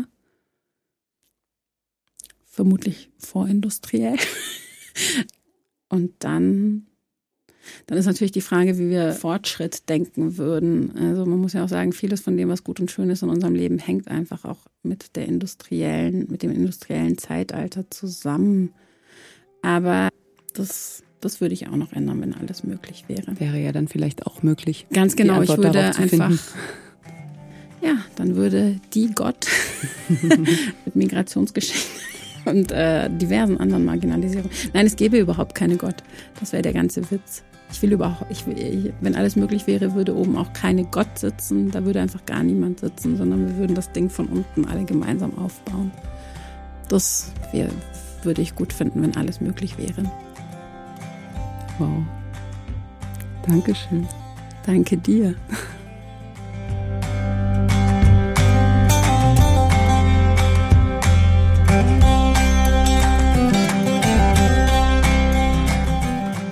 Vermutlich vorindustriell. Und dann ist natürlich die Frage, wie wir Fortschritt denken würden. Also man muss ja auch sagen, vieles von dem, was gut und schön ist in unserem Leben, hängt einfach auch mit dem industriellen Zeitalter zusammen. Aber das würde ich auch noch ändern, wenn alles möglich wäre. Wäre ja dann vielleicht auch möglich. Ganz genau, ich würde einfach, dann würde die Gott mit Migrationsgeschichte und diversen anderen Marginalisierungen. Nein, es gäbe überhaupt keine Gott. Das wäre der ganze Witz. Wenn alles möglich wäre, würde oben auch keine Gott sitzen. Da würde einfach gar niemand sitzen, sondern wir würden das Ding von unten alle gemeinsam aufbauen. Das würde ich gut finden, wenn alles möglich wäre. Wow. Dankeschön. Danke dir.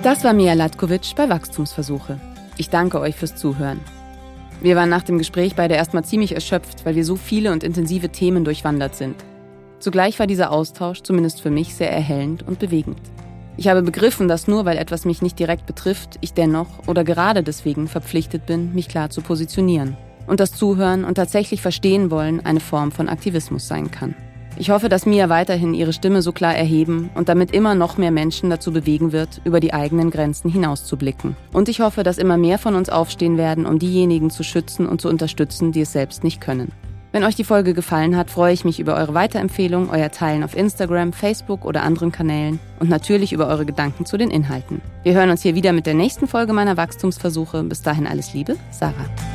Das war Mia Latkovic bei Wachstumsversuche. Ich danke euch fürs Zuhören. Wir waren nach dem Gespräch beide erstmal ziemlich erschöpft, weil wir so viele und intensive Themen durchwandert sind. Zugleich war dieser Austausch, zumindest für mich, sehr erhellend und bewegend. Ich habe begriffen, dass nur weil etwas mich nicht direkt betrifft, ich dennoch oder gerade deswegen verpflichtet bin, mich klar zu positionieren. Und das Zuhören und tatsächlich verstehen wollen eine Form von Aktivismus sein kann. Ich hoffe, dass Mia weiterhin ihre Stimme so klar erheben und damit immer noch mehr Menschen dazu bewegen wird, über die eigenen Grenzen hinauszublicken. Und ich hoffe, dass immer mehr von uns aufstehen werden, um diejenigen zu schützen und zu unterstützen, die es selbst nicht können. Wenn euch die Folge gefallen hat, freue ich mich über eure Weiterempfehlung, euer Teilen auf Instagram, Facebook oder anderen Kanälen und natürlich über eure Gedanken zu den Inhalten. Wir hören uns hier wieder mit der nächsten Folge meiner Wachstumsversuche. Bis dahin alles Liebe, Sarah.